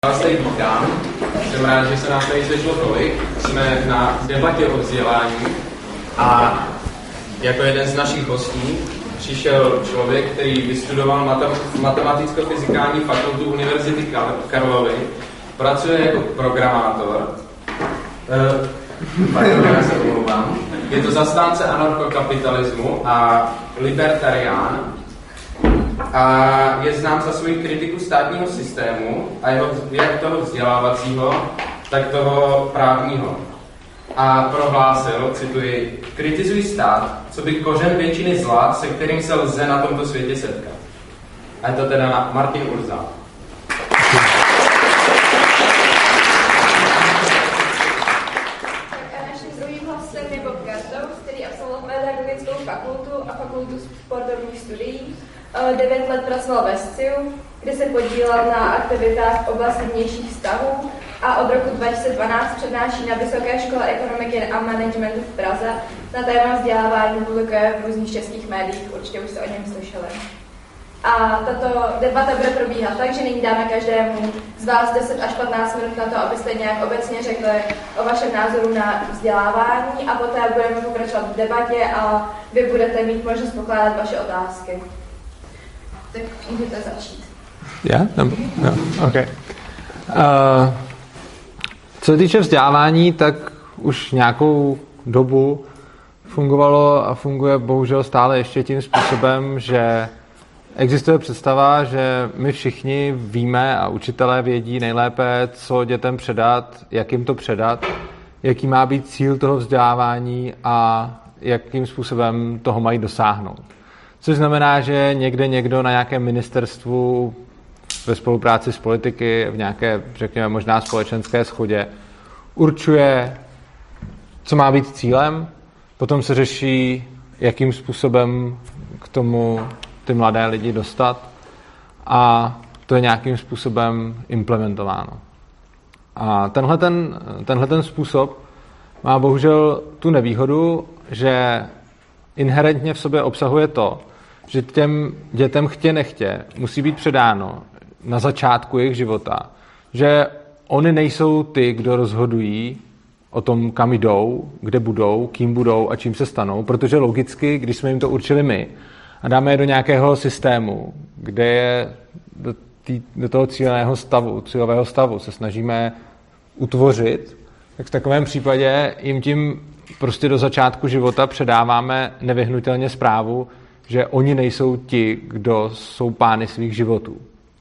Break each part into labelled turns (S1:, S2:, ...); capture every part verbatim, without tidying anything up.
S1: Já vás tady vítám. Jsem rád, že se nás tady sešlo tolik. Jsme na debatě o vzdělání a jako jeden z našich hostí přišel člověk, který vystudoval matem- matematicko-fyzikální fakultu Univerzity Karlovy, pracuje jako programátor, e, já se omlouvám, je to zastánce anarchokapitalismu a libertarián, a je znám za svoji kritiku státního systému a jeho, jak toho vzdělávacího, tak toho právního. A prohlásil, cituji, kritizuji stát, co by kořen většiny zla, se kterým se lze na tomto světě setkat. A je to teda Martin Urza.
S2: Je Bob Kartous, který absolvoval pedagogickou fakultu a fakultu sportovních studií. Devět let pracoval ve S C I U, kde se podílel na aktivitách v oblasti vnějších vztahů a od roku dva tisíce dvanáct přednáší na Vysoké škole ekonomiky a managementu v Praze. Na téma vzdělávání publikuje v různých českých médiích, určitě už jste o něm slyšeli. A tato debata bude probíhat tak, že nyní dáme každému z vás deset až patnáct minut na to, abyste nějak obecně řekli o vašem názoru na vzdělávání a poté budeme pokračovat v debatě a vy budete mít možnost pokládat vaše otázky. Tak můžete začít.
S3: Já? Nebo? No, OK. Uh, co se týče vzdělávání, tak už nějakou dobu fungovalo a funguje bohužel stále ještě tím způsobem, že existuje představa, že my všichni víme a učitelé vědí nejlépe, co dětem předat, jak jim to předat, jaký má být cíl toho vzdělávání a jakým způsobem toho mají dosáhnout. Což znamená, že někde někdo na nějakém ministerstvu ve spolupráci s politiky, v nějaké, řekněme, možná společenské shodě určuje, co má být cílem, potom se řeší, jakým způsobem k tomu ty mladé lidi dostat a to je nějakým způsobem implementováno. A tenhle ten, tenhle ten způsob má bohužel tu nevýhodu, že inherentně v sobě obsahuje to, že těm dětem chtě nechtě musí být předáno na začátku jejich života, že oni nejsou ty, kdo rozhodují o tom, kam jdou, kde budou, kým budou a čím se stanou, protože logicky, když jsme jim to určili my a dáme je do nějakého systému, kde je do, tý, do toho cíleného stavu, cílového stavu se snažíme utvořit, tak v takovém případě jim tím prostě do začátku života předáváme nevyhnutelně zprávu, že oni nejsou ti, kdo jsou pány svých životů.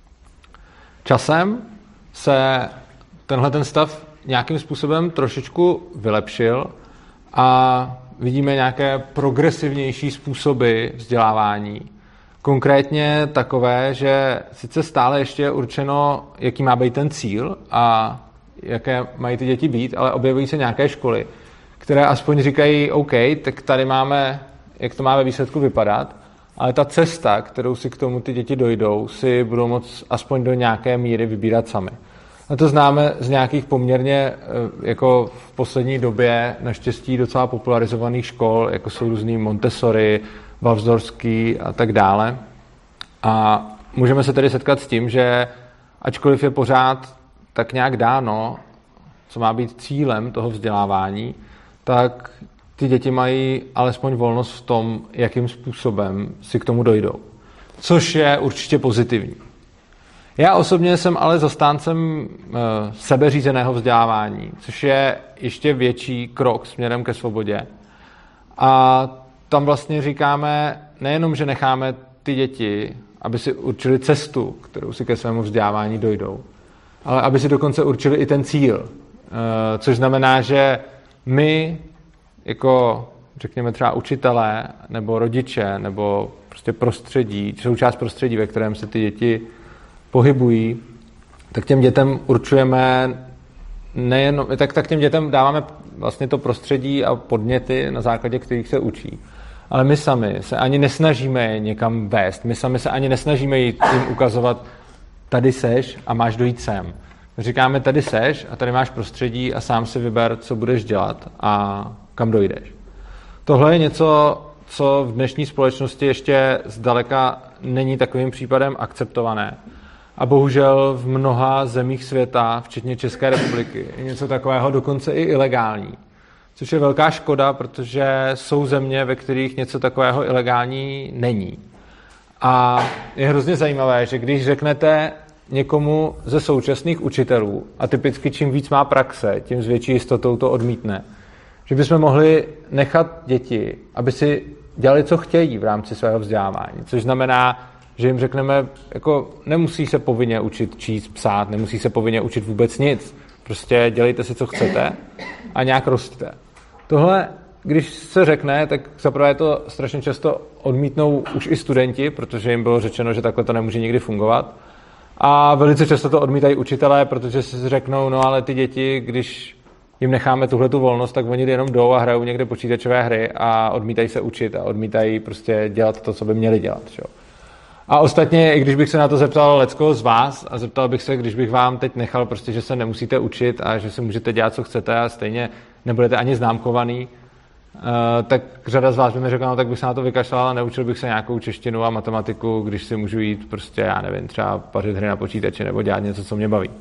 S3: Časem se tenhle ten stav nějakým způsobem trošičku vylepšil a vidíme nějaké progresivnější způsoby vzdělávání. Konkrétně takové, že sice stále ještě je určeno, jaký má být ten cíl a jaké mají ty děti být, ale objevují se nějaké školy, které aspoň říkají, OK, tak tady máme, jak to má ve výsledku vypadat, ale ta cesta, kterou si k tomu ty děti dojdou, si budou moct aspoň do nějaké míry vybírat sami. A to známe z nějakých poměrně jako v poslední době naštěstí docela popularizovaných škol, jako jsou různý Montessori, Waldorfský a tak dále. A můžeme se tedy setkat s tím, že ačkoliv je pořád tak nějak dáno, co má být cílem toho vzdělávání, tak ty děti mají alespoň volnost v tom, jakým způsobem si k tomu dojdou. Což je určitě pozitivní. Já osobně jsem ale zastáncem e, sebeřízeného vzdělávání, což je ještě větší krok směrem ke svobodě. A tam vlastně říkáme nejenom, že necháme ty děti, aby si určili cestu, kterou si ke svému vzdělávání dojdou, ale aby si dokonce určili i ten cíl. E, což znamená, že my jako, řekněme třeba učitelé, nebo rodiče, nebo prostě prostředí, součást prostředí, ve kterém se ty děti pohybují, tak těm dětem určujeme nejenom, tak, tak těm dětem dáváme vlastně to prostředí a podněty, na základě kterých se učí. Ale my sami se ani nesnažíme je někam vést, my sami se ani nesnažíme jim ukazovat, tady seš a máš dojít sem. My říkáme, tady seš a tady máš prostředí a sám si vyber, co budeš dělat a kam dojdeš. Tohle je něco, co v dnešní společnosti ještě zdaleka není takovým případem akceptované. A bohužel v mnoha zemích světa, včetně České republiky, je něco takového dokonce i ilegální. Což je velká škoda, protože jsou země, ve kterých něco takového ilegální není. A je hrozně zajímavé, že když řeknete někomu ze současných učitelů, a typicky čím víc má praxe, tím s větší jistotou to odmítne, že bychom mohli nechat děti, aby si dělali, co chtějí v rámci svého vzdělávání. Což znamená, že jim řekneme, jako nemusí se povinně učit číst, psát, nemusí se povinně učit vůbec nic. Prostě dělejte si, co chcete a nějak rostte. Tohle, když se řekne, tak zaprvé to strašně často odmítnou už i studenti, protože jim bylo řečeno, že takhle to nemůže nikdy fungovat. A velice často to odmítají učitelé, protože si řeknou, no ale ty děti, když jim necháme tuhletu volnost, tak oni jenom jdou a hrajou někde počítačové hry a odmítají se učit a odmítají prostě dělat to, co by měli dělat. Čo? A ostatně, i když bych se na to zeptal leckoho z vás a zeptal bych se, když bych vám teď nechal prostě, že se nemusíte učit a že si můžete dělat, co chcete a stejně nebudete ani známkovaný, uh, tak řada z vás by mi řekla, no tak bych se na to vykašlal a neučil bych se nějakou češtinu a matematiku, když si můžu jít prostě, já nevím, třeba pařit hry na počítači nebo dělat něco, co mě baví.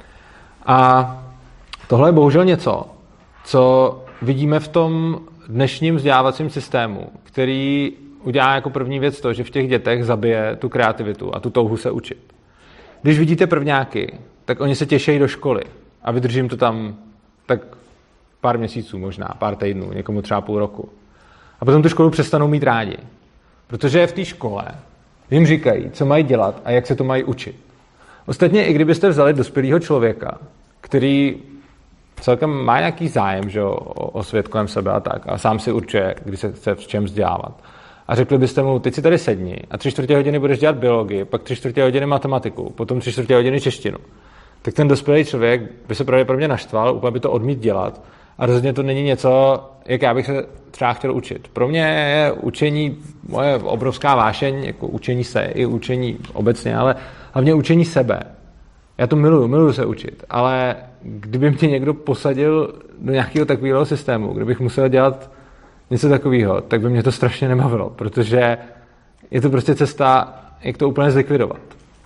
S3: A tohle je bohužel něco, co vidíme v tom dnešním vzdělávacím systému, který udělá jako první věc to, že v těch dětech zabije tu kreativitu a tu touhu se učit. Když vidíte prvňáky, tak oni se těší do školy a vydržím to tam tak pár měsíců možná, pár týdnů, někomu třeba půl roku. A potom tu školu přestanou mít rádi, protože v té škole jim říkají, co mají dělat a jak se to mají učit. Ostatně, i kdybyste vzali dospělého člověka, který celkem má nějaký zájem, že, o, o svět kolem sebe a tak, a sám si určuje, kdy se chce v čem vzdělávat. A řekli byste mu, teď si tady sedni a tři čtvrtě hodiny budeš dělat biologii, pak tři čtvrtě hodiny matematiku, potom tři čtvrtě hodiny češtinu. Tak ten dospělý člověk by se pravděpodobně naštval, úplně by to odmít dělat a rozhodně to není něco, jak já bych se třeba chtěl učit. Pro mě je učení moje obrovská vášeň, jako učení se i učení obecně, ale hlavně učení sebe. Já to miluju, miluju se učit, ale kdyby mě někdo posadil do nějakého takového systému, kde bych musel dělat něco takového, tak by mě to strašně nebavilo, protože je to prostě cesta, jak to úplně zlikvidovat.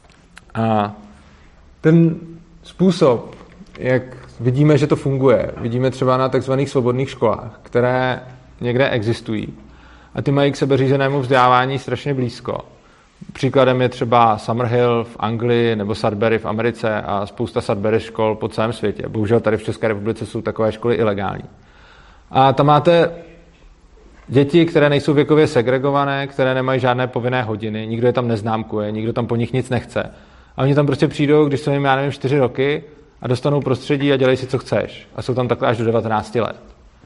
S3: A ten způsob, jak vidíme, že to funguje, vidíme třeba na takzvaných svobodných školách, které někde existují a ty mají k sebeřízenému vzdělávání strašně blízko. Příkladem je třeba Summerhill v Anglii nebo Sudbury v Americe a spousta Sudbury škol po celém světě. Bohužel tady v České republice jsou takové školy ilegální. A tam máte děti, které nejsou věkově segregované, které nemají žádné povinné hodiny, nikdo je tam neznámkuje, nikdo tam po nich nic nechce. A oni tam prostě přijdou, když jsou jim, já nevím, čtyři roky a dostanou prostředí a dělají si, co chceš. A jsou tam takhle až do devatenácti let.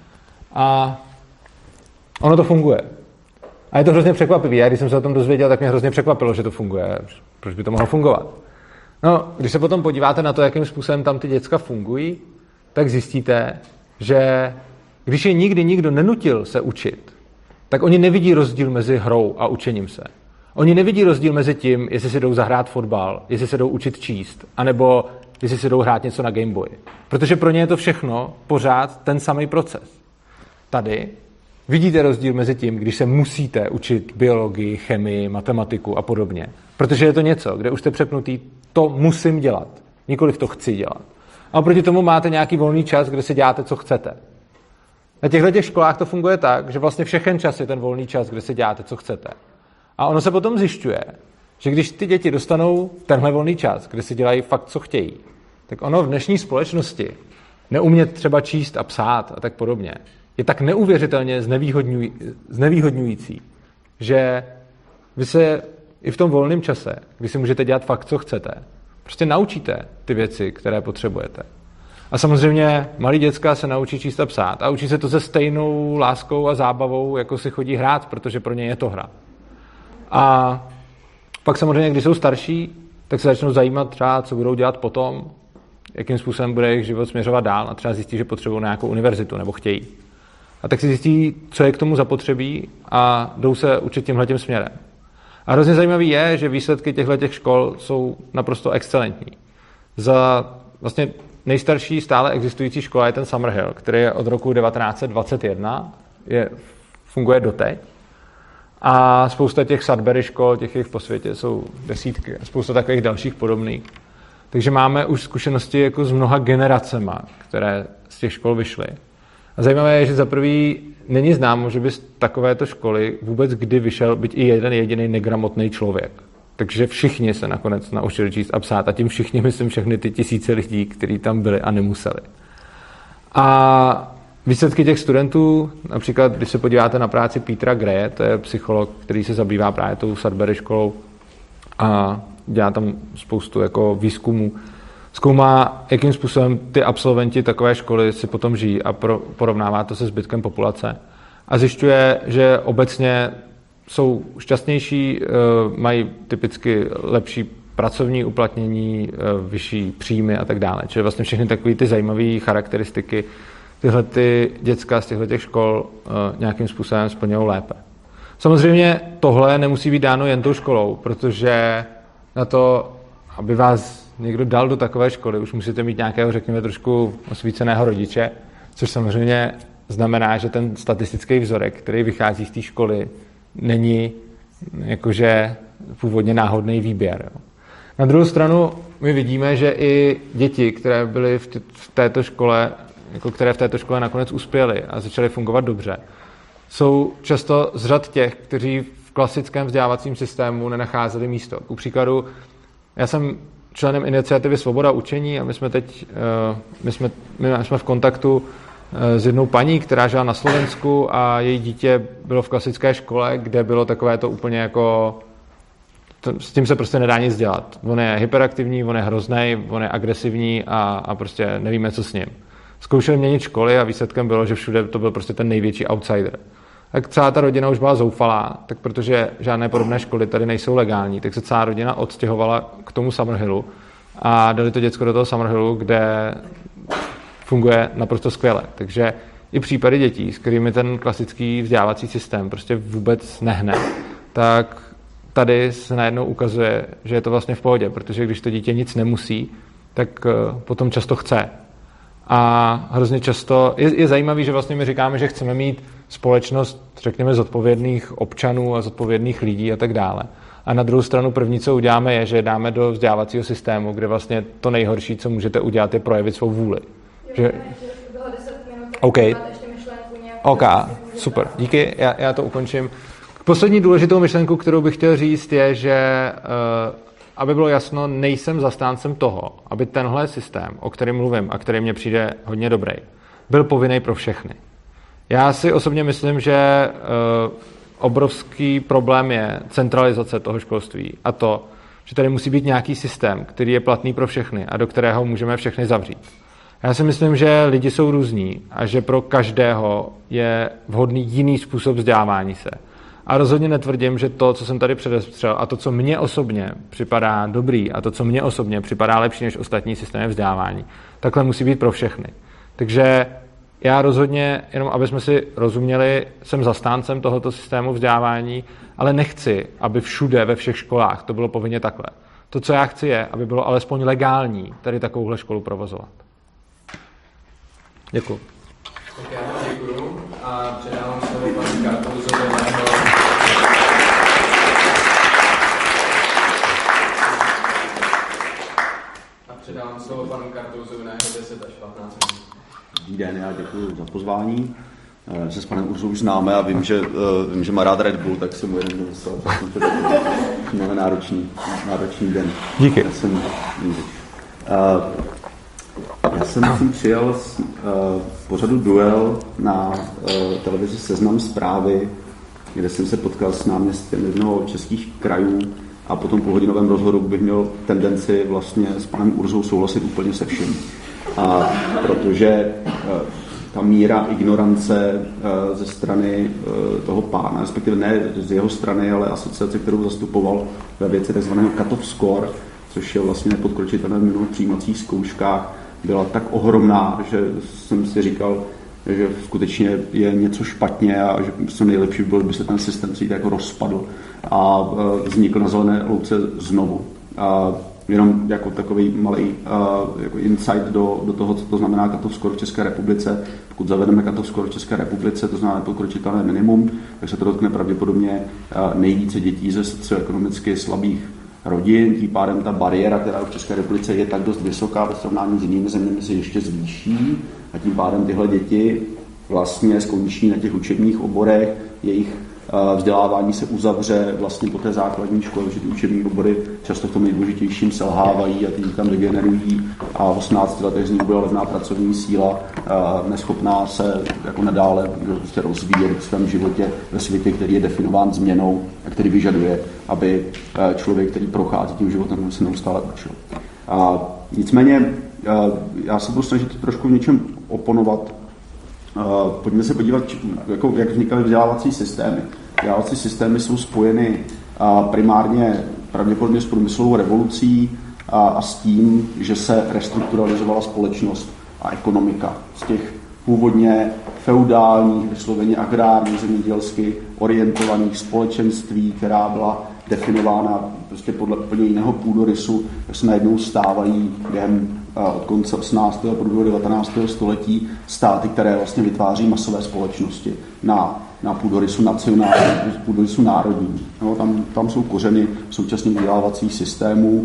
S3: A ono to funguje. A je to hrozně překvapivé. Já když jsem se o tom dozvěděl, tak mě hrozně překvapilo, že to funguje. Proč by to mohlo fungovat? No, když se potom podíváte na to, jakým způsobem tam ty děcka fungují, tak zjistíte, že když je nikdy nikdo nenutil se učit, tak oni nevidí rozdíl mezi hrou a učením se. Oni nevidí rozdíl mezi tím, jestli si jdou zahrát fotbal, jestli se jdou učit číst, anebo jestli si jdou hrát něco na Game Boy. Protože pro ně je to všechno pořád ten samý proces. Tady vidíte rozdíl mezi tím, když se musíte učit biologii, chemii, matematiku a podobně. Protože je to něco, kde už jste přepnutý, to musím dělat, nikoliv to chci dělat. A oproti tomu máte nějaký volný čas, kde si děláte, co chcete. Na těchto těch školách to funguje tak, že vlastně všechen čas je ten volný čas, kde si děláte, co chcete. A ono se potom zjišťuje, že když ty děti dostanou tenhle volný čas, kde si dělají fakt, co chtějí, tak ono v dnešní společnosti neumět třeba číst a psát a tak podobně, je tak neuvěřitelně znevýhodňuj, znevýhodňující, že vy se i v tom volném čase, kdy si můžete dělat fakt, co chcete, prostě naučíte ty věci, které potřebujete. A samozřejmě malí děcka se naučí číst a psát a učí se to se stejnou láskou a zábavou, jako si chodí hrát, protože pro ně je to hra. A pak samozřejmě, když jsou starší, tak se začnou zajímat třeba, co budou dělat potom, jakým způsobem bude jejich život směřovat dál a třeba zjistí, že potřebují nějakou univerzitu nebo chtějí. A tak si zjistí, co je k tomu zapotřebí a jdou se učit tímhletím směrem. A hrozně zajímavý je, že výsledky těchto škol jsou naprosto excelentní. Za vlastně nejstarší stále existující škola je ten Summerhill, který je od roku devatenáct set dvacet jedna, je, funguje doteď. A spousta těch Sudbury škol, těch jich po světě jsou desítky a spousta takových dalších podobných. Takže máme už zkušenosti jako s mnoha generacema, které z těch škol vyšly. A zajímavé je, že za prvý není známo, že by z takovéto školy vůbec kdy vyšel byť i jeden jediný negramotný člověk. Takže všichni se nakonec naučili číst a psát a tím všichni myslím všechny ty tisíce lidí, kteří tam byli a nemuseli. A výsledky těch studentů, například když se podíváte na práci Petera Greje, to je psycholog, který se zabývá právě tou Sudbury školou a dělá tam spoustu jako výzkumů, zkoumá, jakým způsobem ty absolventi takové školy si potom žijí a pro, porovnává to se zbytkem populace. A zjišťuje, že obecně jsou šťastnější, mají typicky lepší pracovní uplatnění, vyšší příjmy a tak dále. Čili vlastně všechny takové ty zajímavé charakteristiky tyhle ty děcka z těchto škol nějakým způsobem splňují lépe. Samozřejmě tohle nemusí být dáno jen tou školou, protože na to, aby vás někdo dal do takové školy, už musíte mít nějakého, řekněme, trošku osvíceného rodiče, což samozřejmě znamená, že ten statistický vzorek, který vychází z té školy, není jakože původně náhodný výběr. Na druhou stranu my vidíme, že i děti, které byly v, t- v této škole, jako které v této škole nakonec uspěly a začaly fungovat dobře, jsou často z řad těch, kteří v klasickém vzdělávacím systému nenacházeli místo. Ku příkladu, já jsem členem iniciativy Svoboda učení a my jsme teď my jsme, my jsme v kontaktu s jednou paní, která žila na Slovensku a její dítě bylo v klasické škole, kde bylo takové to úplně jako s tím se prostě nedá nic dělat. On je hyperaktivní, on je hroznej, on je agresivní a, a prostě nevíme, co s ním. Zkoušeli měnit školy a výsledkem bylo, že všude to byl prostě ten největší outsider. Tak celá ta rodina už byla zoufalá, tak protože žádné podobné školy tady nejsou legální, tak se celá rodina odstěhovala k tomu Summerhillu a dali to děcko do toho Summerhillu, kde funguje naprosto skvěle. Takže i případy dětí, s kterými ten klasický vzdělávací systém prostě vůbec nehne, tak tady se najednou ukazuje, že je to vlastně v pohodě, protože když to dítě nic nemusí, tak potom často chce. A hrozně často je, je zajímavý, že vlastně my říkáme, že chceme mít společnost, řekněme, zodpovědných občanů a zodpovědných lidí a tak dále. A na druhou stranu první, co uděláme, je, že dáme do vzdělávacího systému, kde vlastně to nejhorší, co můžete udělat, je projevit svou vůli.
S2: Jo,
S3: že...
S2: že bylo deset minut, tak
S3: OK.
S2: máte ještě myšlenku nějakou.
S3: OK, super, díky, já, já to ukončím. Poslední důležitou myšlenku, kterou bych chtěl říct, je, že uh, aby bylo jasno, nejsem zastáncem toho, aby tenhle systém, o kterém mluvím a který mně přijde hodně dobrý, byl povinný pro všechny. Já si osobně myslím, že uh, obrovský problém je centralizace toho školství a to, že tady musí být nějaký systém, který je platný pro všechny a do kterého můžeme všechny zavřít. Já si myslím, že lidi jsou různí a že pro každého je vhodný jiný způsob vzdělávání se. A rozhodně netvrdím, že to, co jsem tady předestřel a to, co mně osobně připadá dobrý a to, co mně osobně připadá lepší než ostatní systémy vzdělávání, takhle musí být pro všechny. Takže já rozhodně, jenom aby jsme si rozuměli, jsem zastáncem tohoto systému vzdělávání, ale nechci, aby všude ve všech školách to bylo povinně takhle. To, co já chci, je, aby bylo alespoň legální tady takovouhle školu provozovat. Děkuji.
S1: Tak já vám děkuju a předávám slovo panu Kartouzovi. A předávám slovo panu Kartouzovi na jeho deset až patnáct minut.
S4: Dobrý den, já děkuji za pozvání. Se s panem Urzou už známe a vím, že, vím, že má rád Red Bull, tak jsem mu jeden dostal. Máme náročný, náročný den.
S3: Díky.
S4: Já jsem, já jsem tím přijel z pořadu Duel na televizi Seznam Zprávy, kde jsem se potkal s náměstkem jednoho českých krajů a po tom půlhodinovém rozhovoru bych měl tendenci vlastně s panem Urzou souhlasit úplně se vším. A protože ta míra ignorance ze strany toho pána, respektive ne z jeho strany, ale asociace, kterou zastupoval ve věci tzv. cut-off score, což je vlastně nepodkročitelné v minulých přijímacích zkouškách, byla tak ohromná, že jsem si říkal, že skutečně je něco špatně a že co nejlepší bylo, by se ten systém si jako rozpadl a vznikl na zelené louce znovu. A jenom jako takový malý uh, jako insight do, do toho, co to znamená cut-off score v České republice. Pokud zavedeme cut-off score v České republice, to znamená podkročitelné minimum, tak se to dotkne pravděpodobně uh, nejvíce dětí ze socioekonomicky slabých rodin, tím pádem ta bariéra, která v České republice je tak dost vysoká ve srovnání s jinými zeměmi, se ještě zvýší a tím pádem tyhle děti vlastně skončí na těch učebních oborech, jejich vzdělávání se uzavře vlastně po té základní škole, že ty učební obory často v tom nejdůležitějším selhávají a ty tam degenerují a v osmnácti letech z nich bude levná pracovní síla, neschopná se jako nadále prostě rozvíjet v svém životě ve světě, který je definován změnou a který vyžaduje, aby člověk, který prochází tím životem, se neustále učil. A nicméně já se budu snažit trošku v něčem oponovat. Pojďme se podívat, jako, jak vznikaly vzdělávací systémy. Vzdělávací systémy jsou spojeny primárně pravděpodobně s průmyslovou revolucí a, a s tím, že se restrukturalizovala společnost a ekonomika. Z těch původně feudálních, vysloveně agrárních, zemědělsky orientovaných společenství, která byla definována prostě podle úplně jiného půdorysu, tak se najednou stávají během od konce osmnáctého a průběhu devatenáctého století státy, které vlastně vytváří masové společnosti na, na půdorysu nacionální, půdorysu národní. No, tam, tam jsou kořeny současných vzdělávacích systémů,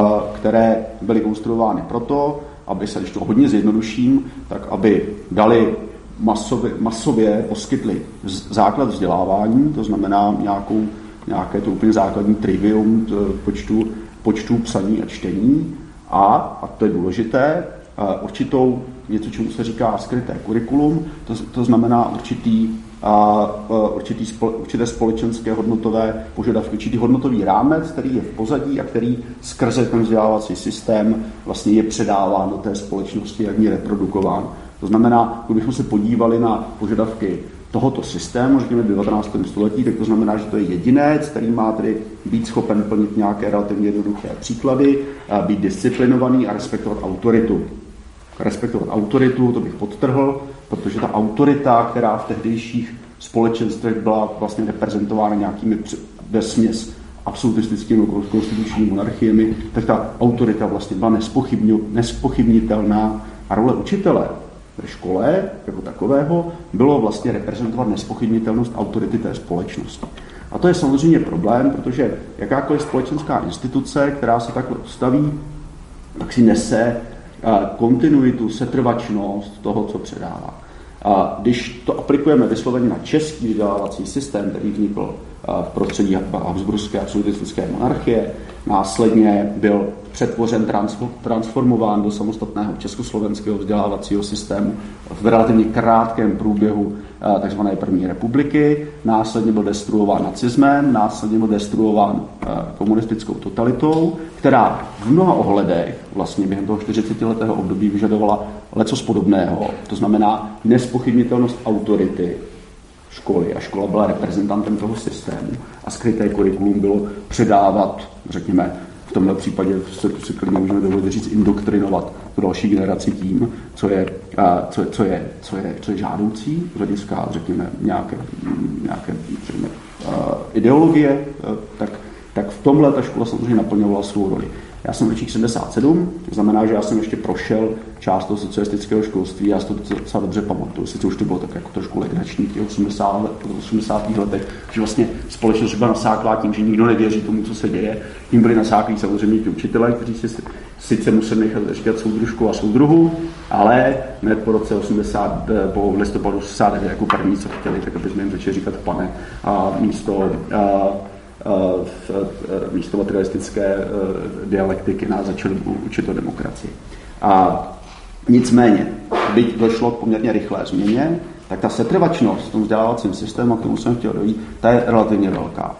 S4: které byly konstruovány proto, aby se, když to hodně zjednoduším, tak aby dali masově, masově poskytli základ vzdělávání, to znamená nějakou, nějaké to úplně základní trivium počtu, počtu psaní a čtení, a, a to je důležité, určitou něco, čemu se říká skryté kurikulum, to, to znamená určitý, a, určitý spole, určité společenské hodnotové požadavky, určitý hodnotový rámec, který je v pozadí a který skrze ten vzdělávací systém vlastně je předáván do té společnosti, jak je reprodukován. To znamená, kdybychom se podívali na požadavky tohoto systému, řekněme v devatenáctém století, tak to znamená, že to je jedinec, který má tedy být schopen plnit nějaké relativně jednoduché příklady, být disciplinovaný a respektovat autoritu. Respektovat autoritu, to bych podtrhl, protože ta autorita, která v tehdejších společenstvech byla vlastně reprezentována nějakými vesměs absolutistickými konstitučními monarchiemi, tak ta autorita vlastně byla nespochybnitelná a role učitele ve škole jako takového bylo vlastně reprezentovat nespochybnitelnost autority té společnosti. A to je samozřejmě problém, protože jakákoliv společenská instituce, která se takhle ustaví, tak si nese kontinuitu, setrvačnost toho, co předává. A když to aplikujeme vysloveně na český vzdělávací systém, který vznikl v prostředí habsburské absolutistické monarchie, následně byl přetvořen, transformován do samostatného československého vzdělávacího systému v relativně krátkém průběhu tzv. První republiky, následně byl destruován nacismem, následně byl destruován komunistickou totalitou, která v mnoha ohledech vlastně během toho čtyřicetiletého období vyžadovala lecos podobného, to znamená nespochybnitelnost autority školy a škola byla reprezentantem toho systému a skryté kurikulum bylo předávat, řekněme, v tomhle případě se si klidně můžeme dovolit říct indoktrinovat tu další generaci tím, co je, co, co je, co je, co je žádoucí z hlediska, řekněme, nějaké, nějaké řekněme, ideologie, tak, tak v tomhle ta škola samozřejmě naplňovala svou roli. Já jsem ročník sedmdesát sedm, to znamená, že já jsem ještě prošel část toho socialistického školství, já si to docela dobře pamatuju, sice už to bylo tak jako trošku legrační v těch osmdesátých letech, že vlastně společnost byla nasáklá tím, že nikdo nevěří tomu, co se děje. Tím byli nasáklí samozřejmě ty učitelé, kteří si sice museli nechat říkat soudružku a soudruhu, ale hned po roce osmdesát, po listopadu osmdesát devět jako první, co chtěli, tak aby jsme jim začali říkat pane a místo a, v místo materialistické dialektiky nás začali učit o demokracii. A nicméně, byť došlo k poměrně rychlé změně, tak ta setrvačnost v tom vzdělávacím systému, k tomu jsem chtěl dojít, ta je relativně velká.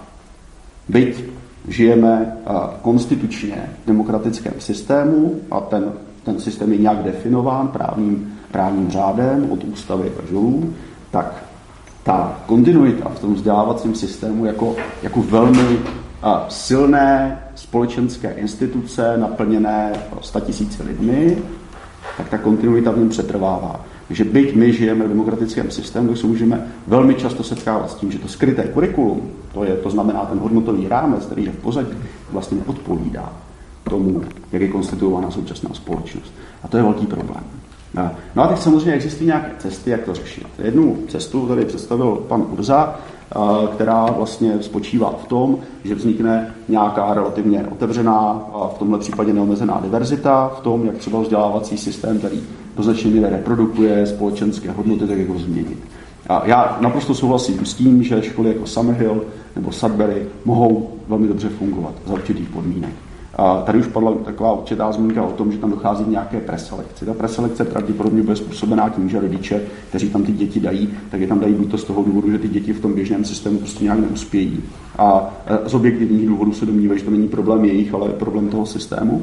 S4: Byť žijeme konstitučně v demokratickém systému a ten, ten systém je nějak definován právním, právním řádem od ústavy až dolů, tak ta kontinuita v tom vzdělávacím systému jako, jako velmi a, silné společenské instituce naplněné statisíci lidmi, tak ta kontinuita v něm přetrvává. Takže byť my žijeme v demokratickém systému, tak se můžeme velmi často setkávat s tím, že to skryté kurikulum, to, je, to znamená ten hodnotový rámec, který je v pozadí, vlastně neodpovídá k tomu, jak je konstituována současná společnost. A to je velký problém. No a teď samozřejmě existují nějaké cesty, jak to řešit. Jednu cestu tady představil pan Urza, která vlastně spočívá v tom, že vznikne nějaká relativně otevřená a v tomhle případě neomezená diverzita v tom, jak třeba vzdělávací systém, který do značné míry reprodukuje společenské hodnoty, tak jak ho změnit. A já naprosto souhlasím s tím, že školy jako Summerhill nebo Sudbury mohou velmi dobře fungovat za určitých podmínek. A tady už padla taková určitá zmínka o tom, že tam dochází k nějaké preselekci. Ta preselekce pravděpodobně bude způsobená tím, že rodiče, kteří tam ty děti dají, tak je tam dají buď to z toho důvodu, že ty děti v tom běžném systému prostě nějak neuspějí. A z objektivních důvodů se domnívají, že to není problém jejich, ale problém toho systému.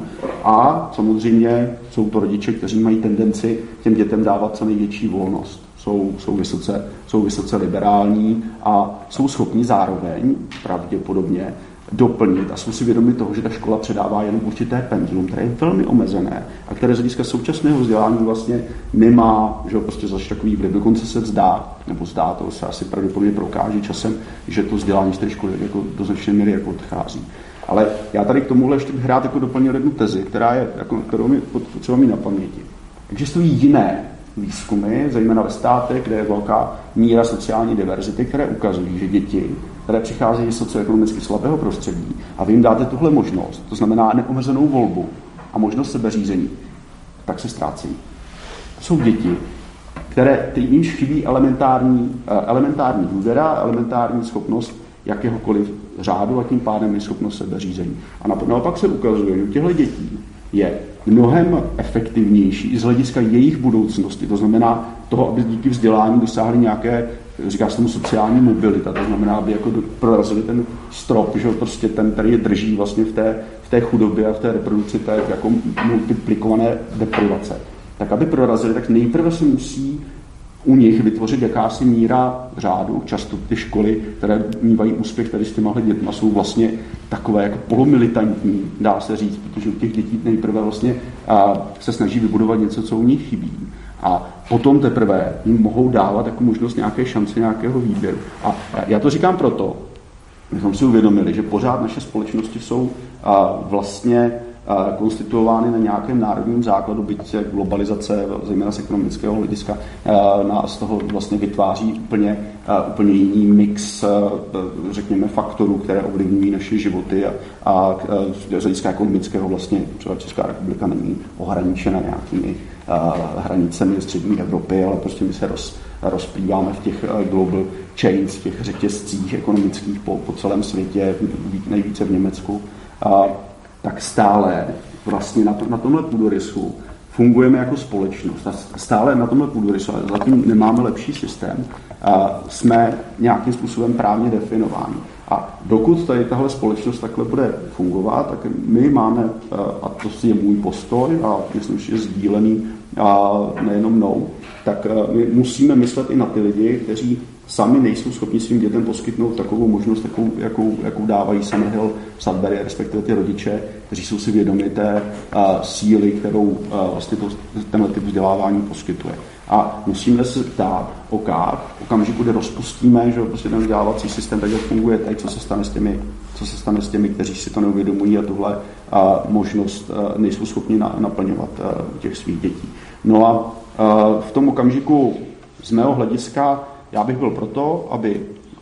S4: A samozřejmě jsou to rodiče, kteří mají tendenci těm dětem dávat co největší volnost. Jsou, jsou, vysoce, jsou vysoce liberální a jsou schopni zároveň pravděpodobně doplnit a jsou si vědomi toho, že ta škola předává jenom určité pendulum, které je velmi omezené a které z hlediska současného vzdělání vlastně nemá, že prostě zase takový vliv. Dokonce se zdá, nebo zdá, to se asi pravděpodobně prokáže časem, že to vzdělání z té školy jako do značné míry jako odchází. Ale já tady k tomuhle ještě bych rád jako doplnil jednu tezi, která je, jako, kterou mi potřeba mít na paměti. Existují jiné výzkumy, zejména ve státech, kde je velká míra sociální diverzity, které ukazují, že děti, které přicházejí z socioekonomicky slabého prostředí a vy jim dáte tuhle možnost, to znamená neomezenou volbu a možnost sebeřízení, tak se ztrácejí. To jsou děti, které jimž chybí elementární, elementární důvěra, elementární schopnost jakéhokoliv řádu a tím pádem je schopnost sebeřízení. A naopak se ukazuje, že u těchto dětí je mnohem efektivnější i z hlediska jejich budoucnosti. To znamená toho, aby díky vzdělání dosáhli nějaké, říká se tomu sociální mobilita, to znamená, aby jako prorazili ten strop, že prostě ten, který je drží vlastně v té, v té chudobě a v té reprodukci té jako multiplikované deprivace. Tak aby prorazili, tak nejprve se musí u nich vytvořit jakási míra řádu. Často ty školy, které mívají úspěch tady s těmahle dětma, jsou vlastně takové jako polomilitantní, dá se říct, protože u těch dětí nejprve vlastně a, se snaží vybudovat něco, co u nich chybí. A potom teprve jim mohou dávat jako možnost nějaké šance, nějakého výběru. A já to říkám proto, abychom si uvědomili, že pořád naše společnosti jsou a, vlastně konstituovány na nějakém národním základu, byť globalizace, zejména z ekonomického hlediska, nás z toho vlastně vytváří úplně, úplně jiný mix, řekněme, faktorů, které ovlivňují naše životy a, a z hlediska ekonomického vlastně třeba Česká republika není ohraničena nějakými hranicemi střední Evropy, ale prostě my se roz, rozplýváme v těch global chains, v těch řetězcích ekonomických po, po celém světě, nejvíce v Německu. A, tak stále vlastně na, to, na tomhle půdorysu fungujeme jako společnost. A stále na tomhle půdorysu, ale zatím nemáme lepší systém, a jsme nějakým způsobem právně definováni. A dokud tady tahle společnost takhle bude fungovat, tak my máme, a to je můj postoj, a myslím, že je sdílený a nejenom mnou, tak my musíme myslet i na ty lidi, kteří sami nejsou schopni svým dětem poskytnout takovou možnost, jakou, jakou, jakou dávají Summerhill, Sudbury, respektive ty rodiče, kteří jsou si vědomi té a, síly, kterou a, vlastně to, tenhle typ vzdělávání poskytuje. A musíme se ptát, OK, v okamžiku, kdy rozpustíme, že prostě ten vzdělávací systém, tak jak funguje teď, co se stane s těmi, co se stane s těmi, kteří si to neuvědomují a tuhle a, možnost a, nejsou schopni na, naplňovat a, těch svých dětí. No a, a v tom okamžiku z mého hlediska já bych byl proto, aby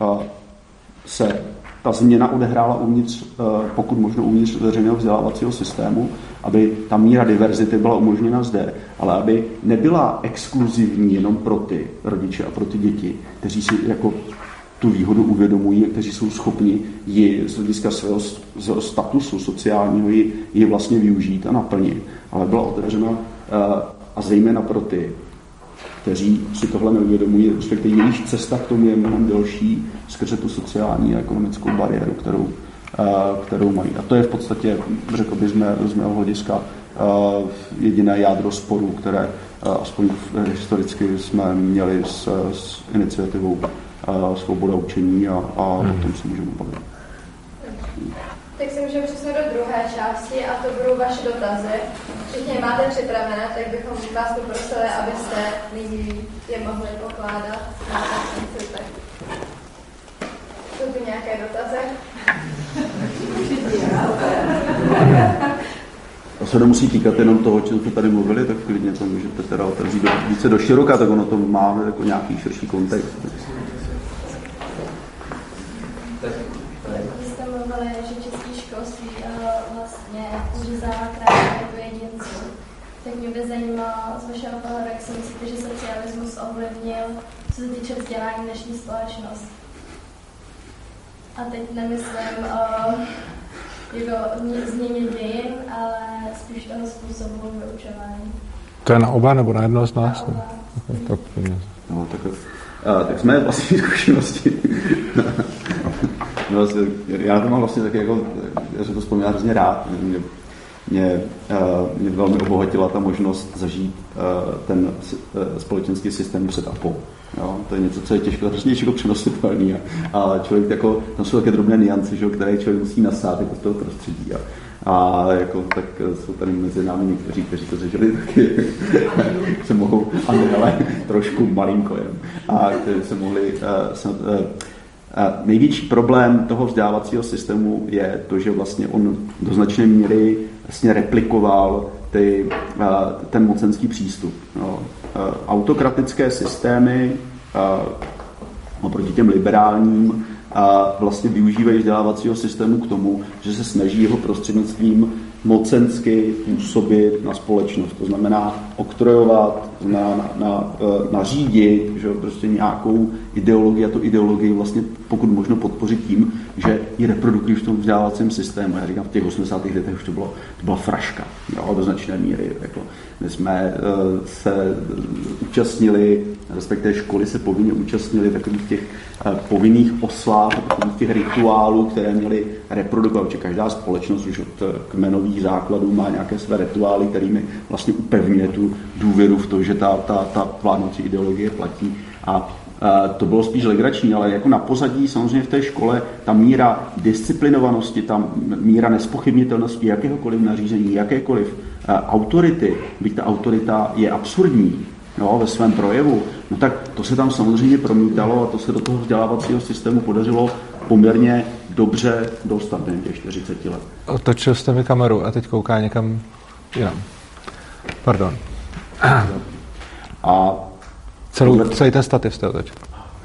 S4: se ta změna odehrála uvnitř, pokud možno uvnitř veřejného vzdělávacího systému, aby ta míra diverzity byla umožněna zde, ale aby nebyla exkluzivní jenom pro ty rodiče a pro ty děti, kteří si jako tu výhodu uvědomují a kteří jsou schopni ji z hlediska svého, svého statusu sociálního ji, ji vlastně využít a naplnit, ale byla otevřena a zejména pro ty, kteří si tohle neuvědomují, respektive jejich cesta k tomu je mnohem delší skrze tu sociální a ekonomickou bariéru, kterou, kterou mají. A to je v podstatě, řekl bych, z mého hlediska jediné jádro sporu, které aspoň historicky jsme měli s, s iniciativou Svoboda učení a, a hmm. o tom se můžeme bavit.
S2: Tak si můžeme přesunout do druhé části a to budou vaše dotazy. Všichni je máte připravené, tak bychom vás poprosili, abyste nyní je mohli pokládat. Jsou tu nějaké dotazy?
S4: se nemusí týkat jenom toho, o čem jsme tady mluvili, tak klidně to můžete teda otevřít do, více do široka, tak ono to má jako nějaký širší kontext.
S2: Vy jste mluvili, že český školství vlastně uřezává krátce jako jedinců. Tak mě by zajímalo z vašeho pohledu, jak si myslíte, že socialismus ovlivnil, co se týče vzdělání dnešní společnost. A teď nemyslím o jako změně dějin, ale spíš toho způsobu vyučování.
S3: To je na oba nebo na jedno z nás?
S2: Na
S3: okay, tak,
S4: no, tak, a, tak jsme vlastní zkušenosti. no, vlastně, já to mám vlastně taky jako, já jsem to vzpomínal hrozně rád. Mě, mě, mě velmi obohatila ta možnost zažít ten společenský systém před a po. Jo, to je něco, co je těžko, hrozně těžko přenositelný. A, a člověk jako, tam jsou také drobné niance, že, které člověk musí nasát jako z toho prostředí. A, a jako, tak jsou tady mezi námi někteří, kteří to zažili taky, se mohou, ale trošku malinko jen. A kteří se mohli... Uh, se, uh, uh, největší problém toho vzdělávacího systému je to, že vlastně on do značné míry vlastně replikoval ty, uh, ten mocenský přístup. No. Uh, autokratické systémy uh, oproti těm liberálním a vlastně využívají vzdělávacího systému k tomu, že se snaží jeho prostřednictvím mocensky působit na společnost. To znamená oktrojovat, na, na, na, nařídit, že prostě nějakou ideologii a tu ideologii vlastně pokud možno podpořit tím, že ji reprodukují v tom vzdělávacím systému. Já říkám, v těch osmdesátých letech už to, bylo, to byla fraška, jo, do značné míry. Jako. My jsme uh, se účastnili, respektive školy se povinně účastnili takových těch uh, povinných oslav, takových těch rituálů, které měly reprodukovat, že každá společnost už od kmenových základů má nějaké své rituály, kterými vlastně upevňuje tu důvěru v to, že ta, ta, ta vládnoucí ideologie platí. A to bylo spíš legrační, ale jako na pozadí samozřejmě v té škole ta míra disciplinovanosti, ta míra nespochybnitelnosti jakéhokoliv nařízení, jakékoliv autority, byť ta autorita je absurdní, no, ve svém projevu, no tak to se tam samozřejmě promítalo a to se do toho vzdělávacího systému podařilo poměrně dobře dostat během těch čtyřiceti let.
S3: Otočil jste mi kameru a teď kouká někam jinam. Pardon.
S4: A
S3: Celou, celý ten stativ jste otočil.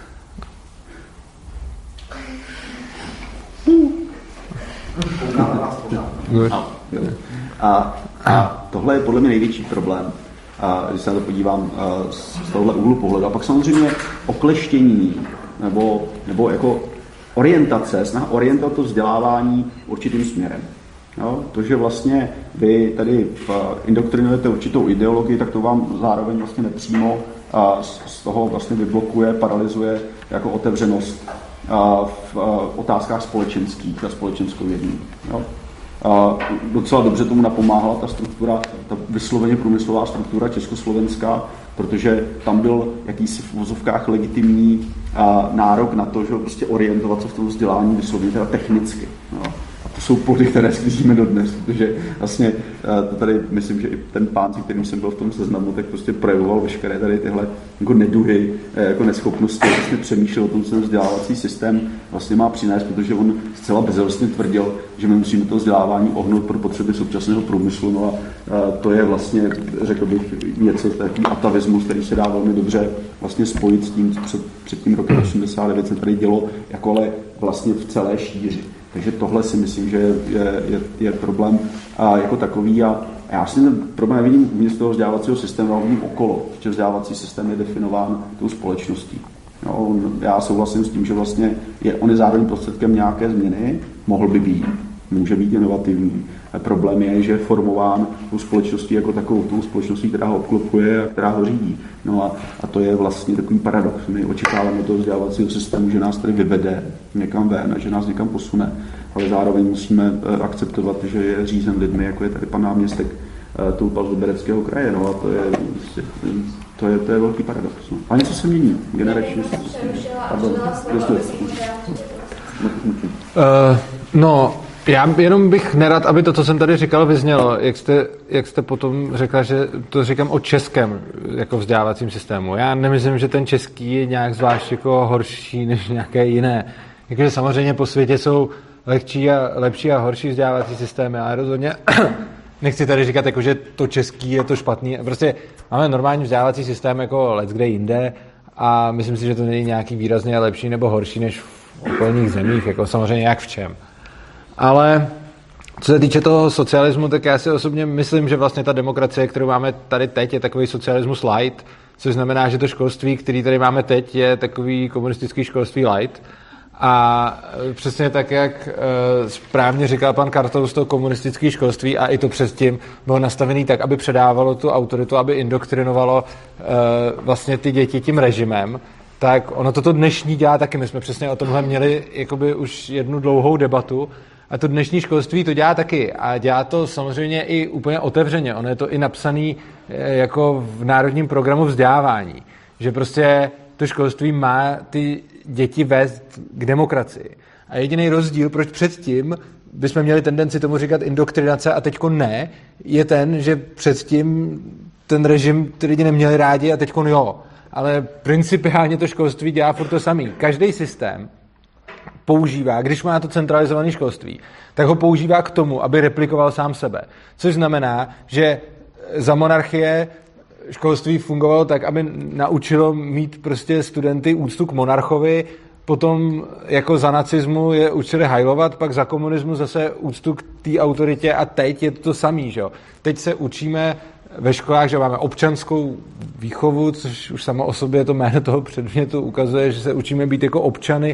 S4: A, a tohle je podle mě největší problém, a když se na to podívám z tohohle úhlu pohledu. A pak samozřejmě okleštění nebo, nebo jako orientace, snaha orientovat to vzdělávání určitým směrem. Jo, to, že vlastně vy tady indoktrinujete určitou ideologii, tak to vám zároveň vlastně nepřímo a z toho vlastně vyblokuje, paralyzuje jako otevřenost a v otázkách společenských a společenskovědných. Jo. A docela dobře tomu napomáhala ta struktura, ta vysloveně průmyslová struktura československá, protože tam byl jakýsi v uvozovkách legitimní a nárok na to, že prostě orientovat se v tom vzdělání vysloveně teda technicky. Jo. To jsou body, které slyšíme dodnes, protože vlastně to tady myslím, že i ten pán, se kterým jsem byl v tom seznamu, tak prostě projevoval veškeré tady tyhle jako neduhy, jako neschopnosti, vlastně přemýšlel o tom, co ten vzdělávací systém vlastně má přinést, protože on zcela bezelstně tvrdil, že my musíme to vzdělávání ohnout pro potřeby současného průmyslu, no a to je vlastně, řekl bych, něco takový atavismus, který se dá velmi dobře vlastně spojit s tím, co před, před tím rokem osmdesát devět se tady dělo, jako ale vlastně v celé šíři. Takže tohle si myslím, že je, je, je problém a jako takový a já si ten problém nevidím uvnitř toho vzdělávacího systému, ale vidím okolo, že vzdělávací systém je definován tou společností. No, já souhlasím s tím, že vlastně je, on je zároveň prostředkem nějaké změny, mohl by být, může být inovativní. A problém je, že je formován tou společností jako takovou, tou společností, která ho obklopuje a která ho řídí. No a, a to je vlastně takový paradox. My očekáváme toho vzdělávacího systému, že nás tady vyvede někam ven a že nás někam posune. Ale zároveň musíme akceptovat, že je řízen lidmi, jako je tady pan náměstek Tulpal z Libereckého kraje. No a to je, to je, to je velký paradox. No. A něco se mění. Generačně.
S3: Uh, no, já jenom bych nerad, aby to, co jsem tady říkal, vyznělo, jak jste, jak jste potom řekla, že to říkám o českém jako vzdělávacím systému. Já nemyslím, že ten český je nějak zvlášť jako horší než nějaké jiné. Jakože samozřejmě po světě jsou lepší a, lepší a horší vzdělávací systémy, ale rozhodně nechci tady říkat, jako, že to český je to špatný. Prostě máme normální vzdělávací systém jako leckde jinde a myslím si, že to není nějaký výrazně lepší nebo horší než v okolních zemích, jako samozřejmě jak v čem. Ale co se týče toho socialismu, tak já si osobně myslím, že vlastně ta demokracie, kterou máme tady teď, je takový socialismus light, což znamená, že to školství, který tady máme teď, je takový komunistický školství light. A přesně tak, jak správně říkal pan Kartous, to komunistické školství a i to předtím bylo nastavené tak, aby předávalo tu autoritu, aby indoktrinovalo vlastně ty děti tím režimem, tak ono toto dnešní dělá taky. My jsme přesně o tomhle měli jakoby už jednu dlouhou debatu a to dnešní školství to dělá taky a dělá to samozřejmě i úplně otevřeně. Ono je to i napsané jako v národním programu vzdělávání, že prostě to školství má ty děti vést k demokracii. A jediný rozdíl, proč předtím bychom měli tendenci tomu říkat indoktrinace a teďko ne, je ten, že předtím ten režim ty lidi neměli rádi a teďko jo. Ale principiálně to školství dělá furt to samý. Každý systém používá, když má to centralizované školství, tak ho používá k tomu, aby replikoval sám sebe. Což znamená, že za monarchie školství fungovalo tak, aby naučilo mít prostě studenty úctu k monarchovi, potom jako za nacismu je učili hajlovat, pak za komunismu zase úctu k té autoritě a teď je to to samý, že jo. Teď se učíme ve školách, že máme občanskou výchovu, což už samo o sobě to jméno toho předmětu ukazuje, že se učíme být jako občany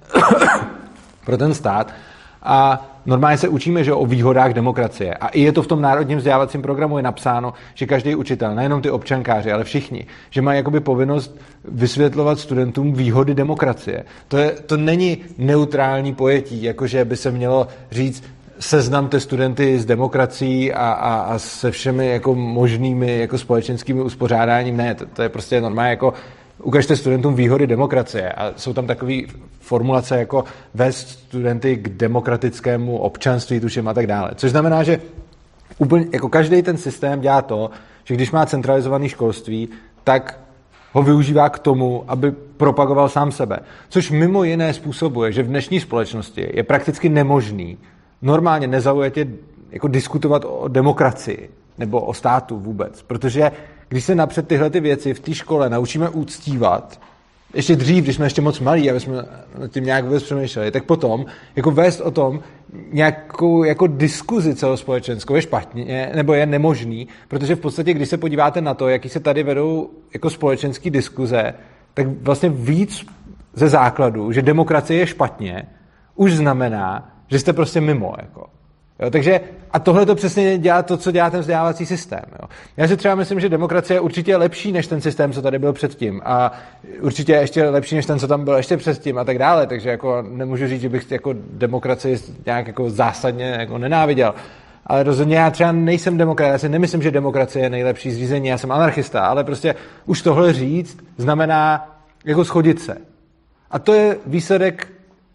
S3: pro ten stát a normálně se učíme, že o výhodách demokracie. A i je to v tom národním vzdělávacím programu je napsáno, že každý učitel, nejenom ty občankáři, ale všichni, že mají jakoby povinnost vysvětlovat studentům výhody demokracie. To, je, to není neutrální pojetí, jakože by se mělo říct, seznamte studenty s demokracií a, a, a se všemi jako možnými jako společenskými uspořádáním. Ne, to, to je prostě normálně jako ukažte studentům výhody demokracie a jsou tam takové formulace jako vést studenty k demokratickému občanství, tuším a tak dále. Což znamená, že úplně, jako každý ten systém dělá to, že když má centralizované školství, tak ho využívá k tomu, aby propagoval sám sebe. Což mimo jiné způsobuje, že v dnešní společnosti je prakticky nemožný normálně nezaujatě jako diskutovat o demokracii nebo o státu vůbec, protože když se napřed tyhle ty věci v té škole naučíme uctívat, ještě dřív, když jsme ještě moc malí, aby jsme nad tím nějak vůbec přemýšleli, tak potom jako vést o tom nějakou jako diskuzi celospolečenskou je špatně, nebo je nemožný, protože v podstatě, když se podíváte na to, jaký se tady vedou jako společenský diskuze, tak vlastně víc ze základu, že demokracie je špatně, už znamená, že jste prostě mimo, jako. Jo, takže a tohle to přesně dělá to, co dělá ten vzdělávací systém. Jo. Já si třeba myslím, že demokracie je určitě lepší než ten systém, co tady byl předtím a určitě ještě lepší než ten, co tam byl ještě předtím a tak dále, takže jako nemůžu říct, že bych jako demokracii nějak jako zásadně jako nenáviděl. Ale rozhodně já třeba nejsem demokrat, já si nemyslím, že demokracie je nejlepší zřízení, já jsem anarchista, ale prostě už tohle říct znamená jako shodit se. A to je výsledek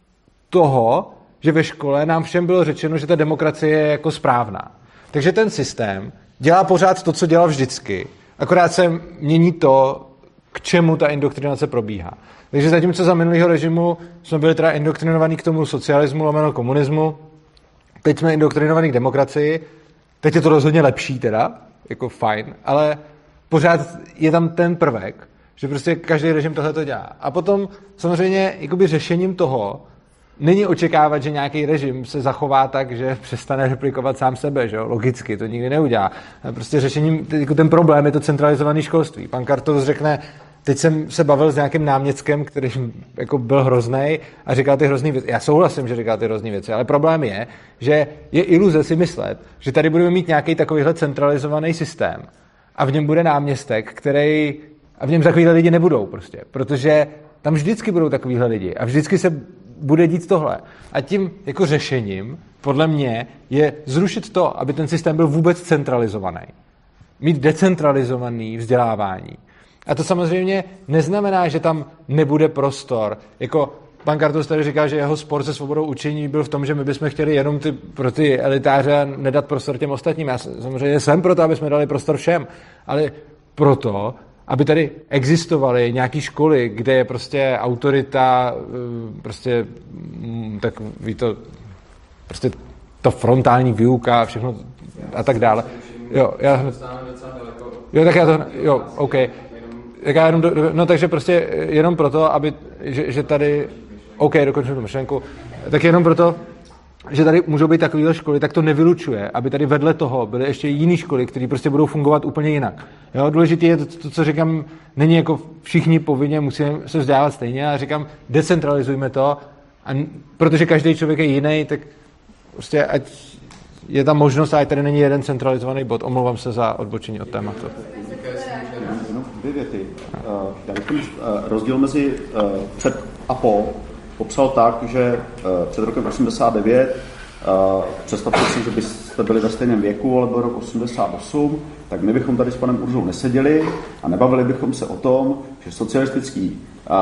S3: toho, že ve škole nám všem bylo řečeno, že ta demokracie je jako správná. Takže ten systém dělá pořád to, co dělal vždycky, akorát se mění to, k čemu ta indoktrinace probíhá. Takže zatímco za minulého režimu jsme byli teda indoktrinovaní k tomu socialismu, lomeno komunismu, teď jsme indoktrinovaní k demokracii, teď je to rozhodně lepší teda, jako fajn, ale pořád je tam ten prvek, že prostě každý režim tohle to dělá. A potom samozřejmě jakoby řešením toho není očekávat, že nějaký režim se zachová tak, že přestane replikovat sám sebe, že jo? Logicky, to nikdy neudělá. Prostě řešením, jako ten problém je to centralizované školství. Pan Kartous řekne, teď jsem se bavil s nějakým náměstkem, který jako byl hroznej a říkal ty hrozný věci. Já souhlasím, že říkal ty hrozný věci, ale problém je, že je iluze si myslet, že tady budeme mít nějaký takovýhle centralizovaný systém a v něm bude náměstek, který a v něm takovýhle lidi nebudou prostě, protože tam vždycky budou takovýhle lidi a vždycky se bude dít tohle. A tím jako řešením, podle mě, je zrušit to, aby ten systém byl vůbec centralizovaný. Mít decentralizovaný vzdělávání. A to samozřejmě neznamená, že tam nebude prostor. Jako pan Kartous tady říkal, že jeho spor se svobodou učení byl v tom, že my bychom chtěli jenom ty, pro ty elitáře nedat prostor těm ostatním. Já samozřejmě jsem proto, aby jsme dali prostor všem, ale proto, aby tady existovaly nějaké školy, kde je prostě autorita, prostě tak ví to, prostě ta frontální výuka, všechno a tak dále. Jo, já... Jo, tak já to... Jo, OK. Tak já jenom do, no takže prostě jenom proto, aby, že, že tady... OK, dokončím tu myšlenku. Tak jenom proto, že tady můžou být takovéhle školy, tak to nevylučuje, aby tady vedle toho byly ještě jiné školy, které prostě budou fungovat úplně jinak. Jo, důležité je to, to, co říkám, není jako všichni povinně musíme se vzdělávat stejně, a říkám, decentralizujme to, a, protože každý člověk je jiný, tak prostě ať je tam možnost, a tady není jeden centralizovaný bod. Omlouvám se za odbočení od tématu.
S4: Jenom dvě věty. Já bych ten rozdíl mezi před a po popsal tak, že před rokem osmdesát devět, představte si, že byste byli ve stejném věku, ale byl rok osmdesát osm, tak my bychom tady s panem Urzou neseděli a nebavili bychom se o tom, že socialistický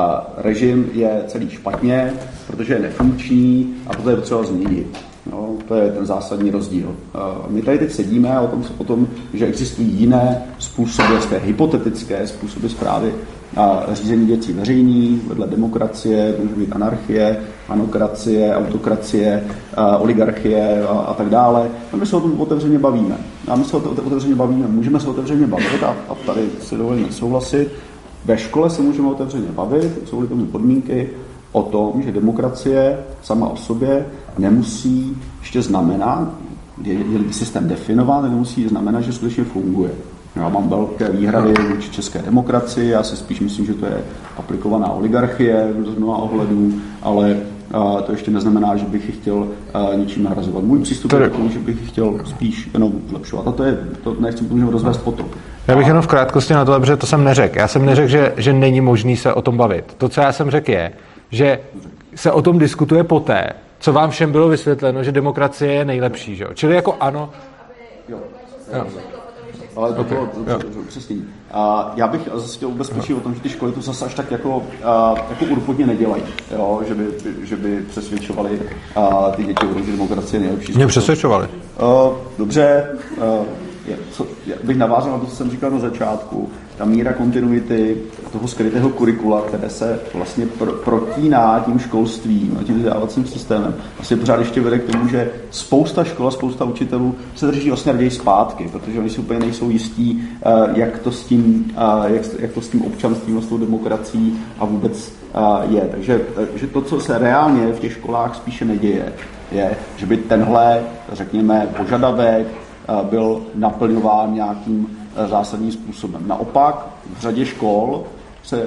S4: režim je celý špatně, protože je nefunkční a proto je potřeba změnit. No, to je ten zásadní rozdíl. My tady teď sedíme o tom, o tom, že existují jiné způsoby, hypotetické způsoby správy a řízení věcí veřejných, vedle demokracie, může být anarchie, anokracie, autokracie, oligarchie a, a tak dále. A my se o tom otevřeně bavíme. A my se o tom otevřeně bavíme, můžeme se otevřeně bavit a, a tady si dovolím nesouhlasit. Ve škole se můžeme otevřeně bavit, jsou-li tomu podmínky, o tom, že demokracie sama o sobě nemusí ještě znamenat, je, je systém definován, nemusí znamenat, že skutečně funguje. Já mám velké výhrady vůči české demokracii, já si spíš myslím, že to je aplikovaná oligarchie z mnoha ohledů, ale a, to ještě neznamená, že bych ji chtěl a, ničím nahrazovat. Můj přístup je takový, že bych ji chtěl spíš jenom zlepšovat. A to je, to nechci můžeme rozvést potom.
S3: Já bych jenom v krátkosti na to, protože to jsem neřekl. Já jsem neřekl, že, že není možný se o tom bavit. To, co já jsem řekl, je, že se o tom diskutuje poté, co vám všem bylo vysvětleno, že demokracie je nejlepší. Že? Čili jako ano...
S4: Jo. Jo. Ale to bylo přesně. A já bych zase chtěl ubezpečit o tom, že ty školy to zase až tak jako, a, jako urputně nedělají, jo? Že, by, že by přesvědčovali a, ty děti, že demokracie je nejlepší.
S3: Mě přesvědčovali.
S4: Uh, dobře, uh, je, co, já bych navázal na to, co jsem říkal na začátku. Ta míra kontinuity toho skrytého kurikula, které se vlastně pr- protíná tím školstvím a tím vzdělávacím systémem, vlastně pořád ještě vede k tomu, že spousta škol a spousta učitelů se drží vlastně raději zpátky, protože oni si úplně nejsou jistí, jak to s tím, jak, jak to s tím občanstvím a s tou demokracií a vůbec je. Takže že to, co se reálně v těch školách spíše neděje, je, že by tenhle, řekněme, požadavek byl naplňován nějakým zásadním způsobem. Naopak v řadě škol se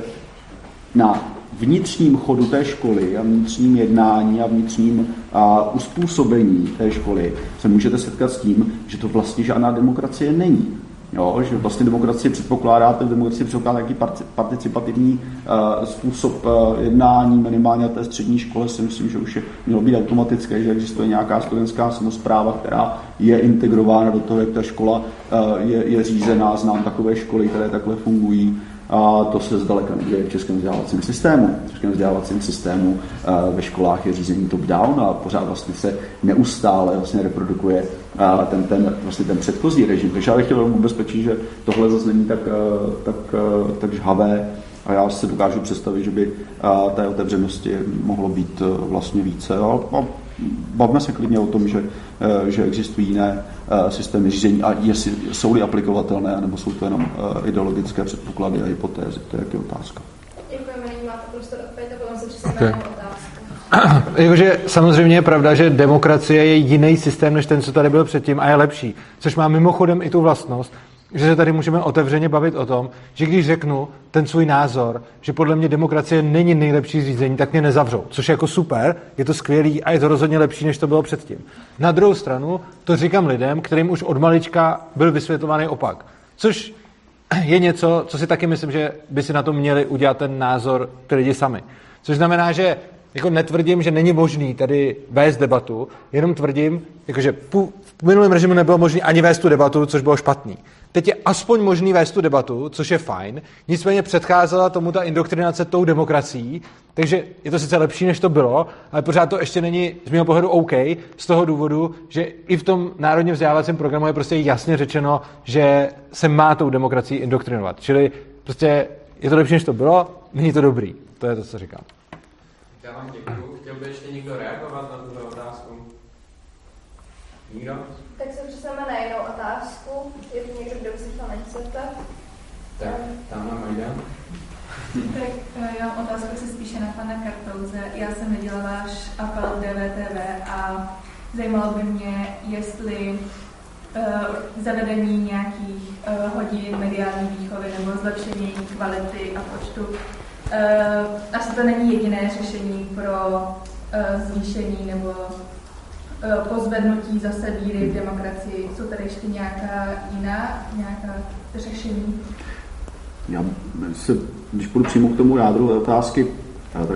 S4: na vnitřním chodu té školy a vnitřním jednání a vnitřním a, uspůsobení té školy se můžete setkat s tím, že to vlastně žádná demokracie není. Jo, že vlastně demokracie předpokládáte, v demokracii předpokládá nějaký participativní uh, způsob uh, jednání, minimálně na té střední škole si myslím, že už je mělo být automatické, že existuje nějaká studentská samospráva, která je integrována do toho, jak ta škola uh, je, je řízená. Znám takové školy, které takhle fungují. A to se zdaleka neděje v českém vzdělávacím systému. V českém vzdělávacím systému uh, ve školách je řízení top-down a pořád vlastně se neustále vlastně reprodukuje uh, ten, ten, vlastně ten předchozí režim. Takže já bych chtěl velmi ubezpečit, že tohle zase není tak, uh, tak, uh, tak žhavé a já si dokážu představit, že by uh, té otevřenosti mohlo být uh, vlastně více. A, a bavme se klidně o tom, že, uh, že existují jiné uh, systémy řízení a jestli jsou-li aplikovatelné, nebo jsou to jenom uh, ideologické předpoklady a hypotézy. To je jaké otázka.
S2: Děkujeme, nyní máte prostor odpověď a potom se přesuneme na otázku.
S3: Jakože samozřejmě je pravda, že demokracie je jiný systém, než ten, co tady byl předtím a je lepší. Což má mimochodem i tu vlastnost, že se tady můžeme otevřeně bavit o tom, že když řeknu ten svůj názor, že podle mě demokracie není nejlepší řízení, tak mě nezavřou. Což je jako super, je to skvělý a je to rozhodně lepší, než to bylo předtím. Na druhou stranu to říkám lidem, kterým už od malička byl vysvětlovaný opak. Což je něco, co si taky myslím, že by si na to měli udělat ten názor ty lidi sami. Což znamená, že jako netvrdím, že není možný tady vést debatu, jenom tvrdím, jakože v minulém režimu nebylo možné ani vést tu debatu, což bylo špatný. Teď je aspoň možný vést tu debatu, což je fajn, nicméně předcházela tomu ta indoktrinace tou demokracií, takže je to sice lepší, než to bylo, ale pořád to ještě není z mého pohledu OK, z toho důvodu, že i v tom národním vzdělávacím programu je prostě jasně řečeno, že se má tou demokracií indoktrinovat. Čili prostě je to lepší, než to bylo, není to dobrý. To je to, co říkám.
S1: Já vám děkuju. Chtěl by ještě někdo reagovat na tuto otázku? Nikdo?
S2: Tak se přesuneme na jinou otázku. Je tu někdo, kdo by se chtěl něco zeptat?
S1: Tak, tam na Majdan.
S5: Tak já mám otázku se spíše na pana Kartouze. Já jsem viděla váš apel D V T V a zajímalo by mě, jestli uh, zavedení nějakých uh, hodin mediální výchovy nebo zlepšení kvality a počtu. Uh, asi to není jediné řešení pro uh, zvýšení nebo uh, pozvednutí zase víry v demokracii. Jsou tady ještě nějaká jiná, nějaká řešení?
S4: Já se, když půjdu přímo k tomu jádru otázky, tak,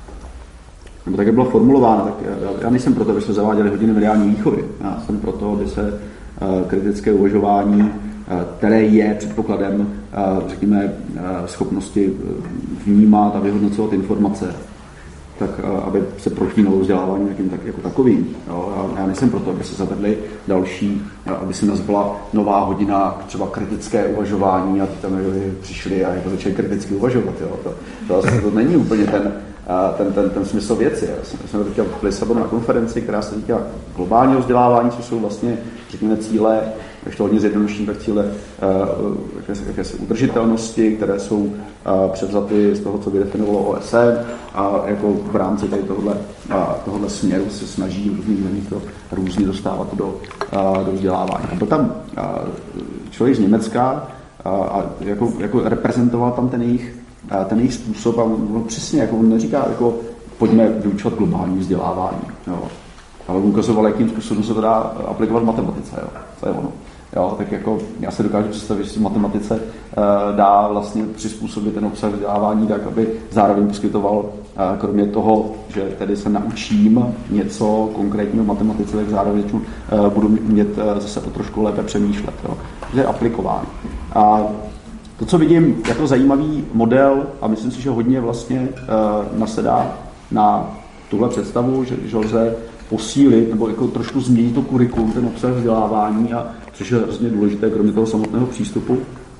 S4: nebo tak, jak byla formulována, tak já, já nejsem proto, aby se zaváděly hodiny mediální výchovy. Já jsem proto, aby se uh, kritické uvažování, uh, které je předpokladem, uh, řekněme, uh, schopnosti vnímat a vyhodnocovat informace, tak aby se protínalo vzdělávání jakým tak, jako takovým. Jo. Já nejsem proto, aby se zavedly další, aby se nazvala nová hodina třeba kritické uvažování a ty tam přišli a jako začali kriticky uvažovat. Jo. To, to, to není úplně ten, ten, ten, ten smysl věci. Já jsem, jsem teďka v Lisabonu na konferenci, která se týká globálního vzdělávání, což jsou vlastně, řekněme, cíle, když to hodně zjednoduším, tak cíle jakési, jakési udržitelnosti, které jsou uh, převzaty z toho, co vydefinovalo O S N a jako v rámci tady tohohle, uh, tohohle směru se snaží v různých zemích to různě dostávat do, uh, do vzdělávání. A byl tam uh, člověk z Německa uh, a jako, jako reprezentoval tam ten jejich, uh, ten jejich způsob a on přesně, jako on neříká, jako pojďme vyučovat globální vzdělávání, jo. Ale on ukazoval, jakým způsobem se to dá aplikovat v matematice, jo. To je ono. Jo, tak jako já se dokážu představit, že se v matematice uh, dá vlastně přizpůsobit ten obsah vzdělávání tak, aby zároveň poskytoval, uh, kromě toho, že tedy se naučím něco konkrétního v matematice, tak zároveň uh, budu mít uh, zase o trošku lépe přemýšlet. Jo. To je aplikování. A to, co vidím jako zajímavý model, a myslím si, že hodně vlastně uh, nasedá na tuhle představu, že, že lze posílit nebo jako trošku změnit to kurikulum, ten obsah vzdělávání, a což je hrozně důležité, kromě toho samotného přístupu,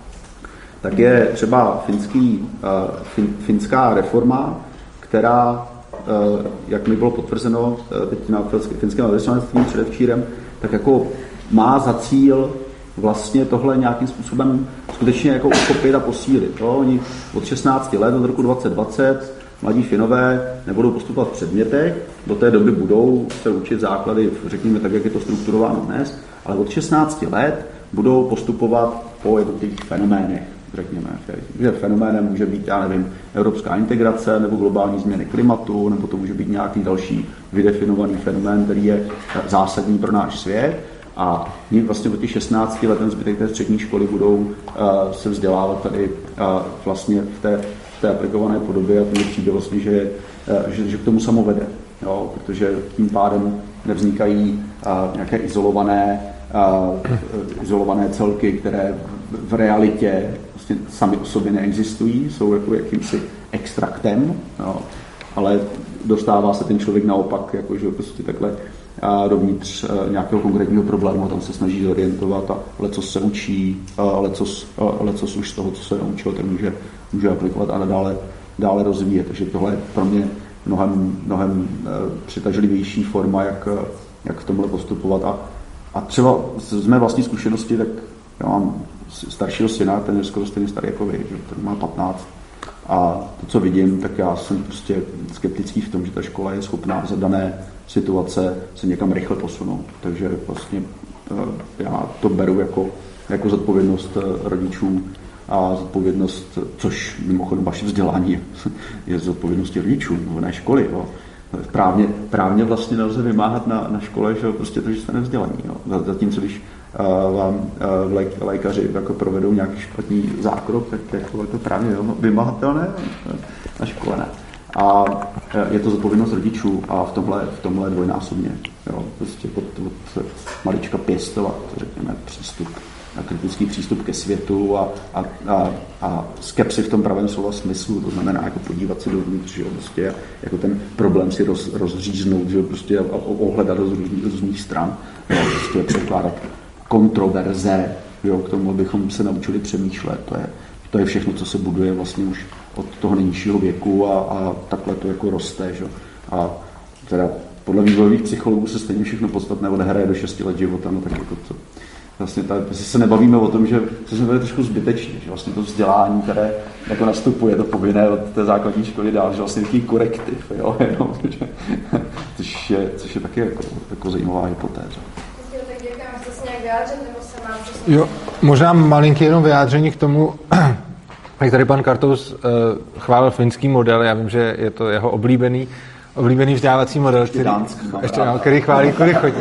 S4: tak je třeba finský, fin, finská reforma, která, jak mi bylo potvrzeno teď na finském velvyslanectví předevčírem, tak jako má za cíl vlastně tohle nějakým způsobem skutečně jako uchopit a posílit. Jo? Oni od šestnácti let, od roku dvacet dvacet, mladí Finové nebudou postupovat v předmětech, do té doby budou se učit základy, řekněme tak, jak je to strukturováno dnes, ale od šestnácti let budou postupovat po jednotlivých fenoménech, řekněme. Že fenoménem může být, já nevím, evropská integrace, nebo globální změny klimatu, nebo to může být nějaký další vydefinovaný fenomén, který je zásadní pro náš svět. A my vlastně od těch šestnácti let, ten zbytek té střední školy, budou uh, se vzdělávat tady uh, vlastně v té té aplikované podobě, a to mi přijde vlastně, že, že, že k tomu samo vede. Jo, protože tím pádem nevznikají a, nějaké izolované, a, izolované celky, které v realitě vlastně sami o sobě neexistují, jsou jako jakýmsi extraktem, jo, ale dostává se ten člověk naopak, jako, že prostě takhle a dovnitř nějakého konkrétního problému a tam se snaží zorientovat a lecos se učí, lecos, lecos už z toho, co se naučil, tak může, může aplikovat a dále, dále rozvíjet. Takže tohle je pro mě mnohem, mnohem přitažlivější forma, jak, jak v tomhle postupovat. A, a třeba z mé vlastní zkušenosti, tak já mám staršího syna, ten je skoro stejně starý jako vy, že ten má patnáct. A to, co vidím, tak já jsem prostě skeptický v tom, že ta škola je schopná za dané situace se někam rychle posunout. Takže vlastně já to beru jako, jako zodpovědnost rodičů a zodpovědnost, což mimochodem vaše vzdělání je, je zodpovědností rodičů, nebo ne školy. Jo. Právně, právně vlastně nelze vymáhat na, na škole, že prostě to, že jste nevzdělaní. Jo. Zatímco když uh, vám uh, lék, lékaři jako provedou nějaký špatný zákrok, tak jako je to právně vymahatelné, na škole ne. A je to zodpovědnost rodičů a v tomhle, v tomhle dvojnásobně. Jo. Prostě od, od malička pěstovat, řekněme, přístup a kritický přístup ke světu a, a, a, a skepsi v tom pravém slova smyslu, to znamená jako podívat se dovnitř, že jo, prostě jako ten problém si roz, rozříznout, že jo, prostě a ohledat do různých, různých stran, jo, prostě překládat kontroverze, jo, k tomu, abychom se naučili přemýšlet, to je, to je všechno, co se buduje vlastně už od toho nejnižšího věku a, a takhle to jako roste, že jo, a teda podle vývojových psychologů se stejně všechno podstatné odehraje do šesti let života, no tak jako to vlastně tady se nebavíme o tom, že se jsme trošku zbytečně, že vlastně to vzdělání, které jako nastupuje to povinné od té základní školy dál, že vlastně takový korektiv, jo, jenom, že, což, je, což je taky jako, jako zajímavá hypotéza.
S2: Tak děkujeme, chce se nějak vyjádřit, nebo se mám přesně?
S3: Jo, možná malinké jenom vyjádření k tomu, jak tady pan Kartous uh, chválil finský model, já vím, že je to jeho oblíbený, oblíbený vzdělávací model, který, ještě, no, který chválí kudy chodí.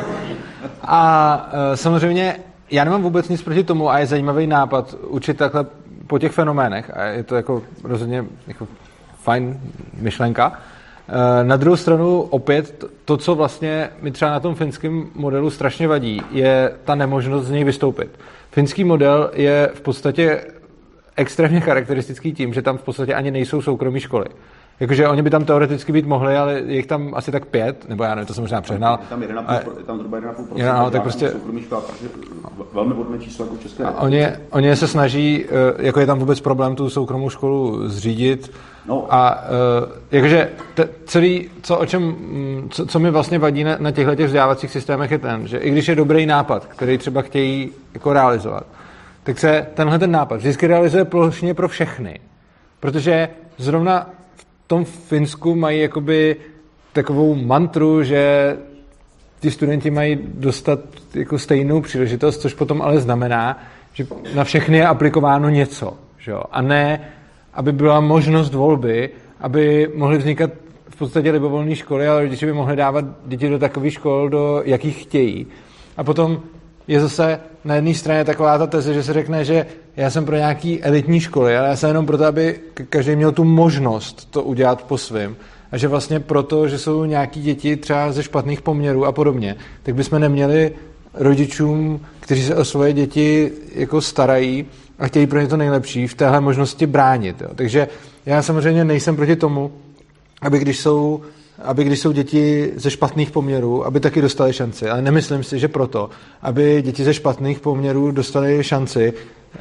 S3: A uh, samozřejmě já nemám vůbec nic proti tomu a je zajímavý nápad učit takhle po těch fenoménech a je to jako rozhodně jako fajn myšlenka. Uh, na druhou stranu opět to, co vlastně mi třeba na tom finském modelu strašně vadí, je ta nemožnost z něj vystoupit. Finský model je v podstatě extrémně charakteristický tím, že tam v podstatě ani nejsou soukromí školy. Jakože oni by tam teoreticky být mohli, ale je jich tam asi tak pět, nebo já nevím, to jsem možná přehnal.
S4: Je tam jedna půl, je tam zhruba jedna půl procenta.
S3: No, tak prostě
S4: soukromých škol, velmi podobné číslo jako v České republice.
S3: Oni, oni se snaží, jako je tam vůbec problém tu soukromou školu zřídit. No. A jakože t- celý, co, o čem, co, co mi vlastně vadí na, na těchto těch vzdělávacích systémech je ten, že i když je dobrý nápad, který třeba chtějí jako realizovat, tak se tenhle ten nápad vždycky realizuje plošně pro všechny. Protože zrovna v tom Finsku mají jakoby takovou mantru, že ti studenti mají dostat jako stejnou příležitost, což potom ale znamená, že na všechny je aplikováno něco. Že jo? A ne, aby byla možnost volby, aby mohly vznikat v podstatě libovolné školy, ale rodiče by mohli dávat děti do takových škol, do jakých chtějí. A potom je zase na jedné straně taková ta teze, že se řekne, že já jsem pro nějaký elitní školy, ale já jsem jenom proto, aby každý měl tu možnost to udělat po svém. A že vlastně proto, že jsou nějaký děti třeba ze špatných poměrů a podobně, tak bychom neměli rodičům, kteří se o svoje děti jako starají a chtějí pro ně to nejlepší, v téhle možnosti bránit. Jo. Takže já samozřejmě nejsem proti tomu, aby když jsou aby když jsou děti ze špatných poměrů, aby taky dostali šanci. Ale nemyslím si, že proto, aby děti ze špatných poměrů dostali šanci,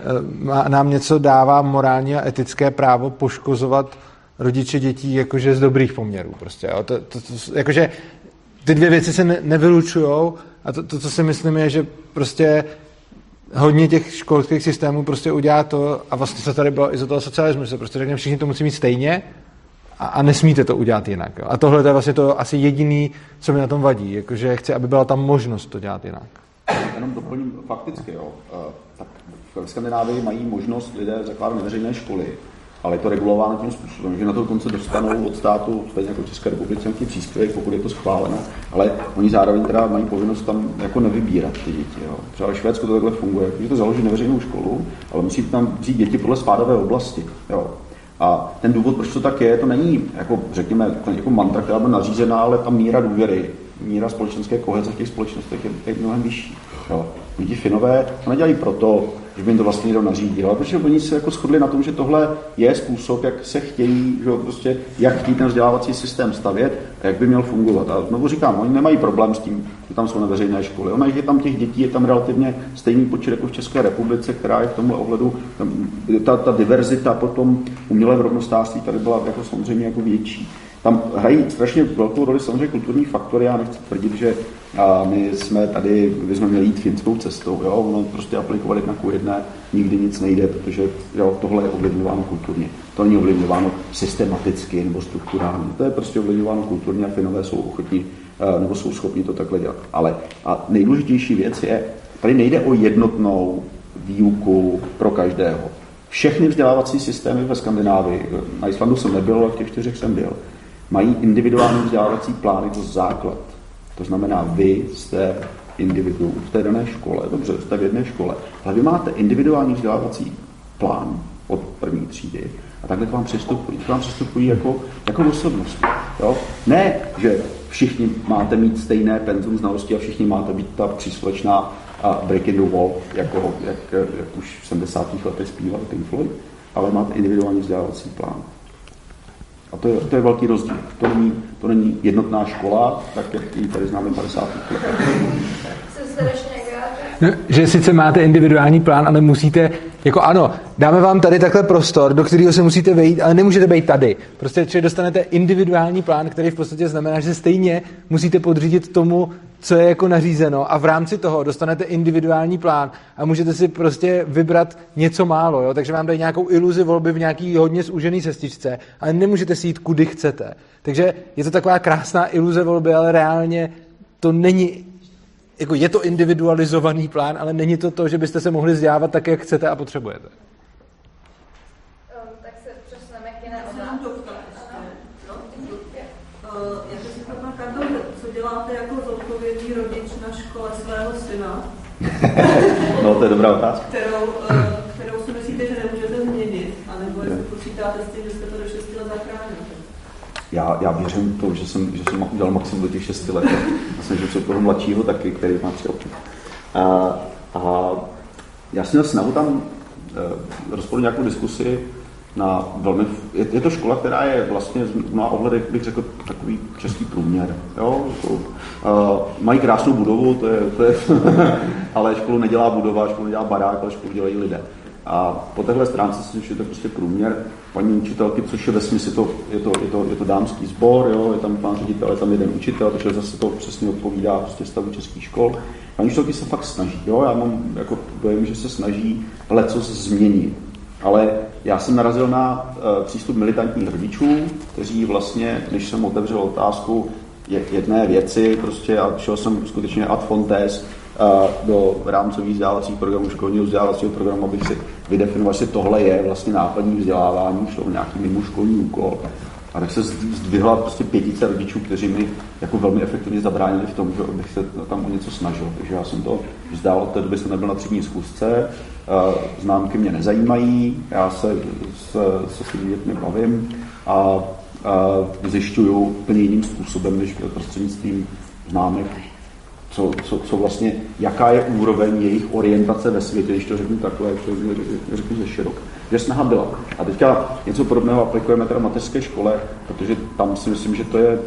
S3: nám něco dává morální a etické právo poškozovat rodiče dětí jakože z dobrých poměrů. Prostě, jo. To, to, to, jakože ty dvě věci se ne, nevylučujou a to, to, co si myslím, je, že prostě hodně těch školských systémů prostě udělá to, a vlastně se tady bylo i za toho socialismu, že se prostě řekne, všichni to musí mít stejně, A, a nesmíte to udělat jinak. Jo. A tohle je vlastně to asi jediný, co mi na tom vadí, jakože chci, aby byla tam možnost to dělat jinak.
S4: Jenom doplním fakticky, jo. Tak v Skandinávii mají možnost lidé zakládat neveřejné školy, ale je to regulováno tím způsobem, že na to konce dostanou od státu, stejně jako České republice, nějaký příspěvek, pokud je to schváleno, ale oni zároveň teda mají povinnost tam jako nevybírat ty děti. Jo. Třeba ve Švédsku to takhle funguje, že to založí neveřejnou školu, ale musí tam vzít děti podle spádové oblasti. Jo. A ten důvod, proč to tak je, to není, jako řekněme, jako mantra, která byla nařízená, ale ta míra důvěry, míra společenské koheze v těch společnostech je, je mnohem vyšší. Jo. Ti Finové to nedělají proto, že by jim to vlastně někdo nařídil, ale protože oni se jako shodli na tom, že tohle je způsob, jak se chtějí, že prostě, jak chtějí ten vzdělávací systém stavět a jak by měl fungovat. A znovu říkám, oni nemají problém s tím, že tam jsou neveřejné školy. Ona je tam těch dětí, je tam relativně stejný počet jako v České republice, která je v tomhle ohledu, ta, ta diverzita potom umělém rovnostářství tady byla jako samozřejmě jako větší. Tam hrají strašně velkou roli samozřejmě kulturní faktory. Já nechci tvrdit, že a my jsme tady, my jsme měli jít finskou cestou. Jo? Ono prostě aplikovat jedna ku jedné nikdy nic nejde, protože jo, tohle je ovlivňováno kulturně. To není ovlivňováno systematicky nebo strukturálně. To je prostě ovlivňováno kulturně a Finové jsou ochotní nebo jsou schopni to takhle dělat. Ale a nejdůležitější věc je, tady nejde o jednotnou výuku pro každého. Všechny vzdělávací systémy ve Skandinávii, na Islandu jsem nebyl, ale v těch čtyřech jsem byl, mají individuální vzdělávací plány, to základ. To znamená, vy jste individuum v té dané škole, dobře, jste v jedné škole, ale vy máte individuální vzdělávací plán od první třídy a takhle k vám přistupují. K vám přistupují jako, jako osobnosti. Jo? Ne, že všichni máte mít stejné penzum znalostí a všichni máte být ta příslušná a break in the wall, jako, jak, jak už v sedmdesátých letech zpíval Pink Floyd, ale máte individuální vzdělávací plán. A to je, to je velký rozdíl. To není, to není jednotná škola, tak jak ji tady známe padesátých letech.
S3: No, že sice máte individuální plán, ale musíte jako ano, dáme vám tady takhle prostor, do kterého se musíte vejít, ale nemůžete být tady. Prostě či dostanete individuální plán, který v podstatě znamená, že stejně musíte podřídit tomu, co je jako nařízeno, a v rámci toho dostanete individuální plán a můžete si prostě vybrat něco málo, jo? Takže vám dají nějakou iluzi volby v nějaký hodně zúžený cestičce, ale nemůžete si jít kudy chcete. Takže je to taková krásná iluze volby, ale reálně to není, jako je to individualizovaný plán, ale není to to, že byste se mohli vzdělávat tak, jak chcete a potřebujete.
S2: Um, tak se přesuneme k jiné otázce.
S6: Já se zeptám na Kartouze, co děláte jako zodpovědný rodič na škole svého syna?
S4: No, to je dobrá otázka.
S6: Kterou, kterou si myslíte, že nemůžete změnit, anebo jestli počítáte s tím, že jste to do šesti let zachránili?
S4: Já, já věřím to, že jsem, že jsem udělal maximum do těch šesti let. Myslím, že co toho mladšího taky, který má tři roky. A, a já jsem měl snahu tam e, rozporu nějakou diskusi na velmi... Je, je to škola, která je vlastně v mnoha ohledech, bych řekl, takový český průměr. Jo? To, a, mají krásnou budovu, to je, to je ale školu nedělá budova, školu nedělá barák, ale školu dělají lidé. A po téhle stránce si že to je prostě průměr paní učitelky, což je ve smyslu, to, je, to, je, to, je to dámský sbor, jo, je tam pán ředitel, je tam jeden učitel, takže zase to přesně odpovídá prostě stavu českých škol. Paní učitelky se fakt snaží, jo, já mám jako dojem, že se snaží lecos změnit. Ale já jsem narazil na uh, přístup militantních rodičů, kteří vlastně, než jsem otevřel otázku jedné věci, prostě a šel jsem skutečně ad fontes do rámcových vzdělávacích programů, školního vzdělávacího programu, abych si vydefinoval, že tohle je vlastně náplní vzdělávání, šlo o nějaký mimoškolní úkol. A tak se zdvihla prostě pětice rodičů, kteří mi jako velmi efektivně zabránili v tom, že bych se tam o něco snažil. Takže já jsem to vzdál, od té doby jsem nebyl na třídní schůzce, známky mě nezajímají, já se se, se svými dětmi bavím a, a zjišťuju úplně jiným způsobem, než prostřednictvím známek, Co, co, co vlastně, jaká je úroveň jejich orientace ve světě, když to řeknu takhle, jak to řeknu ze širok. Že snaha byla. A teďka něco podobného aplikujeme teda v mateřské škole, protože tam si myslím, že to je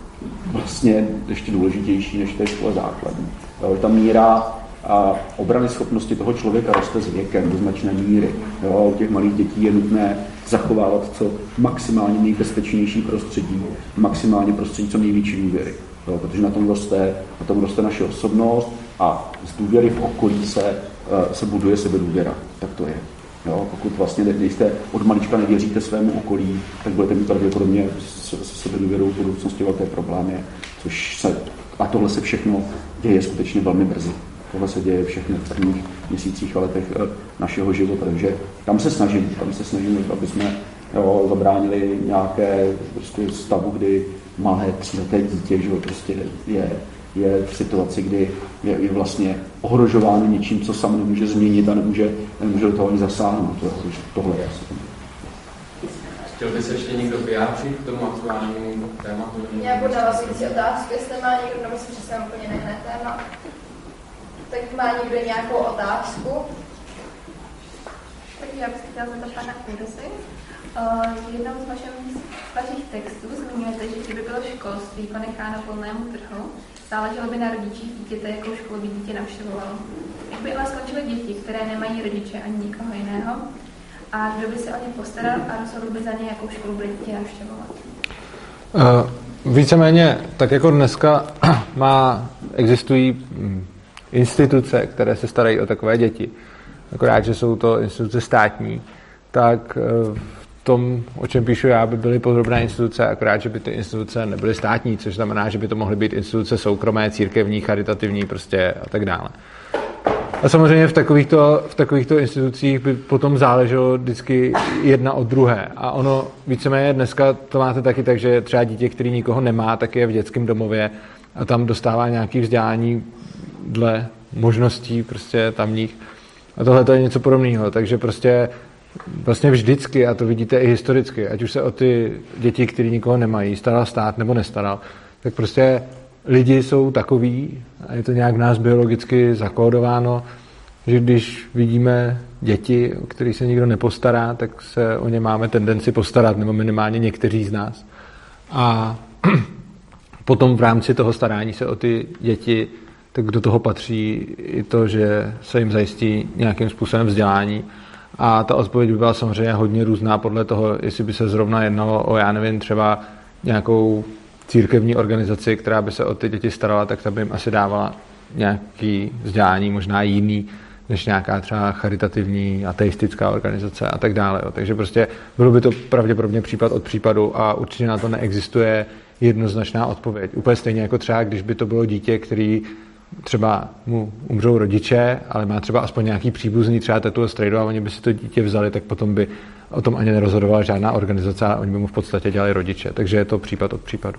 S4: vlastně ještě důležitější než v té škole základní. Ta míra a obrany schopnosti toho člověka roste s věkem do značné míry. Jo, u těch malých dětí je nutné zachovávat co maximálně nejbezpečnější prostředí, maximálně prostředí co největší důvěry. Jo, protože na tom roste, na tom roste naše osobnost a z důvěry v okolí se, se buduje sebedůvěra. Tak to je. Jo, pokud vlastně nejste od malička nevěříte svému okolí, tak budete mít pravděpodobně se sebedůvěrou v budoucnosti velké problémy, což se, a tohle se všechno děje skutečně velmi brzy. Tohle se děje všechno v prvních měsících a letech našeho života, takže tam se snažím, tam se snažím, aby jsme jo, zabránili nějaké prostě stavu, kdy malé tříleté dítě, že prostě je, je v situaci, kdy je, je vlastně ohrožováno něčím, co sam nemůže změnit a nemůže, nemůže do toho ani zasáhnout. To, tohle je asi.
S1: Chtěl by se ještě někdo vyjádřit k tomu aktuálnímu tématu?
S2: Já budu navazující otázku, jestli má někdo, nebo si přesně úplně na jiné téma. Tak má někdo nějakou otázku?
S5: Tak já bych chtěla zeptat pana Kursy. Uh, jednou z vašich, vašich textů zmiňujete, že kdyby bylo školství ponecháno volnému trhu, záleželo by na rodičích dítěte, jakou školu by dítě navštěvovalo. Jak by ale skončily děti, které nemají rodiče ani nikoho jiného, a kdo by se o ně postaral a rozhodl by za ně, jakou školu bude dítě navštěvovat?
S3: Uh, víceméně, tak jako dneska má, existují instituce, které se starají o takové děti, akorát, že jsou to instituce státní, tak uh, tom, o čem píšu já, by byly podrobné instituce, akorát, že by ty instituce nebyly státní, což znamená, že by to mohly být instituce soukromé, církevní, charitativní prostě a tak dále. A samozřejmě v takovýchto, v takovýchto institucích by potom záleželo vždycky jedna od druhé. A ono víceméně dneska to máte taky tak, že třeba dítě, který nikoho nemá, tak je v dětském domově a tam dostává nějaké vzdělání dle možností prostě tamních. A tohle to je něco podobného, takže prostě vlastně vždycky, a to vidíte i historicky, ať už se o ty děti, které nikoho nemají, staral stát nebo nestaral, tak prostě lidi jsou takový, a je to nějak v nás biologicky zakódováno, že když vidíme děti, o kterých se nikdo nepostará, tak se o ně máme tendenci postarat, nebo minimálně někteří z nás. A potom v rámci toho starání se o ty děti, tak do toho patří i to, že se jim zajistí nějakým způsobem vzdělání A ta odpověď by byla samozřejmě hodně různá podle toho, jestli by se zrovna jednalo o, já nevím, třeba nějakou církevní organizaci, která by se o ty děti starala, tak ta by jim asi dávala nějaký vzdělání, možná jiný, než nějaká třeba charitativní, ateistická organizace a tak dále. Jo. Takže prostě bylo by to pravděpodobně případ od případu a určitě na to neexistuje jednoznačná odpověď. Úplně stejně jako třeba, když by to bylo dítě, který třeba mu umřou rodiče, ale má třeba aspoň nějaký příbuzný, třeba tetu a strejdu a oni by si to dítě vzali, tak potom by o tom ani nerozhodovala žádná organizace a oni by mu v podstatě dělali rodiče. Takže je to případ od případu.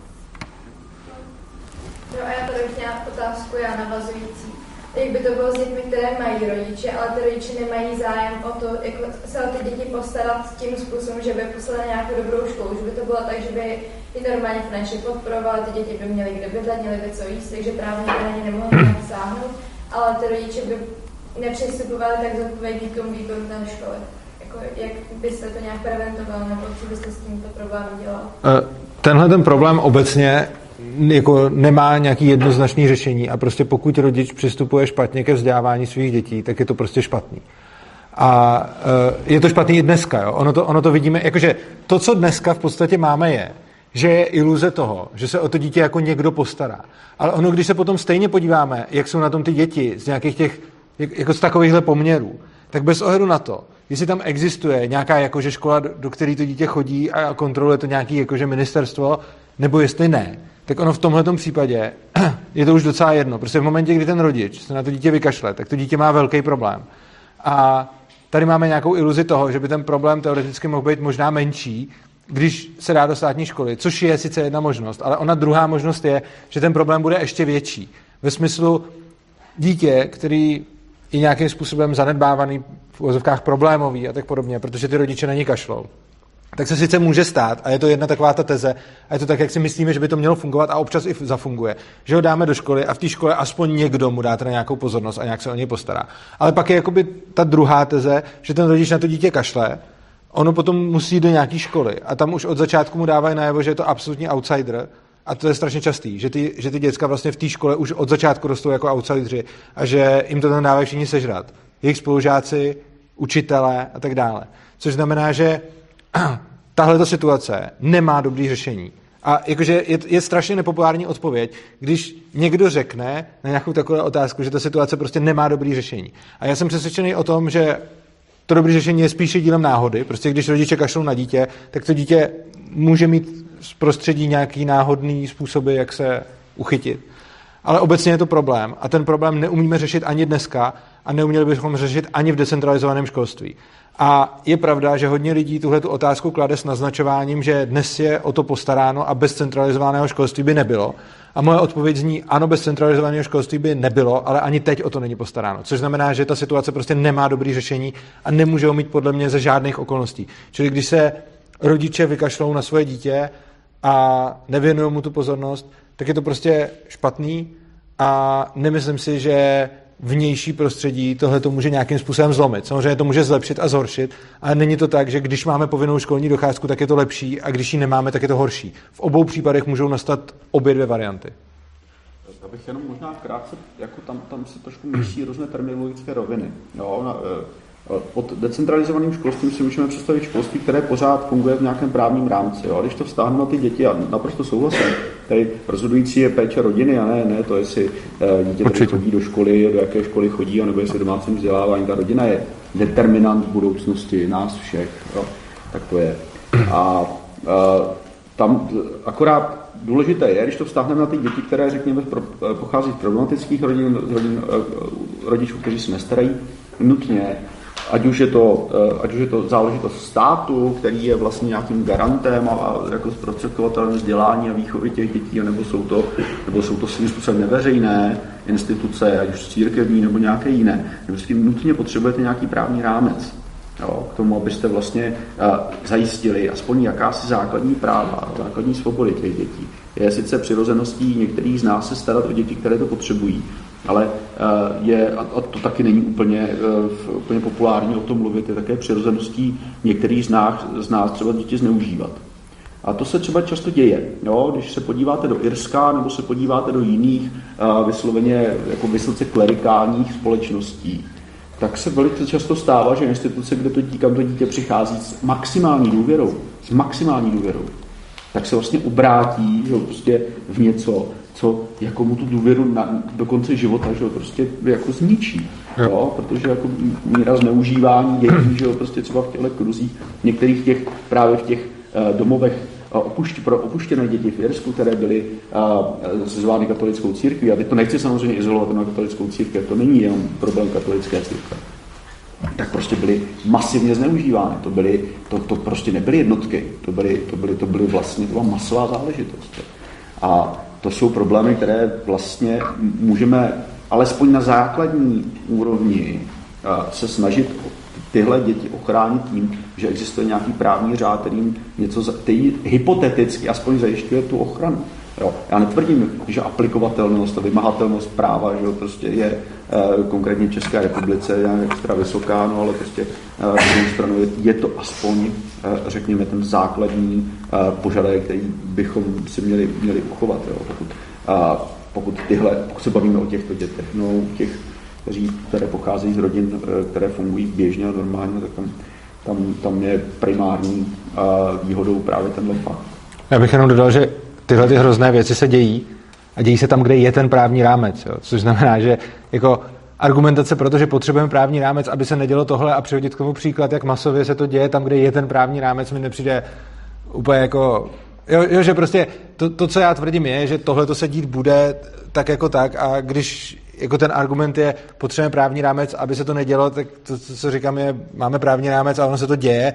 S2: No a já tady už nějak otázku, já navazující. Jak by to bylo s dětmi, které mají rodiče, ale ty rodiče nemají zájem o to, jako se o ty děti postarat tím způsobem, že by poslali na nějakou dobrou školu, že by to bylo tak, že by i normálně finančně podporovali, ty děti by měly kde bydlet, měly by co jíst, takže právě na ně nemohli nějak sáhnout, ale ty rodiče by nepřistupovali tak zodpovědně k tomu výkonu té školy. Jako, jak byste to nějak preventoval, nebo co byste s tímto problémem dělal?
S3: Tenhle ten problém obecně jako nemá nějaký jednoznačný řešení a prostě pokud rodič přistupuje špatně ke vzdělávání svých dětí, tak je to prostě špatný. A uh, je to špatný i dneska, jo? Ono to, ono to vidíme, jakože to, co dneska v podstatě máme je, že je iluze toho, že se o to dítě jako někdo postará. Ale ono, když se potom stejně podíváme, jak jsou na tom ty děti z nějakých těch, jako z takovýchhle poměrů, tak bez ohledu na to, jestli tam existuje nějaká jakože škola, do, do které to dítě chodí a kontroluje to nějaký jakože ministerstvo, nebo jestli ne, tak ono v tomhletom případě je to už docela jedno. Prostě v momentě, kdy ten rodič se na to dítě vykašle, tak to dítě má velký problém. A tady máme nějakou iluzi toho, že by ten problém teoreticky mohl být možná menší, když se dá do státní školy, což je sice jedna možnost, ale ona druhá možnost je, že ten problém bude ještě větší. Ve smyslu dítě, který je nějakým způsobem zanedbávaný, v uvozovkách problémový a tak podobně, protože ty rodiče na ní kašlou, tak se sice může stát, a je to jedna taková ta teze, a je to tak, jak si myslíme, že by to mělo fungovat a občas i zafunguje, že ho dáme do školy a v té škole aspoň někdo mu dá teda nějakou pozornost a nějak se o něj postará. Ale pak je jakoby ta druhá teze, že ten rodič na to dítě kašle, ono potom musí do nějaké školy a tam už od začátku mu dávají najevo, že je to absolutní outsider a to je strašně častý, že ty, že ty děcka vlastně v té škole už od začátku rostou jako outsideri a že jim to tam dávají všichni sežrat. Jejich spolužáci, učitelé a tak dále. Což znamená, že tahle situace nemá dobrý řešení. A jakože je, je strašně nepopulární odpověď, když někdo řekne na nějakou takovou otázku, že ta situace prostě nemá dobrý řešení. A já jsem přesvědčený o tom, že to dobré řešení je spíše dílem náhody. Prostě když rodiče kašlou na dítě, tak to dítě může mít z prostředí nějaký náhodný způsoby, jak se uchytit. Ale obecně je to problém. A ten problém neumíme řešit ani dneska a neuměli bychom řešit ani v decentralizovaném školství. A je pravda, že hodně lidí tuhletu otázku klade s naznačováním, že dnes je o to postaráno a bez centralizovaného školství by nebylo. A moje odpověď zní, ano, bez centralizovaného školství by nebylo, ale ani teď o to není postaráno. Což znamená, že ta situace prostě nemá dobrý řešení a nemůže ho mít podle mě ze žádných okolností. Čili když se rodiče vykašlou na svoje dítě a nevěnují mu tu pozornost, tak je to prostě špatný a nemyslím si, že vnější prostředí tohle to může nějakým způsobem zlomit. Samozřejmě to může zlepšit a zhoršit, ale není to tak, že když máme povinnou školní docházku, tak je to lepší a když ji nemáme, tak je to horší. V obou případech můžou nastat obě dvě varianty.
S4: Já bych jenom možná krátce, jako tam, tam se trošku míší různé terminologické roviny. Jo, na, pod decentralizovaným školstvím si můžeme představit školství, které pořád funguje v nějakém právním rámci. Jo. Když to vztáhnu na ty děti, a naprosto souhlasím, tady rozhodující je péče rodiny a ne, ne to, jestli dítě tady chodí do školy, do jaké školy chodí, anebo jestli domácím vzdělávání. Ta rodina je determinant budoucnosti nás všech. Jo. Tak to je. A, a tam akorát důležité je, když to vztáhneme na ty děti, které, řekněme, pochází z problematických rodin, z rodin rodičů, kteří se nestarají, nutně, ať už je to, ať už je to záležitost státu, který je vlastně nějakým garantem a jako zprostředkovatelem vzdělání a výchovy těch dětí, nebo jsou to, nebo jsou to svým způsobem neveřejné instituce, ať už církevní nebo nějaké jiné. Nebo s tím nutně potřebujete nějaký právní rámec, jo, k tomu, abyste vlastně uh, zajistili aspoň jakási základní práva, základní svobody těch dětí. Je sice přirozeností některých z nás se starat o děti, které to potřebují, ale je, a to taky není úplně, úplně populární o tom mluvit, je také přirozeností některých z nás, z nás třeba děti zneužívat. A to se třeba často děje. Jo? Když se podíváte do Irska nebo se podíváte do jiných vysloveně jako vysoce klerikálních společností, tak se velice často stává, že instituce, kde to dítě, kam to dítě přichází s maximální důvěrou, s maximální důvěrou, tak se vlastně obrátí, že prostě v něco, co jako mu tu důvěru na, do konce života, že prostě jako zničí. Jo, protože jako míra zneužívání dětí, že prostě třeba v těchto kruzích, v některých těch, právě v těch uh, domovech uh, opušť, pro opuštěné děti v Jirsku, které byly uh, zvány katolickou církví, a teď to nechci samozřejmě izolovat na katolickou církev, to není jenom problém katolické církve, tak prostě byly masivně zneužívány. To, byly, to, to prostě nebyly jednotky, to byly, to byly, to byly vlastně to byla masová záležitost. A to jsou problémy, které vlastně můžeme alespoň na základní úrovni se snažit tyhle děti ochránit tím, že existuje nějaký právní řád, kterým něco, který hypoteticky aspoň zajišťuje tu ochranu. Jo. Já netvrdím, že aplikovatelnost a vymahatelnost práva, že prostě je e, konkrétně v České republice je extra vysoká, no ale prostě e, z jedné strany je, je to aspoň, e, řekněme, ten základní e, požadavek, který bychom si měli, měli uchovat. Jo. Pokud, a, pokud, tyhle, pokud se bavíme o těchto dětech, no těch, kteří, které pocházejí z rodin, které fungují běžně a normálně, tak tam, tam, tam je primární a, výhodou právě tenhle fakt.
S3: Já bych jenom dodal, že tyhle ty hrozné věci se dějí a dějí se tam, kde je ten právní rámec. Jo? Což znamená, že jako argumentace pro to, že potřebujeme právní rámec, aby se nedělo tohle a přihodit k tomu příklad, jak masově se to děje tam, kde je ten právní rámec, mi nepřijde úplně jako... Jo, jo, že prostě to, to, co já tvrdím, je, že tohle to se dít bude tak jako tak a když jako ten argument je, potřebujeme právní rámec, aby se to nedělo, tak to, to co říkám, je, máme právní rámec a ono se to děje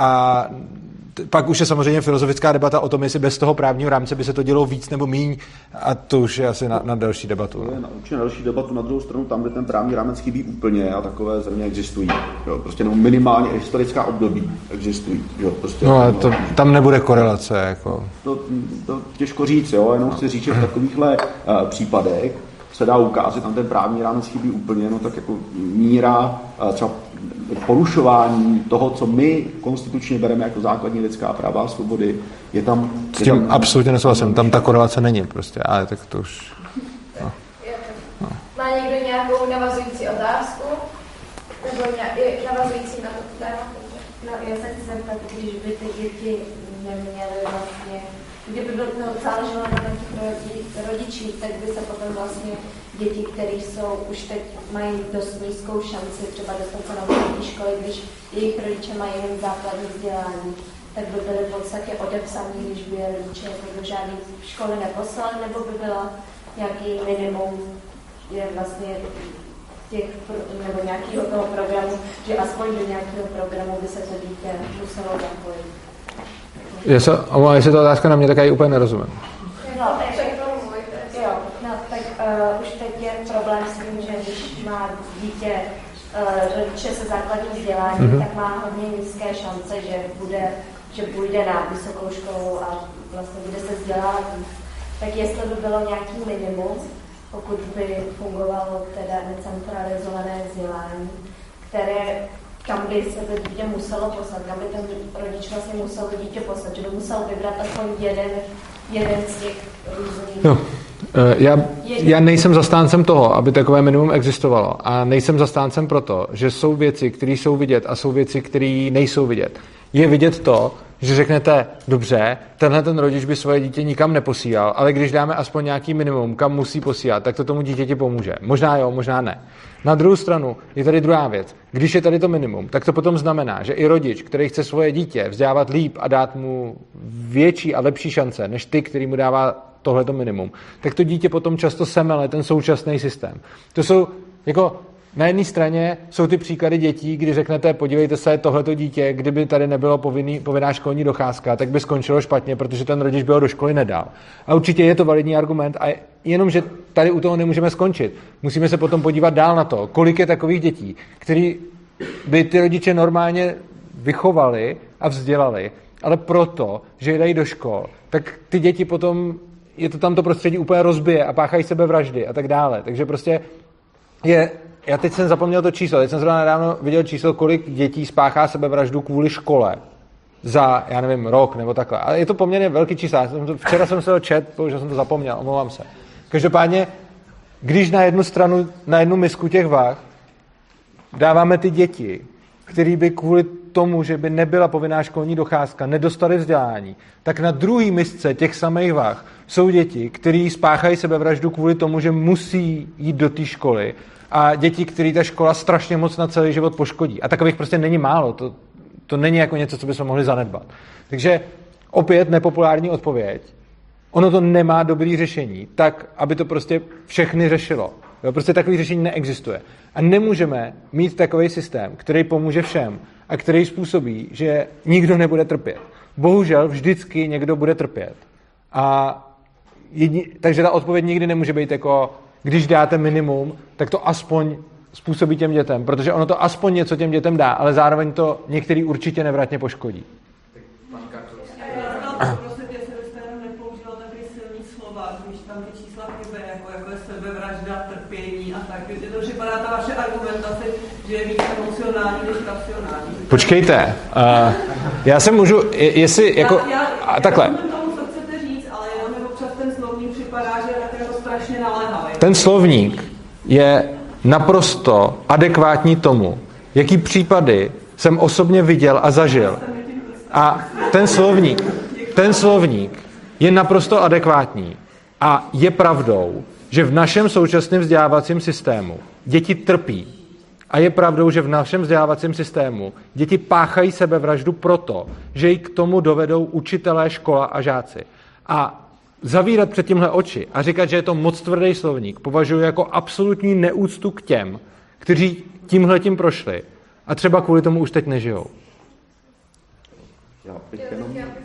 S3: a pak už je samozřejmě filozofická debata o tom, jestli bez toho právního rámce by se to dělo víc nebo míň a to už je asi na, na další debatu.
S4: To je na, určitě na další debatu. Na druhou stranu tam, kde ten právní rámec chybí úplně a takové země existují. Jo, prostě no, minimálně historická období existují. Jo, prostě,
S3: no ale to, tam nebude korelace. Jako.
S4: To, to těžko říct, jo, jenom chci říct, že v takovýchhle uh, případech se dá ukázat, tam ten právní rámec chybí úplně, no tak jako míra uh, třeba porušování toho, co my konstitučně bereme jako základní lidská práva a svobody, je tam...
S3: S tím absolutně nesouhlasím, tam ta korelace není prostě, ale tak to už... No.
S2: No. Má někdo nějakou navazující otázku? Nebo nějaký navazující na to téma?
S7: No, já se chci zeptat, když by ty děti neměly vlastně... Kdyby bylo no, záleželo na těch rodičích, tak by se potom vlastně děti, které jsou už teď mají dost nízkou šanci třeba dostat se na vysoké školy, když jejich rodiče mají jen základní vzdělání, tak by byly v podstatě odepsaní, když by je rodiče jako do žádné školy neposlali, nebo by byla nějaký minimum je vlastně těch, nebo nějakého toho programu, že aspoň do nějakého programu by se to dítě muselo zapojit.
S3: Já se, jestli to otázka na mě, tak já ji úplně nerozumím.
S7: No, jo, no, tak uh, už teď je problém s tím, že když má dítě uh, rodiče se základním vzděláním, mm-hmm. tak má hodně nízké šance, že bude, že půjde na vysokou školu a vlastně bude se vzdělávat. Tak jestli by bylo nějaký minimum, pokud by fungovalo teda decentralizované vzdělání, které kam by se to dítě muselo poslat, kam by ten rodič vlastně musel dítě poslat, že by musel vybrat aspoň jeden, jeden z těch různých...
S3: No, já, já nejsem zastáncem toho, aby takové minimum existovalo a nejsem zastáncem proto, že jsou věci, které jsou vidět a jsou věci, které nejsou vidět. Je vidět to, že řeknete, dobře, tenhle ten rodič by svoje dítě nikam neposílal, ale když dáme aspoň nějaký minimum, kam musí posílat, tak to tomu dítěti pomůže. Možná jo, možná ne. Na druhou stranu je tady druhá věc. Když je tady to minimum, tak to potom znamená, že i rodič, který chce svoje dítě vzdělávat líp a dát mu větší a lepší šance, než ty, který mu dává tohleto minimum, tak to dítě potom často semele ten současný systém. To jsou jako na jedné straně jsou ty příklady dětí, kdy řeknete, podívejte se, tohleto dítě, kdyby tady nebylo povinný, povinná školní docházka, tak by skončilo špatně, protože ten rodič by ho do školy nedal. A určitě je to validní argument, a jenom, že tady u toho nemůžeme skončit. Musíme se potom podívat dál na to, kolik je takových dětí, který by ty rodiče normálně vychovali a vzdělali, ale proto, že je dají do škol, tak ty děti potom, je to tam to prostředí úplně rozbije a páchají sebevraždy a tak dále. Takže prostě je... Já teď jsem zapomněl to číslo, teď jsem zrovna nedávno viděl číslo, kolik dětí spáchá sebevraždu kvůli škole za, já nevím, rok nebo takhle. Ale je to poměrně velký číslo. Včera jsem se ho čet, že jsem to zapomněl, omlouvám se. Každopádně, když na jednu stranu, na jednu misku těch vah dáváme ty děti, který by kvůli tomu, že by nebyla povinná školní docházka, nedostali vzdělání, tak na druhý misce těch samých vah jsou děti, který spáchají sebevraždu kvůli tomu, že musí jít do té školy, a děti, který ta škola strašně moc na celý život poškodí. A takových prostě není málo. To, to není jako něco, co bychom mohli zanedbat. Takže opět nepopulární odpověď. Ono to nemá dobrý řešení, tak, aby to prostě všechny řešilo. Jo, prostě takový řešení neexistuje. A nemůžeme mít takový systém, který pomůže všem a který způsobí, že nikdo nebude trpět. Bohužel vždycky někdo bude trpět. A jedni, takže ta odpověď nikdy nemůže být jako, když dáte minimum, tak to aspoň způsobí těm dětem, protože ono to aspoň něco těm dětem dá, ale zároveň to některý určitě nevratně poškodí. Počkejte, uh, já se můžu, je, jestli jako,
S6: já, já,
S3: a takhle.
S6: Já rozumím tomu, co chcete říct, ale jenom občas ten slovník připadá, že je tak jako strašně naléhavý.
S3: Ten slovník je naprosto adekvátní tomu, jaký případy jsem osobně viděl a zažil. A ten slovník, ten slovník je naprosto adekvátní. A je pravdou, že v našem současném vzdělávacím systému děti trpí. A je pravdou, že v našem vzdělávacím systému děti páchají sebevraždu proto, že ji k tomu dovedou učitelé, škola a žáci. A zavírat před tímhle oči a říkat, že je to moc tvrdý slovník, považuji jako absolutní neúctu k těm, kteří tímhletím prošli a třeba kvůli tomu už teď nežijou.
S4: Já bych jenom...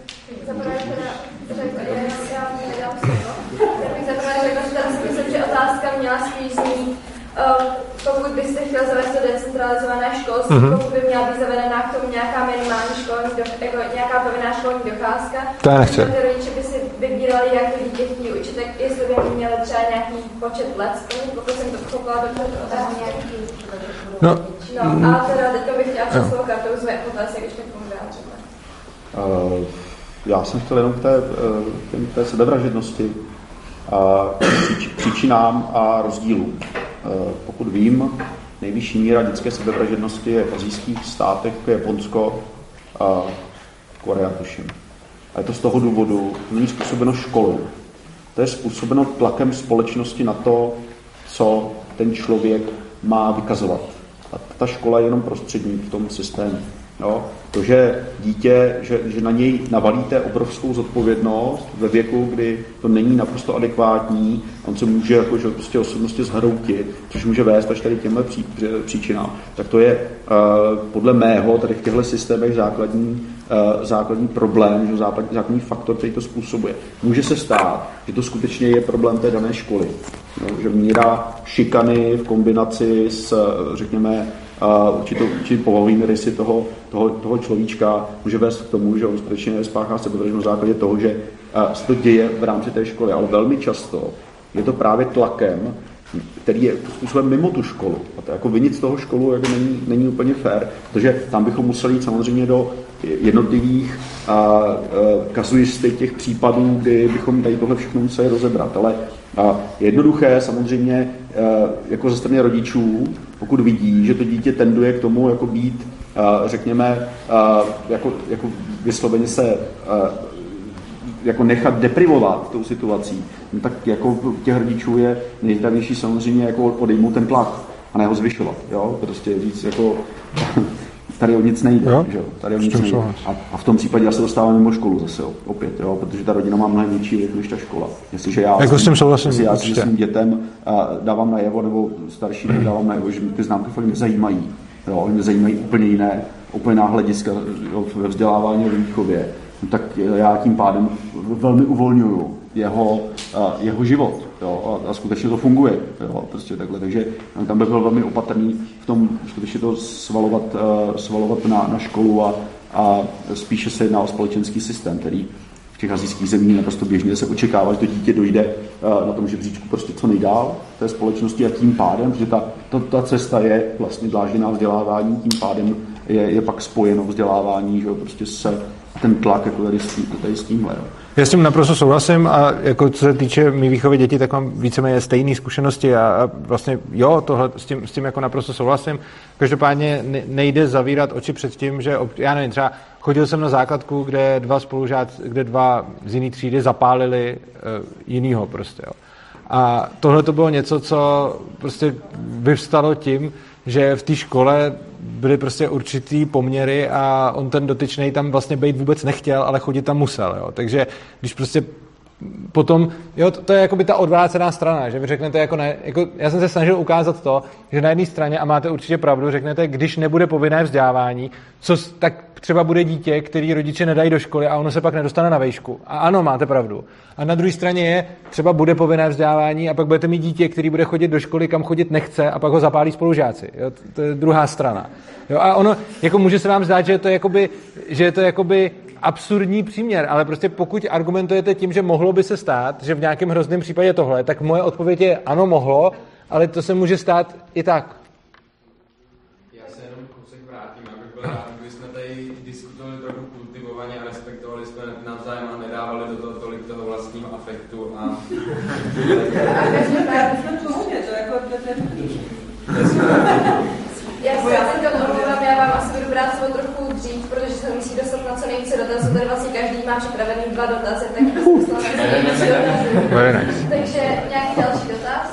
S2: Otázka měla spíš znít, uh, pokud byste chtěl zavést to decentralizované školství, mm-hmm. pokud by měla být zavedená k tomu nějaká minimální školní, do, jako nějaká povinná školní docházka,
S3: to já nechci.
S2: Ty rodiče by si vybírali, jak to dítě chtějí učit, tak jestli by měli třeba nějaký počet let splnit, pokud jsem to pochopila, do toho otázky nějaký.
S3: No,
S2: no a teda teďka bych chtěla přes svou kartou zve otázky, když tak tomu vyjádříme.
S4: Uh, já jsem chtěl jenom k té, uh, té sebevražednosti a příčinám a rozdílům. Pokud vím, nejvyšší míra dětské sebevražednosti je v asijských státech, jako Japonsko a Korea, tuším. A je to z toho důvodu, že není způsobeno školou. To je způsobeno tlakem společnosti na to, co ten člověk má vykazovat. A ta škola je jenom prostředník v tom systému. Jo? To, že dítě, že, že na něj navalíte obrovskou zodpovědnost ve věku, kdy to není naprosto adekvátní, on se může jako, že prostě osobnosti zhroutit, což může vést až tady těmhle pří, příčinám, tak to je uh, podle mého tady v těchto systémech základní, uh, základní problém, že základní, základní faktor, který to způsobuje. Může se stát, že to skutečně je problém té dané školy. No, že míra šikany v kombinaci s, řekněme, a určitou, určitý povahovými rysy toho, toho, toho človíčka může vést k tomu, že on skutečně spáchá sebevraždu na základě toho, že se to děje v rámci té školy. Ale velmi často je to právě tlakem, který je způsobem mimo tu školu. A to jako vinit z toho školu jako není, není úplně fér, protože tam bychom museli jít samozřejmě do jednotlivých a, a, kazuistik těch případů, kdy bychom tady tohle všechno museli rozebrat. Ale a jednoduché samozřejmě jako ze strany rodičů, pokud vidí, že to dítě tenduje k tomu jako být, řekněme, jako, jako vysloveně se jako nechat deprivovat tou situací, no tak jako těch rodičů je nejzdravější samozřejmě jako odejmout ten tlak a ne ho zvyšovat. Jo? Prostě říct jako tady o nic nejde. Jo? Že? Tady o nic nejde. A, a v tom případě já se dostávám mimo školu zase opět, jo? Protože ta rodina má mnohem větší vliv než ta škola. Jestliže já,
S3: jako s tím souhlasím,
S4: jestli já si svým dětem a dávám najevo, nebo starší dávám najevo, že ty známky fakt nezajímají. Jo? Oni mě zajímají úplně jiné, úplně jiná hlediska ve vzdělávání a ve výchově. No, tak já tím pádem velmi uvolňuju jeho, jeho život. Jo? A, a skutečně to funguje. Jo? Prostě takhle. Takže tam bych byl velmi opatrný v tom skutečně to svalovat, svalovat na, na školu a, a spíše se jedná o společenský systém, který v těch asijských zemích naprosto běžně se očekává, že to dítě dojde na tom žebříčku prostě co nejdál té společnosti a tím pádem, protože ta, ta, ta cesta je vlastně dlážděná vzdělávání, tím pádem je, je pak spojeno vzdělávání, že prostě se ten tlak jako tady s, tím, tady s tímhle. Jo.
S3: Já s tím naprosto souhlasím a jako co se týče mý výchovy dětí, tak mám víceméně stejné zkušenosti a, a vlastně jo, tohle s tím, s tím jako naprosto souhlasím. Každopádně nejde zavírat oči před tím, že já nevím, třeba chodil jsem na základku, kde dva spolužáci, kde dva z jiné třídy zapálili uh, jinýho prostě, jo. A tohle to bylo něco, co prostě vyvstalo tím, že v té škole byly prostě určitý poměry a on ten dotyčnej tam vlastně být vůbec nechtěl, ale chodit tam musel, jo. Takže když prostě potom, jo, to, to je jakoby ta odvrácená strana, že vy řeknete jako ne, jako já jsem se snažil ukázat to, že na jedné straně, a máte určitě pravdu, řeknete, když nebude povinné vzdělávání, co tak třeba bude dítě, který rodiče nedají do školy a ono se pak nedostane na vejšku. A ano, máte pravdu. A na druhé straně je, třeba bude povinné vzdělávání a pak budete mít dítě, který bude chodit do školy, kam chodit nechce a pak ho zapálí spolužáci. Jo, to je druhá strana. Jo, a ono, jako může se vám zdát, že je to jakoby, že je to jakoby absurdní příměr, ale prostě pokud argumentujete tím, že mohlo by se stát, že v nějakém hrozném případě tohle, tak moje odpověď je ano, mohlo, ale to se může stát i tak.
S1: Já se jenom kousek vrátím, abych byl rád, kdyby jsme tady diskutovali trochu kultivovaně a respektovali jsme navzájem a nedávali do toho tolik toho vlastního afektu a...
S2: Já se teď omlouvám, já vám asi budu brát svou trochu dřív, protože se musí dostat na co nejvíce dotazů. Tady vlastně každý má připravený dva dotazy, tak bych poslala na co nejvíce dotazů. Takže nějaký další dotaz?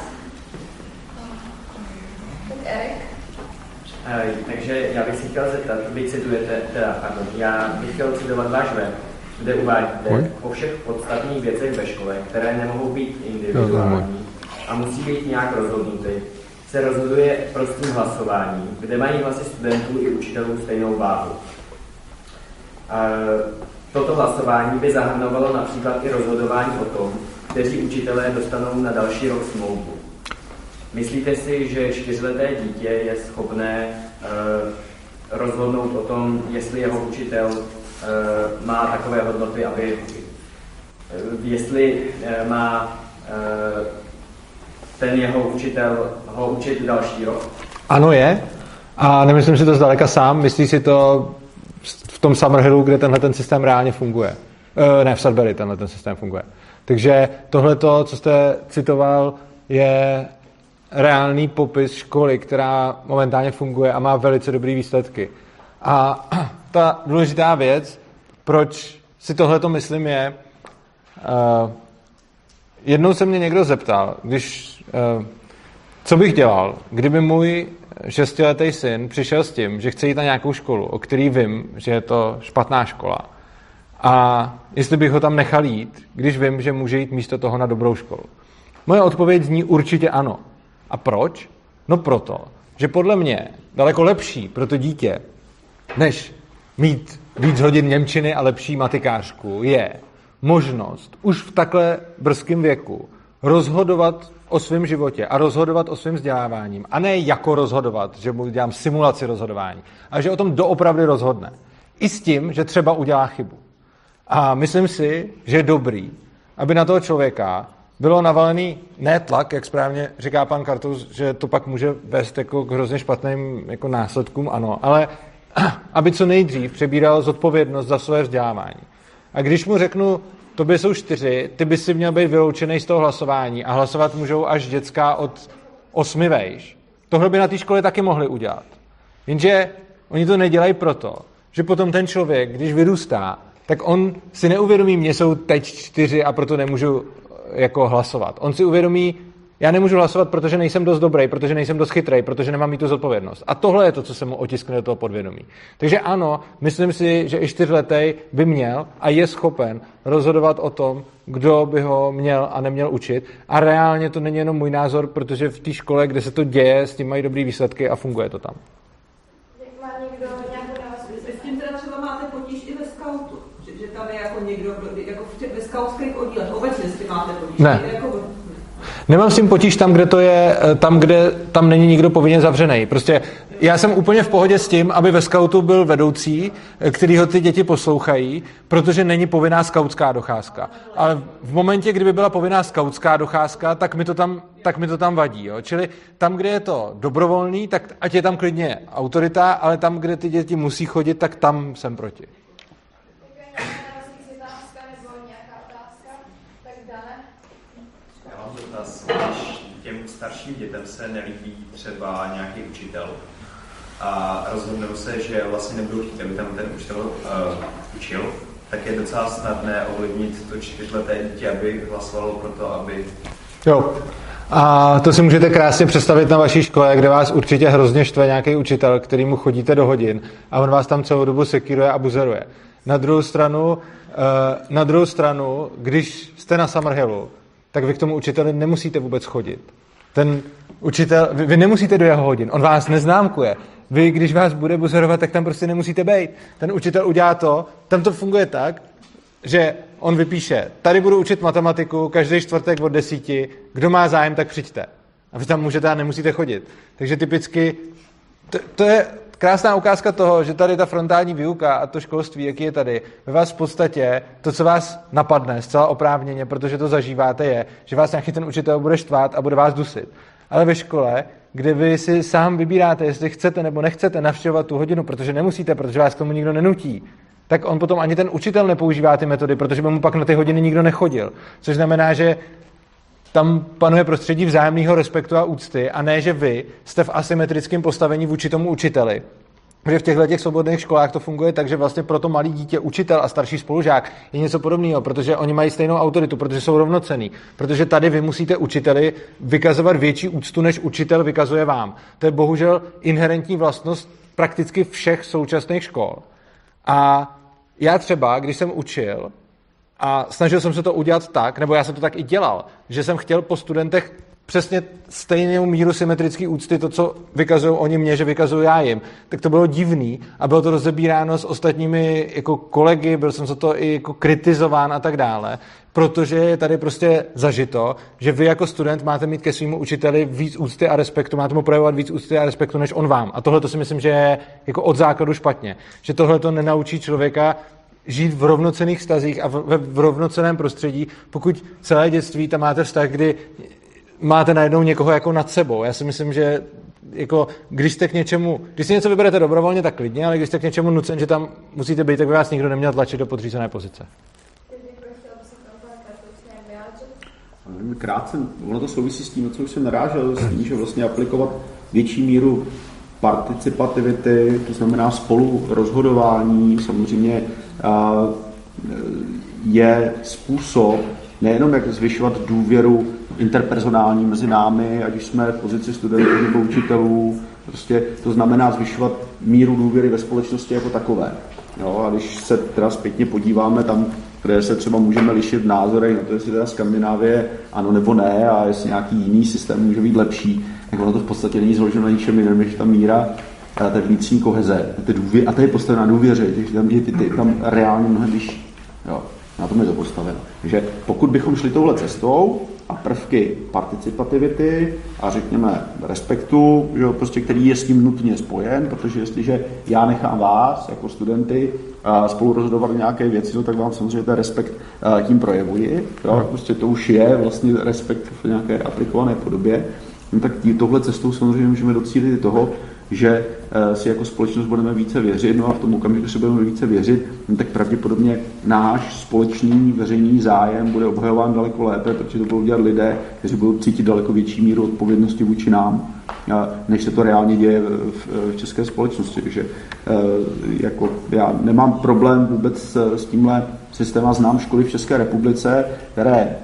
S2: Tak Erik.
S8: Uh, takže já bych si chtěl zeptat, vy citujete, teda, pardon, já bych chtěl citovat váš web, kde uvádíte o všech podstatných věcech ve škole, které nemohou být individuální a musí být nějak rozhodnuty, se rozhoduje prostým hlasováním, kde mají hlasy studentů i učitelů stejnou váhu. Toto hlasování by zahrnovalo například i rozhodování o tom, kteří učitelé dostanou na další rok smlouvu. Myslíte si, že čtyřleté dítě je schopné rozhodnout o tom, jestli jeho učitel má takové hodnoty, aby jestli má ten jeho učitel ho učit další rok?
S3: Ano, je. A nemyslím si to zdaleka sám. Myslí si to v tom Summerhillu, kde tenhle ten systém reálně funguje. E, ne, v Sudbury tenhle ten systém funguje. Takže tohleto, co jste citoval, je reálný popis školy, která momentálně funguje a má velice dobré výsledky. A ta důležitá věc, proč si tohleto myslím, je... Uh, jednou se mě někdo zeptal, když, uh, co bych dělal, kdyby můj šestiletý syn přišel s tím, že chce jít na nějakou školu, o který vím, že je to špatná škola, a jestli bych ho tam nechal jít, když vím, že může jít místo toho na dobrou školu. Moje odpověď zní určitě ano. A proč? No proto, že podle mě daleko lepší pro to dítě, než mít víc hodin němčiny a lepší matikářku, je možnost už v takhle brzkém věku rozhodovat o svém životě a rozhodovat o svém vzděláváním. A ne jako rozhodovat, že mu dělám simulaci rozhodování, ale že o tom doopravdy rozhodne. I s tím, že třeba udělá chybu. A myslím si, že je dobrý, aby na toho člověka bylo navalený ne tlak, jak správně říká pan Kartus, že to pak může vést jako k hrozně špatným jako následkům, ano, ale aby co nejdřív přebíral zodpovědnost za své vzdělávání. A když mu řeknu, tobě jsou čtyři, ty bys si měl být vyloučený z toho hlasování a hlasovat můžou až děcka od osmi vejš. Tohle by na té škole taky mohli udělat. Jenže oni to nedělají proto, že potom ten člověk, když vyrůstá, tak on si neuvědomí, mě jsou teď čtyři a proto nemůžu jako hlasovat. On si uvědomí, já nemůžu hlasovat, protože nejsem dost dobrý, protože nejsem dost chytrý, protože nemám mít tu zodpovědnost. A tohle je to, co se mu otiskne do toho podvědomí. Takže ano, myslím si, že i čtyřletý by měl a je schopen rozhodovat o tom, kdo by ho měl a neměl učit. A reálně to není jenom můj názor, protože v té škole, kde se to děje, s tím mají dobrý výsledky a funguje to tam.
S2: Má někdo nějakou návazku?
S6: S tím teda třeba máte potíž i ve skautu, že, že tam je jako někdo, jako v těch, ve skautských oddílech, obecně s tím máte potíž.
S3: Ne.
S6: Jako...
S3: Nemám s tím potíž tam, kde to je, tam, kde tam není nikdo povinně zavřený. Prostě já jsem úplně v pohodě s tím, aby ve skautu byl vedoucí, kterýho ty děti poslouchají, protože není povinná skautská docházka. Ale v momentě, kdyby byla povinná skautská docházka, tak mi to tam, tak mi to tam vadí. Jo? Čili tam, kde je to dobrovolný, tak ať je tam klidně autorita, ale tam, kde ty děti musí chodit, tak tam jsem proti.
S2: dále.
S9: Já mám dotaz, když těm starším dětem se nelíbí třeba nějaký učitel a rozhodnou se, že vlastně nebudou chtít, aby tam ten učitel uh, učil, tak je docela snadné ovlivnit to čtyřleté dítě, aby hlasovalo pro to, aby...
S3: Jo. A to si můžete krásně představit na vaší škole, kde vás určitě hrozně štve nějaký učitel, kterýmu chodíte do hodin a on vás tam celou dobu sekíruje a buzeruje. Na druhou stranu, na druhou stranu, když jste na Summerhillu, tak vy k tomu učiteli nemusíte vůbec chodit. Ten učitel, vy, vy nemusíte do jeho hodin, on vás neznámkuje. Vy, když vás bude buzerovat, tak tam prostě nemusíte být. Ten učitel udělá to, tam to funguje tak, že on vypíše, tady budu učit matematiku každý čtvrtek od desíti, kdo má zájem, tak přijďte. A vy tam můžete a nemusíte chodit. Takže typicky, to, to je krásná ukázka toho, že tady ta frontální výuka a to školství, jaký je tady, ve vás v podstatě, to, co vás napadne zcela oprávněně, protože to zažíváte, je, že vás nějaký ten učitel bude štvát a bude vás dusit. Ale ve škole, kde vy si sám vybíráte, jestli chcete nebo nechcete navštěvovat tu hodinu, protože nemusíte, protože vás k tomu nikdo nenutí, tak on potom ani ten učitel nepoužívá ty metody, protože by mu pak na ty hodiny nikdo nechodil. Což znamená, že tam panuje prostředí vzájemného respektu a úcty a ne, že vy jste v asymetrickém postavení vůči tomu učiteli. Protože v těchto těch svobodných školách to funguje tak, že vlastně pro to malý dítě učitel a starší spolužák je něco podobného, protože oni mají stejnou autoritu, protože jsou rovnocenní. Protože tady vy musíte učiteli vykazovat větší úctu, než učitel vykazuje vám. To je bohužel inherentní vlastnost prakticky všech současných škol. A já třeba, když jsem učil a snažil jsem se to udělat tak, nebo já jsem to tak i dělal, že jsem chtěl po studentech přesně stejnou míru symetrické úcty, to, co vykazují oni mě, že vykazuju já jim, tak to bylo divný a bylo to rozebíráno s ostatními jako kolegy, byl jsem za to i jako kritizován a tak dále, protože je tady prostě zažito, že vy jako student máte mít ke svému učiteli víc úcty a respektu, máte mu projevovat víc úcty a respektu, než on vám. A tohle to si myslím, že je jako od základu špatně. Že tohle to nenaučí člověka žít v rovnocenných vztazích a v, v rovnocenném prostředí, pokud celé dětství tam máte vztah, kdy máte najednou někoho jako nad sebou. Já si myslím, že jako, když jste k něčemu, když si něco vyberete dobrovolně, tak klidně, ale když jste k něčemu nucen, že tam musíte být, tak by vás nikdo neměl tlačit do podřízené pozice.
S4: Krátce, ono to souvisí s tím, co už jsem narážel, s tím, že vlastně aplikovat větší míru participativity, to znamená spolu rozhodování, samozřejmě je způsob, nejenom jak zvyšovat důvěru interpersonální mezi námi, ať už jsme v pozici studentů nebo učitelů, prostě to znamená zvyšovat míru důvěry ve společnosti jako takové. Jo, a když se teda zpětně podíváme tam, kde se třeba můžeme lišit názory na to, jestli teda Skandinávie ano nebo ne a jestli nějaký jiný systém může být lepší, tak ono to v podstatě není založeno na ničem jiném, než ta míra té vnitřní koheze a to je postavená na důvěře, takže tam je ty, ty, tam reálně mnohem vyšší. Jo, na tom je to postaveno. Takže pokud bychom šli touhle cestou a prvky participativity a řekněme respektu, že prostě, který je s tím nutně spojen, protože jestliže já nechám vás jako studenty spolu rozhodovat nějaké věci, no, tak vám samozřejmě ten respekt tím projevuji. Jo? Prostě to už je vlastně respekt v nějaké aplikované podobě. No, tak tí, touhle cestou samozřejmě můžeme docílit toho, že si jako společnost budeme více věřit, no a v tom okamžiku si budeme více věřit, no tak pravděpodobně náš společný veřejný zájem bude obhajován daleko lépe, protože to budou dělat lidé, kteří budou cítit daleko větší míru odpovědnosti vůči nám, než se to reálně děje v české společnosti. Takže jako já nemám problém vůbec s tímhle systémem, znám školy v České republice, které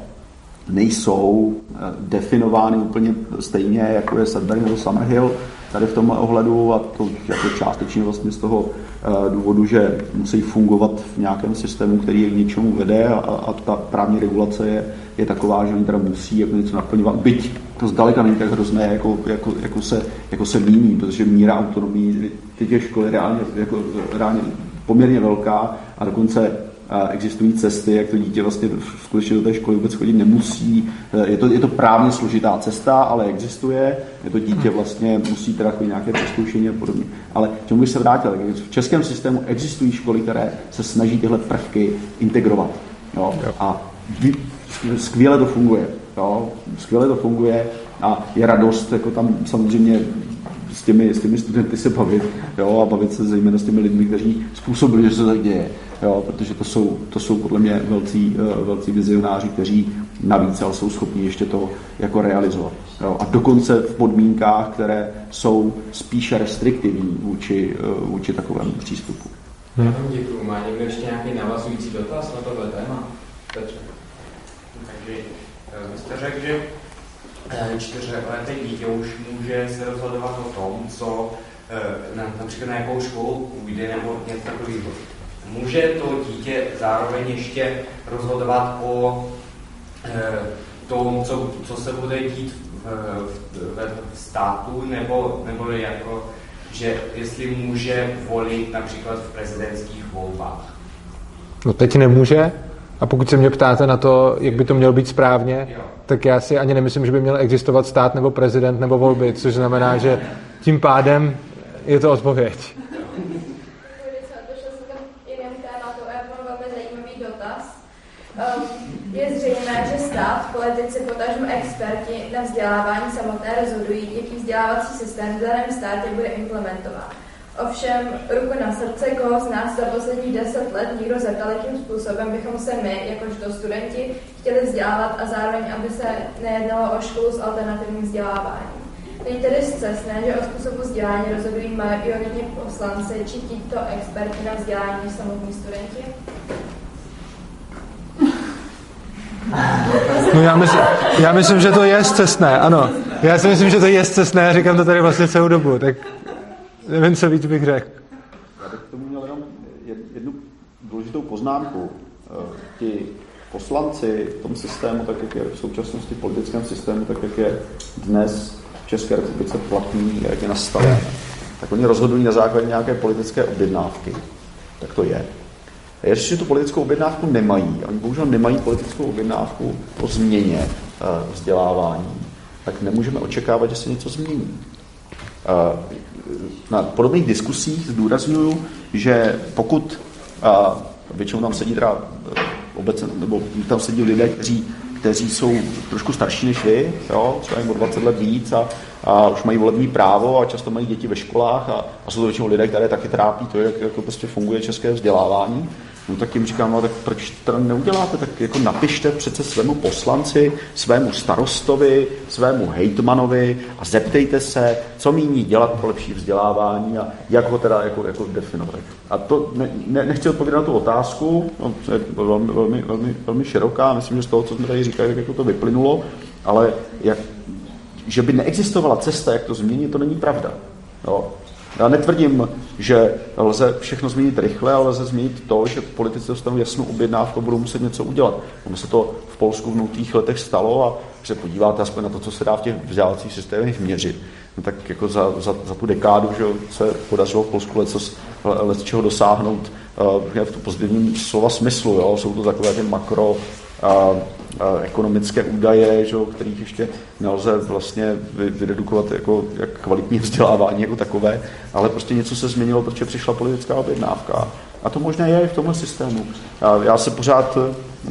S4: nejsou definovány úplně stejně, jako je Sudbury nebo Summerhill, tady v tomhle ohledu a to jako částečně vlastně z toho uh, důvodu, že musí fungovat v nějakém systému, který je k něčemu vede a, a ta právní regulace je, je taková, že oni teda musí jako něco naplňovat, byť to zdaleka není tak hrozné, jako, jako, jako, se, jako se míní, protože míra autonomii těch školy je reálně, jako, reálně poměrně velká a dokonce existují cesty, jak to dítě vlastně skutečně do té školy vůbec chodit nemusí. Je to, je to právně složitá cesta, ale existuje. Je to dítě vlastně musí teda chodit nějaké přezkoušení a podobně. Ale k čemu bych se vrátil? V českém systému existují školy, které se snaží tyhle prvky integrovat. Jo? A skvěle to funguje. Jo? Skvěle to funguje a je radost jako tam samozřejmě s těmi, s těmi studenty se bavit, jo, a bavit se zejména s těmi lidmi, kteří způsobili, že se tak děje, jo, protože to jsou, to jsou podle mě velcí, velcí vizionáři, kteří navíc, ale jsou schopni ještě to jako realizovat. Jo? A dokonce v podmínkách, které jsou spíše restriktivní vůči, vůči takovému přístupu.
S1: Hmm. Děkuju. Má někdo ještě nějaký navazující dotaz na tohle téma? Petře.
S10: Takže vy jste řekl, že čtyřleté dítě už může se rozhodovat o tom, co na, například na jakou školu půjde nebo něco takového. Může to dítě zároveň ještě rozhodovat o tom, co, co se bude dít ve státu, nebo, nebo jako, že jestli může volit například v prezidentských volbách?
S3: No teď nemůže. A pokud se mě ptáte na to, jak by to mělo být správně, jo. tak já si ani nemyslím, že by měl existovat stát nebo prezident nebo volby, což znamená, že tím pádem je to odpověď.
S2: Je zřejmé, že stát, politici, potažmo experti na vzdělávání samotné rozhodují, jaký vzdělávací systém v daném státě bude implementován. Ovšem, ruku na srdce, koho z nás za posledních deset let někdo zeptal, jakým způsobem bychom se my, jakožto studenti, chtěli vzdělávat a zároveň, aby se nejednalo o školu s alternativním vzděláváním. Není tedy zcestné, že o způsobu vzdělání rozhodují majoritní poslanci či tito experti na vzdělání než samotní studenti?
S3: No já myslím, já myslím, že to je scestné, ano. Já si myslím, že to je scestné a říkám to tady vlastně celou dobu, tak nevím, co víc bych řekl.
S4: Já bych k tomu měl jenom jednu důležitou poznámku. Ti poslanci v tom systému, tak jak je v současnosti v politickém systému, tak jak je dnes v České republice platný, jak je nastaven, tak oni rozhodují na základě nějaké politické objednávky. Tak to je. A jestliže tu politickou objednávku nemají, oni bohužel nemají politickou objednávku o změně vzdělávání, tak nemůžeme očekávat, že se něco změní. Na podobných diskusích zdůrazňuju, že pokud, většinou tam sedí teda obecně, nebo tam sedí lidé, kteří, kteří jsou trošku starší než vy, jo, třeba jim o dvacet let víc a, a už mají volební právo a často mají děti ve školách a, a jsou to většinou lidé, které taky trápí to, jak jako prostě funguje české vzdělávání. No tak jim říkám, no tak proč to neuděláte, tak jako napište přece svému poslanci, svému starostovi, svému hejtmanovi a zeptejte se, co míní dělat pro lepší vzdělávání a jak ho teda jako, jako definovat. A to ne, ne, nechci odpovědět na tu otázku, no, to je velmi, velmi, velmi, velmi široká, myslím, že z toho, co jsme tady říkali, tak jako to vyplynulo, ale jak, že by neexistovala cesta, jak to změnit, to není pravda. Jo. Já netvrdím, že lze všechno změnit rychle, ale lze změnit to, že politici dostanou jasnou objednávku a budou muset něco udělat. Ono se to v Polsku v nultých letech stalo a když se podíváte aspoň na to, co se dá v těch vzdělávacích systémech měřit, no tak jako za, za, za tu dekádu, že se podařilo v Polsku lecos, lec čeho dosáhnout uh, v tom pozitivním slova smyslu. Jo? Jsou to takové ty makro a, a ekonomické údaje, že, kterých ještě nelze vlastně vyredukovat jako jak kvalitní vzdělávání jako takové, ale prostě něco se změnilo, protože přišla politická objednávka. A to možná je i v tomhle systému. A já se pořád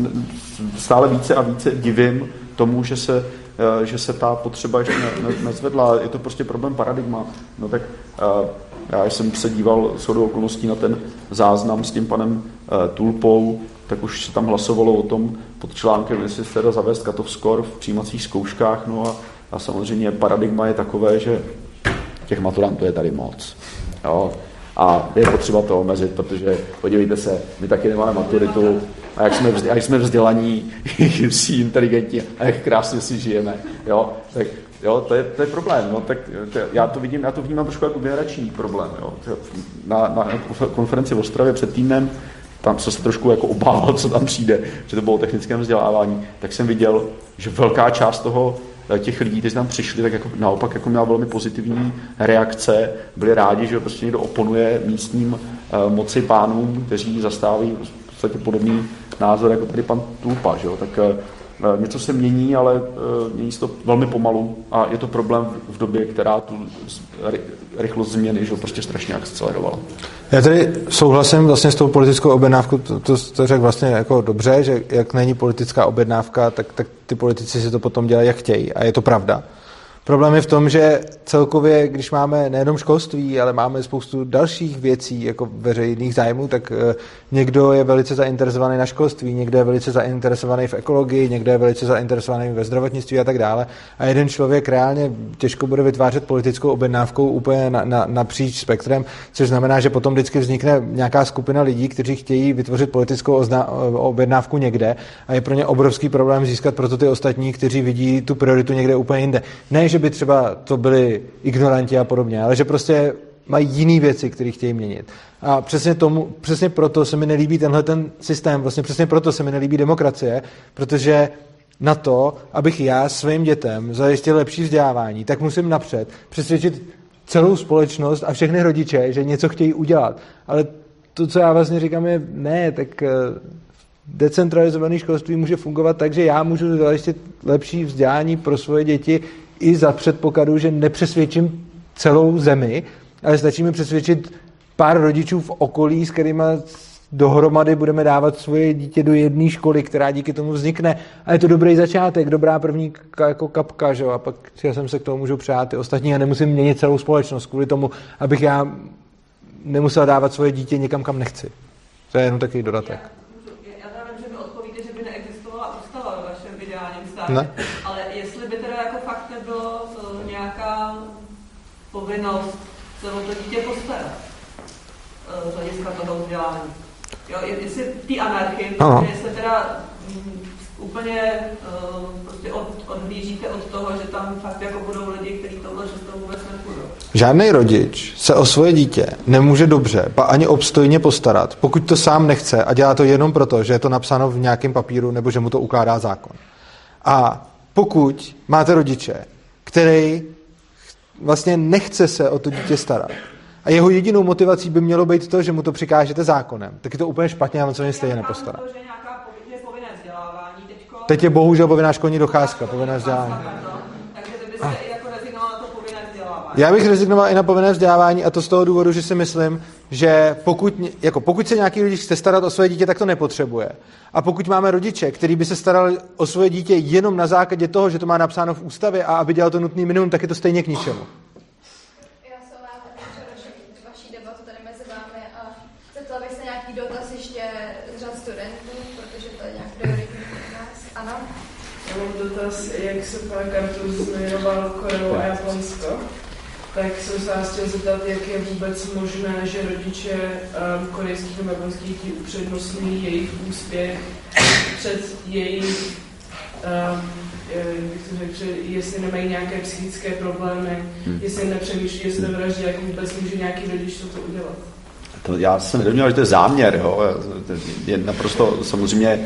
S4: stále více a více divím tomu, že se, že se ta potřeba ještě ne, ne, nezvedla. Je to prostě problém paradigma. No tak já jsem se díval shodou okolností na ten záznam s tím panem Tulpou, tak už se tam hlasovalo o tom pod článkem, jestli se teda zavést cut-off score v přijímacích zkouškách, no a, a samozřejmě paradigma je takové, že těch maturantů je tady moc. Jo? A je potřeba to omezit, protože podívejte se, my taky nemáme maturitu a jak jsme, vzdělaní, jak jsme vzdělaní, si inteligentní a jak krásně si žijeme. Jo? Tak jo, to je, to je problém. No, tak to, já to vidím, já to vnímám trošku jako generační problém. Jo? Na, na konferenci v Ostravě před týdnem, tam se trošku jako obával, co tam přijde, že to bylo o technickém vzdělávání, tak jsem viděl, že velká část toho těch lidí, kteří tam přišli, tak jako naopak jako měla velmi pozitivní reakce, byli rádi, že prostě někdo oponuje místním uh, moci pánům, kteří zastávají v podstatě podobný názor jako tady pan Tulpa, že jo? Tak uh, něco se mění, ale uh, mění se to velmi pomalu a je to problém v době, která tu rychlost změny, že jo, prostě strašně akcelerovala.
S3: Já tady souhlasím vlastně s tou politickou objednávkou, to, to, to řekl vlastně jako dobře, že jak není politická objednávka, tak, tak ty politici si to potom dělají, jak chtějí. A je to pravda. Problém je v tom, že celkově, když máme nejenom školství, ale máme spoustu dalších věcí, jako veřejných zájmů, tak někdo je velice zainteresovaný na školství, někdo je velice zainteresovaný v ekologii, někdo je velice zainteresovaný ve zdravotnictví a tak dále. A jeden člověk reálně těžko bude vytvářet politickou objednávkou úplně na, na, napříč spektrem, což znamená, že potom vždycky vznikne nějaká skupina lidí, kteří chtějí vytvořit politickou ozna, objednávku někde a je pro ně obrovský problém získat proto ty ostatní, kteří vidí tu prioritu někde úplně jinde. Ne, že by třeba to byli ignoranti a podobně, ale že prostě mají jiné věci, které chtějí měnit. A přesně tomu, přesně proto se mi nelíbí tenhle ten systém, vlastně přesně proto se mi nelíbí demokracie, protože na to, abych já svým dětem zajistil lepší vzdělávání, tak musím napřed přesvědčit celou společnost a všechny rodiče, že něco chtějí udělat. Ale to, co já vlastně říkám, je ne, tak decentralizované školství může fungovat tak, že já můžu zajistit lepší vzdělání pro svoje děti i za předpokladu, že nepřesvědčím celou zemi, ale stačí mi přesvědčit pár rodičů v okolí, s kterými dohromady budeme dávat svoje dítě do jedné školy, která díky tomu vznikne. A je to dobrý začátek, dobrá první jako kapka, že? A pak já jsem se k tomu můžu přát ty ostatní a nemusím měnit celou společnost kvůli tomu, abych já nemusel dávat svoje dítě někam, kam nechci. To je jenom takový dodatek.
S6: Já teda vím, že mi odpovíte, že by neexistovala ústava ve vašem ideálním státě, ale jestli by teda jako fakt nebylo nějaká povinnost se o to dítě postarat z hlediska toho vzdělání. Jo, jestli ty anarchie, protože se teda m, úplně uh, prostě od, odhlížíte od toho, že tam fakt jako budou lidi, kteří tohle, že to vůbec nepůjdou.
S3: Žádný rodič se o svoje dítě nemůže dobře, ba ani obstojně postarat, pokud to sám nechce a dělá to jenom proto, že je to napsáno v nějakém papíru nebo že mu to ukládá zákon. A pokud máte rodiče, který vlastně nechce se o to dítě starat a jeho jedinou motivací by mělo být to, že mu to přikážete zákonem, tak je to úplně špatně a on se o ně stejně nepostará. Teď je bohužel povinná školní docházka, povinné vzdělání.
S6: Takže byste i jako rezignoval na to povinné vzdělávání.
S3: Já bych rezignoval i na povinné vzdělávání a to z toho důvodu, že si myslím, že pokud, jako pokud se nějaký rodič chce starat o své dítě, tak to nepotřebuje. A pokud máme rodiče, který by se starali o své dítě jenom na základě toho, že to má napsáno v ústavě a aby dělal to nutný minimum, tak je to stejně k ničemu.
S2: Já se vám přeruším vaší debatu tady mezi vámi a zeptala bych se nějaký dotaz ještě z řad studentů, protože to je nějak prioritní pro nás. Ano?
S11: Já mám dotaz, jak se pan Kartus zmiňoval Koreu a Japonsko. Tak jsem se vás chtěl zeptat, jak je vůbec možné, že rodiče um, korejských nebo japonských dětí upřednostní jejich úspěch před jejich, um, jak to řekl, jestli nemají nějaké psychické problémy, hmm. jestli nepřemýšlí, jestli nevraždí, jak vůbec může nějaký rodič toto udělat.
S4: To já jsem nedomněl, že to je záměr. Jo. Je naprosto samozřejmě,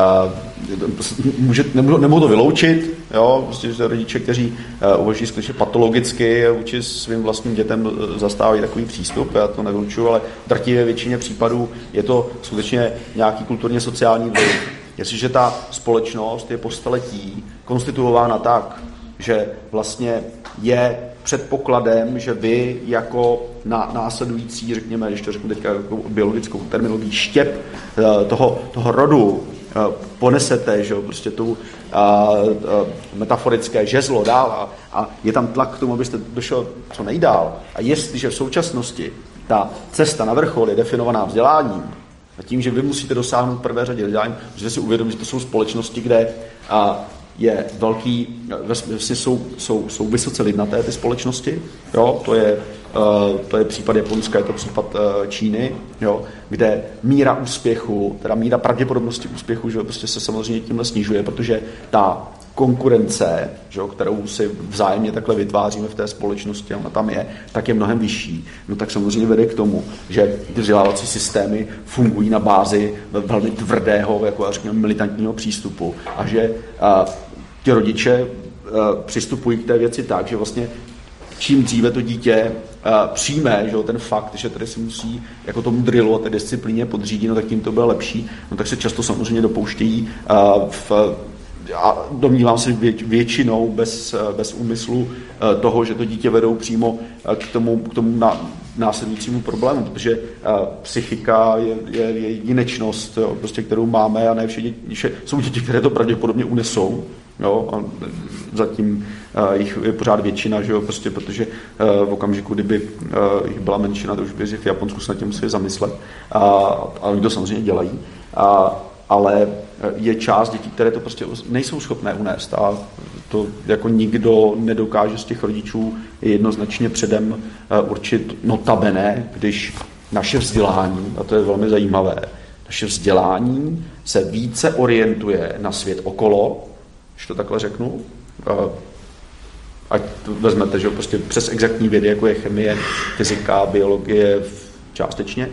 S4: uh, může, nemohu to vyloučit, jo. Prostě, že rodiče, kteří uh, uvažují skutečně patologicky vůči svým vlastním dětem zastávají takový přístup, já to nevylučuju, ale v drtivé většině případů je to skutečně nějaký kulturně sociální vliv. Jestliže ta společnost je po staletí konstituována tak, že vlastně je předpokladem, že vy jako na, následující, řekněme, když to řeknu teďka jako biologickou terminologii, štěp toho, toho rodu ponesete, že prostě tu a, a, metaforické žezlo dál a, a je tam tlak k tomu, abyste došel co nejdál. A jestliže v současnosti ta cesta na vrchol je definovaná vzděláním a tím, že vy musíte dosáhnout v prvé řadě vzdělání, protože si uvědomit, že to jsou společnosti, kde a, je velký, vlastně jsou, jsou, jsou vysoce lidnaté ty společnosti, jo, to je, uh, to je případ Japonska, je to případ uh, Číny, jo, kde míra úspěchu, teda míra pravděpodobnosti úspěchu, že prostě se samozřejmě tímhle snižuje, protože ta konkurence, že, kterou si vzájemně takhle vytváříme v té společnosti, ona tam je, tak je mnohem vyšší. No tak samozřejmě vede k tomu, že ty vzdělávací systémy fungují na bázi velmi tvrdého, jako řekněme, militantního přístupu a že a, ti rodiče a, přistupují k té věci tak, že vlastně čím dříve to dítě a, přijme, že ten fakt, že tady si musí jako tomu drillu a té disciplíně podřídit, no tak tím to bude lepší, no tak se často samozřejmě dopouštějí a, v a domnívám se většinou bez, bez úmyslu toho, že to dítě vedou přímo k tomu, k tomu následujícímu problému, protože psychika je, je, je jedinečnost, jo, prostě, kterou máme a ne vše děti, jsou děti, které to pravděpodobně unesou. Jo, a zatím uh, jich je pořád většina, že jo, prostě protože uh, v okamžiku, kdyby uh, jich byla menšina, to už by v Japonsku se nad tím museli zamyslet. A, a oni to samozřejmě dělají. A, ale je část dětí, které to prostě nejsou schopné unést. A to jako nikdo nedokáže z těch rodičů jednoznačně předem uh, určit notabene, když naše vzdělání, a to je velmi zajímavé, naše vzdělání se více orientuje na svět okolo, když to takhle řeknu, ať to vezmete, že prostě přes exaktní vědy, jako je chemie, fyzika, biologie částečně,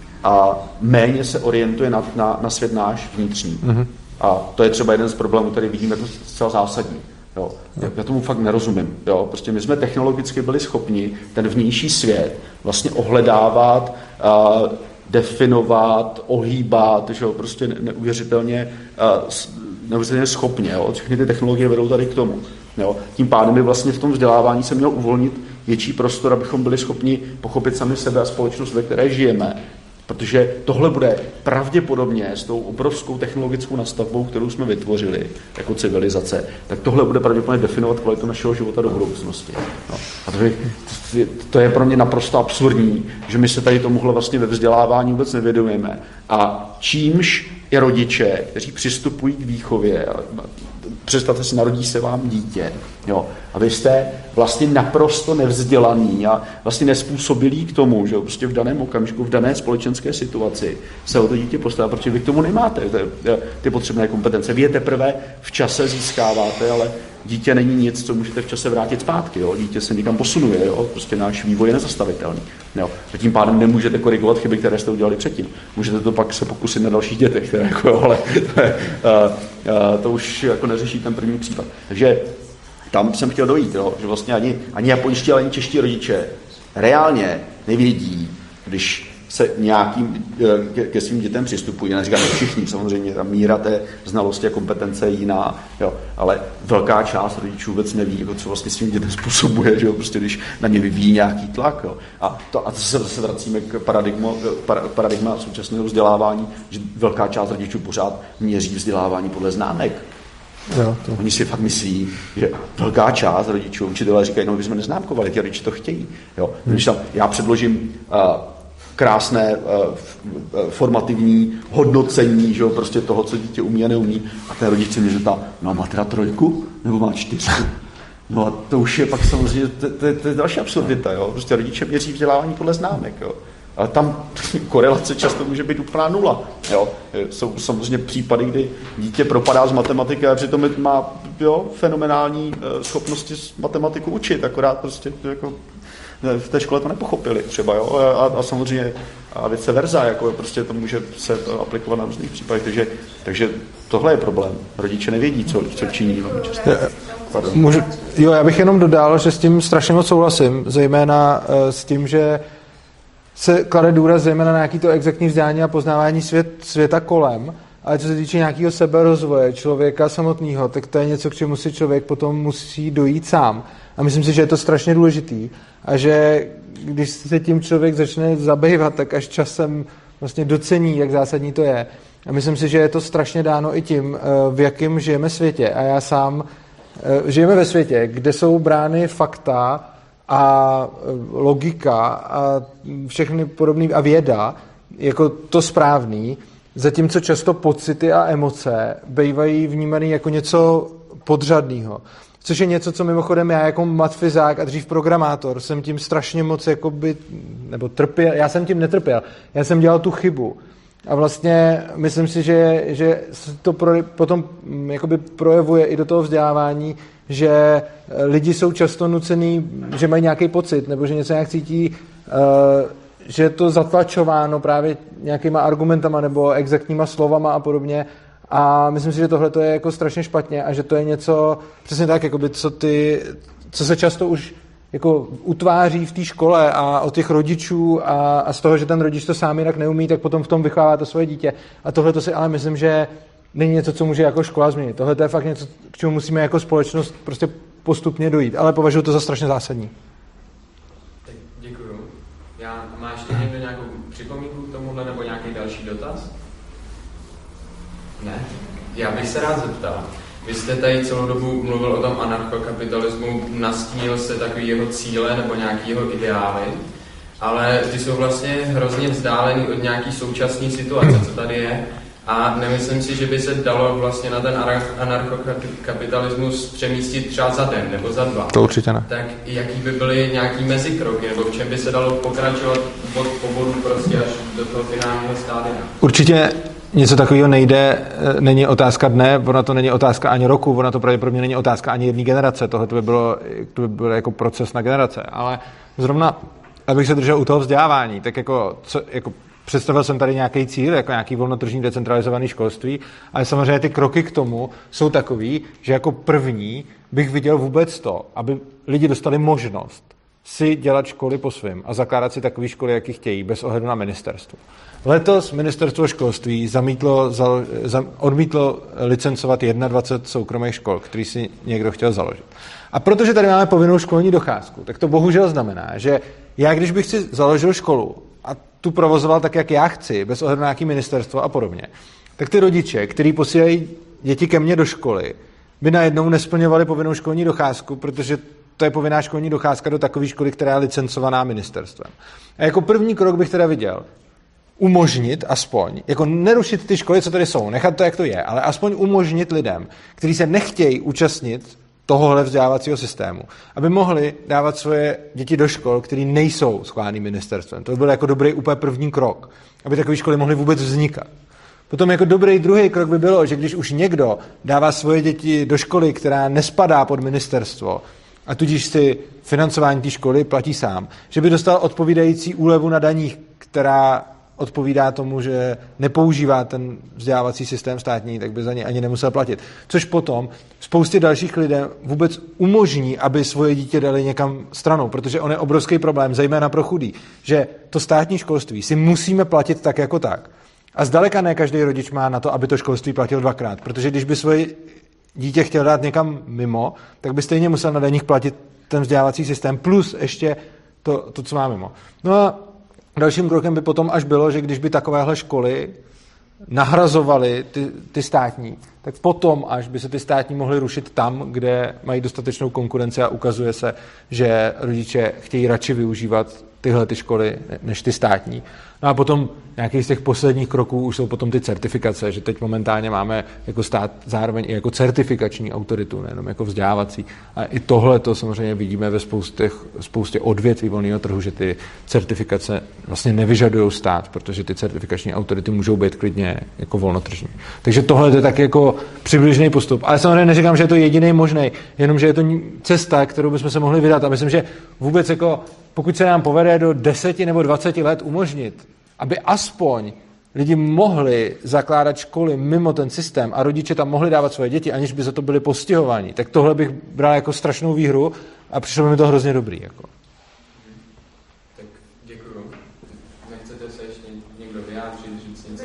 S4: a méně se orientuje na, na, na svět náš vnitřní. Mm-hmm. A to je třeba jeden z problémů, který vidím jako zcela zásadní. Jo. Já tomu fakt nerozumím. Jo. Prostě my jsme technologicky byli schopni ten vnější svět vlastně ohledávat, a definovat, ohýbat, že jo, prostě neuvěřitelně neuvěřitelně schopně. Jo. Všechny ty technologie vedou tady k tomu. Jo. Tím pádem by vlastně v tom vzdělávání se měl uvolnit větší prostor, abychom byli schopni pochopit sami sebe a společnost, ve které žijeme. Protože tohle bude pravděpodobně s tou obrovskou technologickou nastavbou, kterou jsme vytvořili jako civilizace, tak tohle bude pravděpodobně definovat kvalitu našeho života do budoucnosti. No. A to je, to je pro mě naprosto absurdní, že my se tady tomuhle vlastně ve vzdělávání vůbec nevědomujeme. A čímž i rodiče, kteří přistupují k výchově, představte si, narodí se vám dítě, jo, a vy jste vlastně naprosto nevzdělaný a vlastně nespůsobilý k tomu, že prostě v daném okamžiku, v dané společenské situaci se o to dítě postaví, protože vy k tomu nemáte ty, ty potřebné kompetence. Vy je teprve v čase získáváte, ale dítě není nic, co můžete v čase vrátit zpátky. Jo. Dítě se někam posunuje, jo. Prostě náš vývoj je nezastavitelný. Jo. A tím pádem nemůžete korigovat chyby, které jste udělali předtím. Můžete to pak se pokusit na dalších dětech, které, jako, ale to, je, uh, uh, to už jako neřeší ten první případ. Takže tam jsem chtěl dojít, jo, že vlastně ani, ani japonští, ale ani čeští rodiče reálně nevědí, když se nějakým ke, ke svým dětem přistupují. Já neříkám všichni, samozřejmě ta míra té znalosti a kompetence je jiná, jo, ale velká část rodičů vůbec neví, jako co vlastně svým dětem způsobuje, že jo, prostě když na ně vyvíjí nějaký tlak. Jo. A to, a to se zase vracíme k paradigmu, paradigma současného vzdělávání, že velká část rodičů pořád měří vzdělávání podle známek. Jo, to. Oni si fakt myslí, že velká část rodičů, učitelé říkají, no, my jsme neznámkovali, ti rodiče to chtějí. Jo. Když tam já předložím uh, krásné uh, formativní hodnocení, že jo, prostě toho, co dítě umí a neumí, a ten rodič se mě zeptá, no, má teda trojku, nebo má čtyřku? No a to už je pak samozřejmě, to, to, to je další absurdita, jo. Prostě rodiče měří vzdělávání podle známek, jo. Ale tam korelace často může být úplná nula. Jo. Jsou samozřejmě případy, kdy dítě propadá z matematiky a přitom má, jo, fenomenální schopnosti s matematiku učit, akorát prostě jako v té škole to nepochopili třeba, jo. A, a samozřejmě a vice versa, jako prostě to může se to aplikovat na různých případech, takže, takže tohle je problém. Rodiče nevědí, co, co činí.
S3: Můžu, jo, já bych jenom dodal, že s tím strašně moc souhlasím, zejména uh, s tím, že se klade důraz zejména na nějaký to exaktní vzdělání a poznávání svět, světa kolem, ale co se týče nějakého seberozvoje člověka samotného, tak to je něco, k čemu si člověk potom musí dojít sám. A myslím si, že je to strašně důležitý a že když se tím člověk začne zabývat, tak až časem vlastně docení, jak zásadní to je. A myslím si, že je to strašně dáno i tím, v jakém žijeme světě. A já sám žijeme ve světě, kde jsou brány fakta a logika a všechny podobné a věda jako to správný, zatímco často pocity a emoce bývají vnímaný jako něco podřadného. Což je něco, co mimochodem já jako matfyzák a dřív programátor jsem tím strašně moc jakoby, nebo trpěl, já jsem tím netrpěl, já jsem dělal tu chybu. A vlastně myslím si, že, že se to pro, potom jakoby projevuje i do toho vzdělávání, že lidi jsou často nucený, že mají nějaký pocit, nebo že něco nějak cítí, že je to zatlačováno právě nějakýma argumentama nebo exaktníma slovama a podobně. A myslím si, že tohle je jako strašně špatně a že to je něco, přesně tak, jakoby, co, ty, co se často už jako utváří v té škole a od těch rodičů a, a z toho, že ten rodič to sám jinak neumí, tak potom v tom vychovává to svoje dítě. A tohle to si ale myslím, že není něco, co může jako škola změnit. Tohle je fakt něco, k čemu musíme jako společnost prostě postupně dojít, ale považuji to za strašně zásadní.
S1: Tak děkuju. Já, má ještě někdo nějakou připomínku k tomuhle nebo nějaký další dotaz? Ne? Já bych se rád zeptal. Vy jste tady celou dobu mluvil o tom anarchokapitalismu, nastínil se takový jeho cíle nebo nějaký jeho ideály, ale ty jsou vlastně hrozně vzdálený od nějaký současné situace, co tady je. A nemyslím si, že by se dalo vlastně na ten anarchokapitalismus přemístit třeba za den nebo za dva.
S3: To určitě ne.
S1: Tak jaký by byly nějaký mezikroky, nebo v čem by se dalo pokračovat bod po bodu prostě až do toho finálního stádia?
S3: Určitě něco takového nejde, není otázka dne, ona to není otázka ani roku, ona to pravděpodobně není otázka ani jedné generace, tohle by bylo, to by bylo jako proces na generace, ale zrovna, abych se držel u toho vzdělávání, tak jako, co, jako představil jsem tady nějaký cíl, jako nějaký volnotržní decentralizovaný školství, ale samozřejmě ty kroky k tomu jsou takový, že jako první bych viděl vůbec to, aby lidi dostali možnost si dělat školy po svém a zakládat si takové školy, jaký chtějí, bez ohledu na ministerstvo. Letos ministerstvo školství zamítlo, za, za, odmítlo licencovat dvacet jedna soukromých škol, který si někdo chtěl založit. A protože tady máme povinnou školní docházku, tak to bohužel znamená, že já, když bych si založil školu a tu provozoval tak, jak já chci, bez ohledu na nějaké ministerstvo a podobně, tak ty rodiče, kteří posílají děti ke mně do školy, by najednou nesplňovali povinnou školní docházku, protože to je povinná školní docházka do takové školy, která je licencovaná ministerstvem. A jako první krok bych teda viděl umožnit aspoň, jako nerušit ty školy, co tady jsou, nechat to, jak to je, ale aspoň umožnit lidem, kteří se nechtějí účastnit tohohle vzdělávacího systému, aby mohli dávat svoje děti do škol, které nejsou schválený ministerstvem. To by byl jako dobrý úplně první krok, aby takové školy mohly vůbec vznikat. Potom jako dobrý druhý krok by bylo, že když už někdo dává svoje děti do školy, která nespadá pod ministerstvo, a tudíž si financování té školy platí sám, že by dostal odpovídající úlevu na daních, která odpovídá tomu, že nepoužívá ten vzdělávací systém státní, tak by za ně ani nemusel platit. Což potom spoustě dalších lidem vůbec umožní, aby svoje dítě dali někam stranou, protože on je obrovský problém, zejména pro chudý, že to státní školství si musíme platit tak jako tak. A zdaleka ne každý rodič má na to, aby to školství platil dvakrát, protože když by svoje dítě chtěl dát někam mimo, tak by stejně musel na daních platit ten vzdělávací systém plus ještě to, to co má mimo. No a dalším krokem by potom až bylo, že když by takovéhle školy nahrazovaly ty, ty státní, tak potom až by se ty státní mohly rušit tam, kde mají dostatečnou konkurenci a ukazuje se, že rodiče chtějí radši využívat tyhle ty školy než ty státní. No a potom nějaký z těch posledních kroků už jsou potom ty certifikace, že teď momentálně máme jako stát zároveň i jako certifikační autoritu, nejenom jako vzdělávací. A i tohle to samozřejmě vidíme ve spoustě, spoustě odvětví volného trhu, že ty certifikace vlastně nevyžadují stát, protože ty certifikační autority můžou být klidně jako volnotržní. Takže tohle je tak jako přibližný postup. Ale samozřejmě neříkám, že je to jediný možný, jenom že je to cesta, kterou bychom se mohli vydat. A myslím, že vůbec jako pokud se nám povede do deseti nebo dvaceti let umožnit, aby aspoň lidi mohli zakládat školy mimo ten systém a rodiče tam mohli dávat svoje děti, aniž by za to byli postihováni, tak tohle bych bral jako strašnou výhru a přišlo by mi to hrozně dobrý. Jako.
S1: Tak děkuju. Nechcete se ještě někdo vyjádřit, říct něco?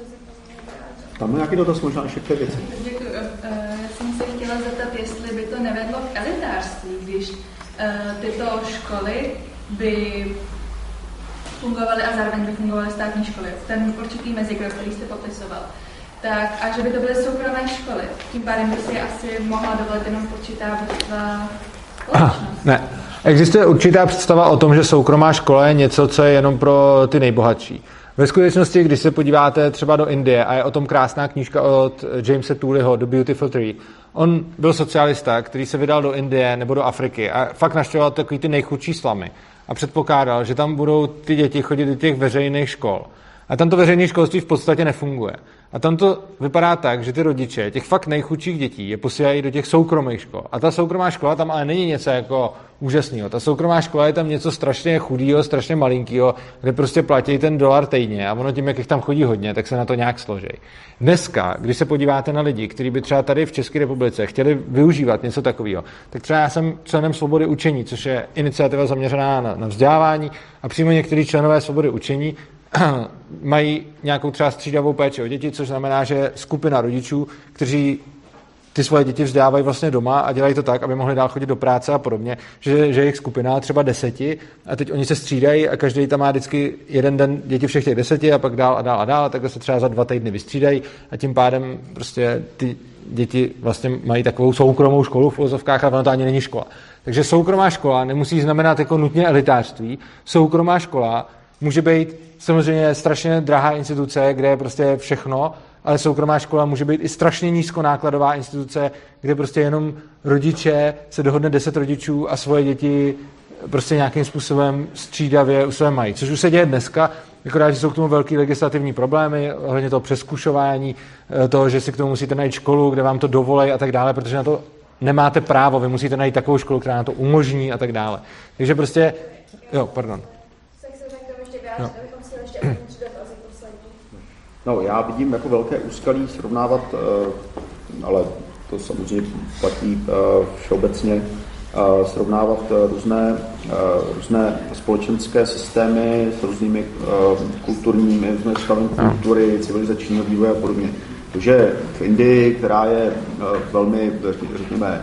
S4: Tam je nějaký dotaz možná ještě k té věci.
S5: Děkuju. Já jsem se chtěla zeptat, jestli by to nevedlo k elitářství, když tyto školy by fungovaly a zároveň by fungovaly státní školy. Ten určitý mezikrok, který jste popisoval. Tak, a že by to byly soukromé školy. Tím pádem by si asi mohla dovolit jenom určitá vrstva společnost.
S3: Ne. Existuje určitá představa o tom, že soukromá škola je něco, co je jenom pro ty nejbohatší. Ve skutečnosti, když se podíváte třeba do Indie, a je o tom krásná knížka od Jamese Tooleyho, The Beautiful Tree, on byl socialista, který se vydal do Indie nebo do Afriky a fakt navštěvoval takový ty nejchudší slamy a předpokládal, že tam budou ty děti chodit do těch veřejných škol. A tam to veřejné školství v podstatě nefunguje. A tam to vypadá tak, že ty rodiče těch fakt nejchudších dětí je posílají do těch soukromých škol. A ta soukromá škola tam ale není něco jako úžasného. Ta soukromá škola je tam něco strašně chudého, strašně malinkého, kde prostě platí ten dolar týdně a ono tím, jak jich tam chodí hodně, tak se na to nějak složí. Dneska, když se podíváte na lidi, kteří by třeba tady v České republice chtěli využívat něco takového, tak třeba já jsem členem Svobody učení, což je iniciativa zaměřená na, na vzdělávání a přímo některý členové Svobody učení mají nějakou třeba střídavou péči o děti, což znamená, že skupina rodičů, kteří ty svoje děti vzdělávají vlastně doma a dělají to tak, aby mohli dál chodit do práce a podobně, že, že jejich skupina třeba deseti a teď oni se střídají a každý tam má vždycky jeden den děti všech těch deseti a pak dál a dál a dál a takhle se třeba za dva týdny vystřídají a tím pádem prostě ty děti vlastně mají takovou soukromou školu v uvozovkách, ale ono to ani není škola. Takže soukromá škola nemusí znamenat jako nutně elitářství. Soukromá škola může být samozřejmě strašně drahá instituce, kde je prostě všechno, ale soukromá škola může být i strašně nízkonákladová instituce, kde prostě jenom rodiče, se dohodne deset rodičů a svoje děti prostě nějakým způsobem střídavě u sebe mají. Což už se děje dneska, akorát, že jsou k tomu velký legislativní problémy, ohledně toho přezkušování, toho, že si k tomu musíte najít školu, kde vám to dovolej a tak dále, protože na to nemáte právo, vy musíte najít takovou školu, která na to umožní a tak dále. Takže prostě, jo, pardon.
S2: No.
S4: No, já vidím jako velké úskalí srovnávat, ale to samozřejmě platí všeobecně, srovnávat různé, různé společenské systémy s různými kulturními, různé stavy kultury, civilizačního vývoje a podobně. Takže v Indii, která je velmi, řekněme,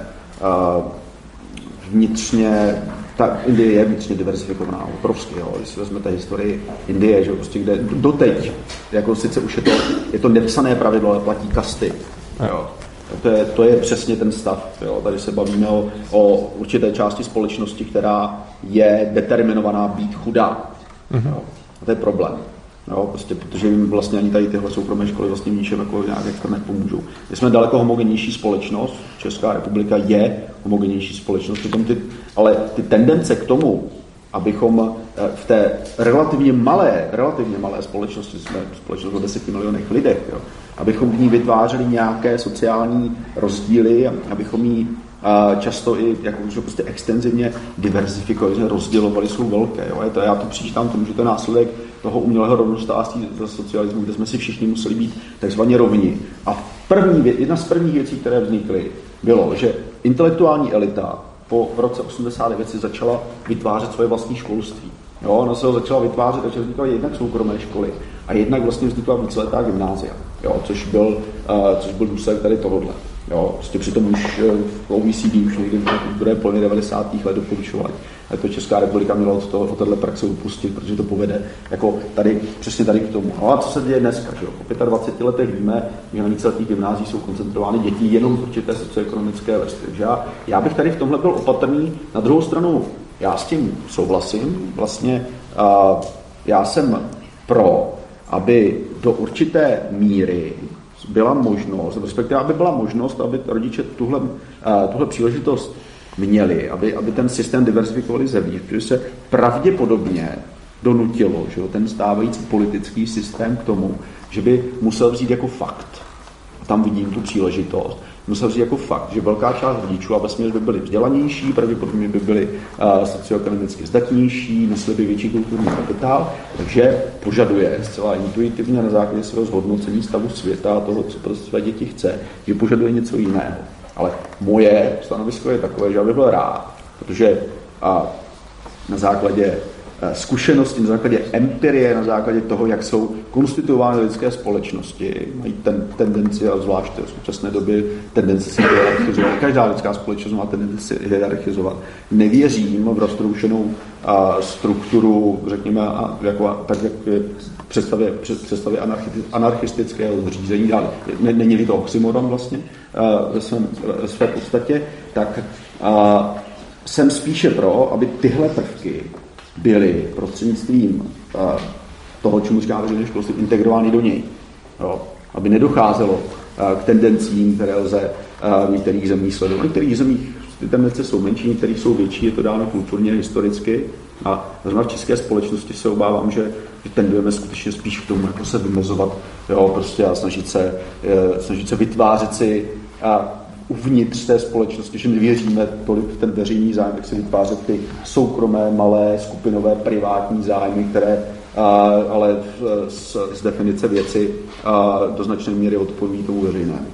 S4: vnitřně, ta Indie je vnitřně diverzifikovaná, obrovský, jo. Když si vezmete historii Indie, že prostě kde doteď, jako sice už je to, je to nepsané pravidlo, ale platí kasty, jo. To je, to je přesně ten stav, jo. Tady se bavíme o, o určité části společnosti, která je determinovaná být chudá, jo. A to je problém. Jo, prostě, protože jim vlastně ani tady tyhle soukromé školy vlastně v ničem jako nějak extra nepomůžou. My jsme daleko homogennější společnost, Česká republika je homogennější společnost, ty, ale ty tendence k tomu, abychom v té relativně malé, relativně malé společnosti, jsme společnost o deseti milionech lidech, jo, abychom v ní vytvářeli nějaké sociální rozdíly, abychom ji často i jako, že prostě extenzivně diverzifikovali, že rozdělovali, jsou velké. Jo. To, já to přičítám tomu, že to je následek toho umělého rovnostářství ze socialismu, kde jsme si všichni museli být takzvaně rovni. A první, jedna z prvních věcí, které vznikly, bylo, že intelektuální elita po roce osmdesát devět si začala vytvářet svoje vlastní školství. Jo, ona se ho začala vytvářet, takže vznikaly jednak soukromé školy a jednak vlastně vznikla víceletá gymnázia, jo, což byl, uh, což byl důsledek tady tohohle. Jo, prostě přitom už v O E C D už někdy v druhé polovině devadesátých let doporučovali. A to Česká republika měla od, toho, od téhle praxe upustit, protože to povede jako tady, přesně tady k tomu. No a co se děje dneska? Že? Po dvaceti pěti letech víme, že na víceletých gymnázích jsou koncentrovány děti jenom z určité socioekonomické vrstvy. Já, já bych tady v tomhle byl opatrný. Na druhou stranu, já s tím souhlasím. Vlastně uh, já jsem pro, aby do určité míry byla možnost, respektive aby byla možnost, aby rodiče tuhle, uh, tuhle příležitost měli, aby, aby ten systém diverzifikovali zevnitř, protože se pravděpodobně donutilo, že jo, ten stávající politický systém k tomu, že by musel vzít jako fakt, a tam vidím tu příležitost, musel vzít jako fakt, že velká část rodičů a vesměs by byli vzdělanější, pravděpodobně by byli uh, socioekonomicky zdatnější, nesli by větší kulturní kapitál, takže požaduje zcela intuitivně na základě svého zhodnocení stavu světa a toho, co pro své děti chce, že požaduje něco jiného. Ale moje stanovisko je takové, že já bych byl rád, protože a, na základě a, zkušenosti, na základě empirie, na základě toho, jak jsou konstituovány lidské společnosti, mají ten tendenci, a zvláště v současné době tendenci se hierarchizovat. Každá lidská společnost má tendenci hierarchizovat. Nevěřím v roztroušenou a, strukturu, řekněme, a, jako, tak jak je představě, představě anarchistického zřízení, ale není to oxymoron vlastně ve svém, ve své podstatě, tak a, jsem spíše pro, aby tyhle prvky byly prostřednictvím a, toho, čemu říká veřejné školství, integrovány do něj. Jo? Aby nedocházelo a, k tendencím, které lze a, v některých zemích sledovat. V některých zemích ty tendence jsou menší, v některých jsou větší, je to dáno kulturně, historicky. A zrovna v české společnosti se obávám, že tendujeme skutečně spíš k tomu, jako se vymezovat, jo, prostě a snažit se, snažit se vytvářet si a uvnitř té společnosti, že nevěříme tolik v ten veřejný zájem, tak se vytvářet ty soukromé, malé, skupinové, privátní zájmy, které a, ale z, z definice věci a, do značné míry odpovídají tomu veřejnému.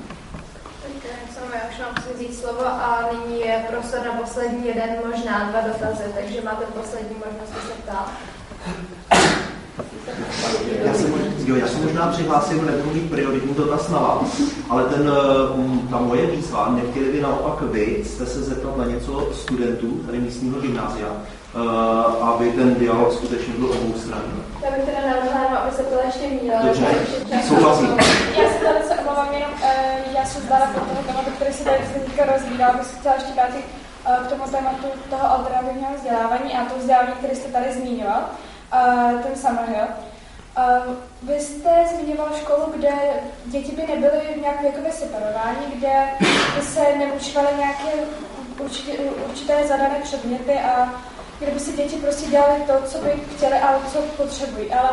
S2: Já už vám chci říct slovo a nyní je prostor na poslední jeden, možná dva dotazy, takže máte poslední možnost se ptát.
S12: Já jsem, jo, já jsem možná přihlásil, nebudu mít prioritní dotaz na vás, ale ten, ta moje výzva, nechtěli by naopak vy, jste se zeptat na něco studentů tady místního gymnázia, aby ten dialog skutečně byl oboustranný.
S2: Já bych teda navrhla, aby se to ještě měla.
S12: Dobře, souhlasím.
S2: Já se tady se obávám jenom, já jsem zdala po toho tématu, který se tady teďka rozvídal, bych se chtěla ještě vrátit k tomu tématu toho alternativního vzdělávání a to vzdělání, které jste tady zmiňoval, ten Summerhill. Vy jste zmiňoval školu, kde děti by nebyly nějak věkově separováni, kde by se neučívaly nějaké určitě, určité zadané předměty a kde by si děti prostě dělali to, co by chtěli a co potřebují. Ale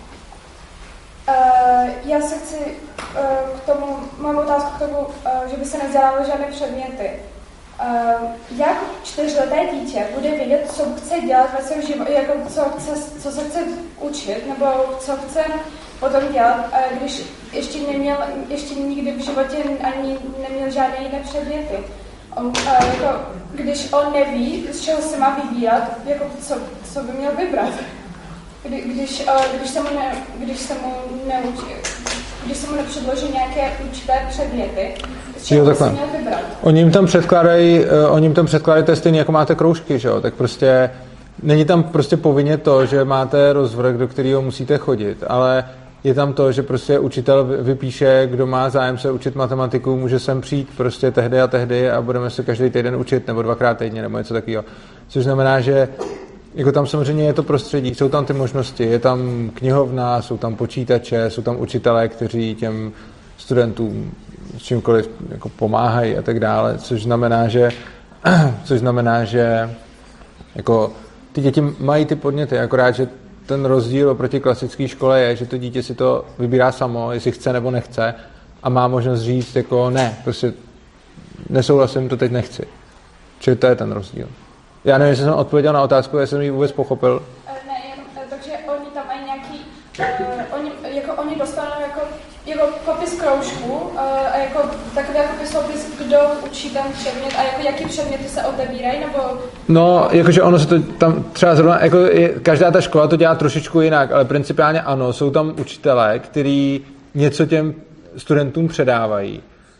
S2: uh, já se chci uh, k tomu, mám otázku k tomu, uh, že by se nevzdělávaly žádné předměty. Uh, jak čtyřleté dítě bude vědět, co chce dělat ve svém životě, jako co, chce, co se chce učit, nebo co chce potom dělat, uh, když ještě neměl, ještě nikdy v životě ani neměl žádné jiné předměty. On, uh, jako, když on neví, z čeho se má vybírat, jako co, co by měl vybrat. Kdy, když, uh, když, se mu ne, když se mu neučí, když se mu nepředloží nějaké určité předměty, z čeho by se měl vybrat.
S3: Oni jim tam předkládají, uh, oni jim tam předkládají, to je stejný, jako máte kroužky, že jo? Tak prostě není tam prostě povinně to, že máte rozvrh, do kterého musíte chodit, ale je tam to, že prostě učitel vypíše, kdo má zájem se učit matematiku, může sem přijít prostě tehdy a tehdy a budeme se každý týden učit, nebo dvakrát týdně, nebo něco takového. Což znamená, že jako tam samozřejmě je to prostředí, jsou tam ty možnosti, je tam knihovna, jsou tam počítače, jsou tam učitelé, kteří těm studentům s čímkoliv jako pomáhají a tak dále, což znamená, že což znamená, že jako ty děti mají ty podněty, akorát, že ten rozdíl oproti klasické škole je, že to dítě si to vybírá samo, jestli chce nebo nechce a má možnost říct jako ne, prostě nesouhlasím, to teď nechci. Čili to je ten rozdíl. Já nevím, jestli jsem odpověděl na otázku, jestli jsem ji vůbec pochopil.
S2: Ne, jenom, takže oni tam mají nějaký, uh, oni, jako oni dostanou jako, jako popis kroužku uh, a jako takový jako popis, kdo učí ten předmět a jako jaký předměty se otebírají, nebo...
S3: No, jakože ono se to tam třeba zrovna, jako je, každá ta škola to dělá trošičku jinak, ale principiálně ano, jsou tam učitelé, kteří něco těm studentům předávají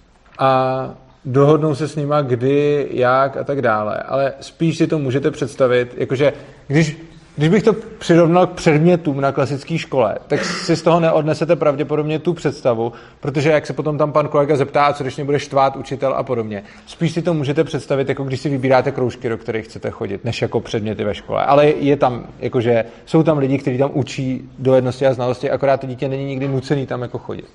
S3: a dohodnou se s nima kdy, jak a tak dále, ale spíš si to můžete představit, jakože když, když bych to přirovnal k předmětům na klasické škole, tak si z toho neodnesete pravděpodobně tu představu, protože jak se potom tam pan kolega zeptá, co když mě bude štvát učitel a podobně. Spíš si to můžete představit, jako když si vybíráte kroužky, do kterých chcete chodit, než jako předměty ve škole. Ale je tam, jakože jsou tam lidi, kteří tam učí dovednosti a znalosti, akorát to dítě není nikdy nucený tam jako chodit.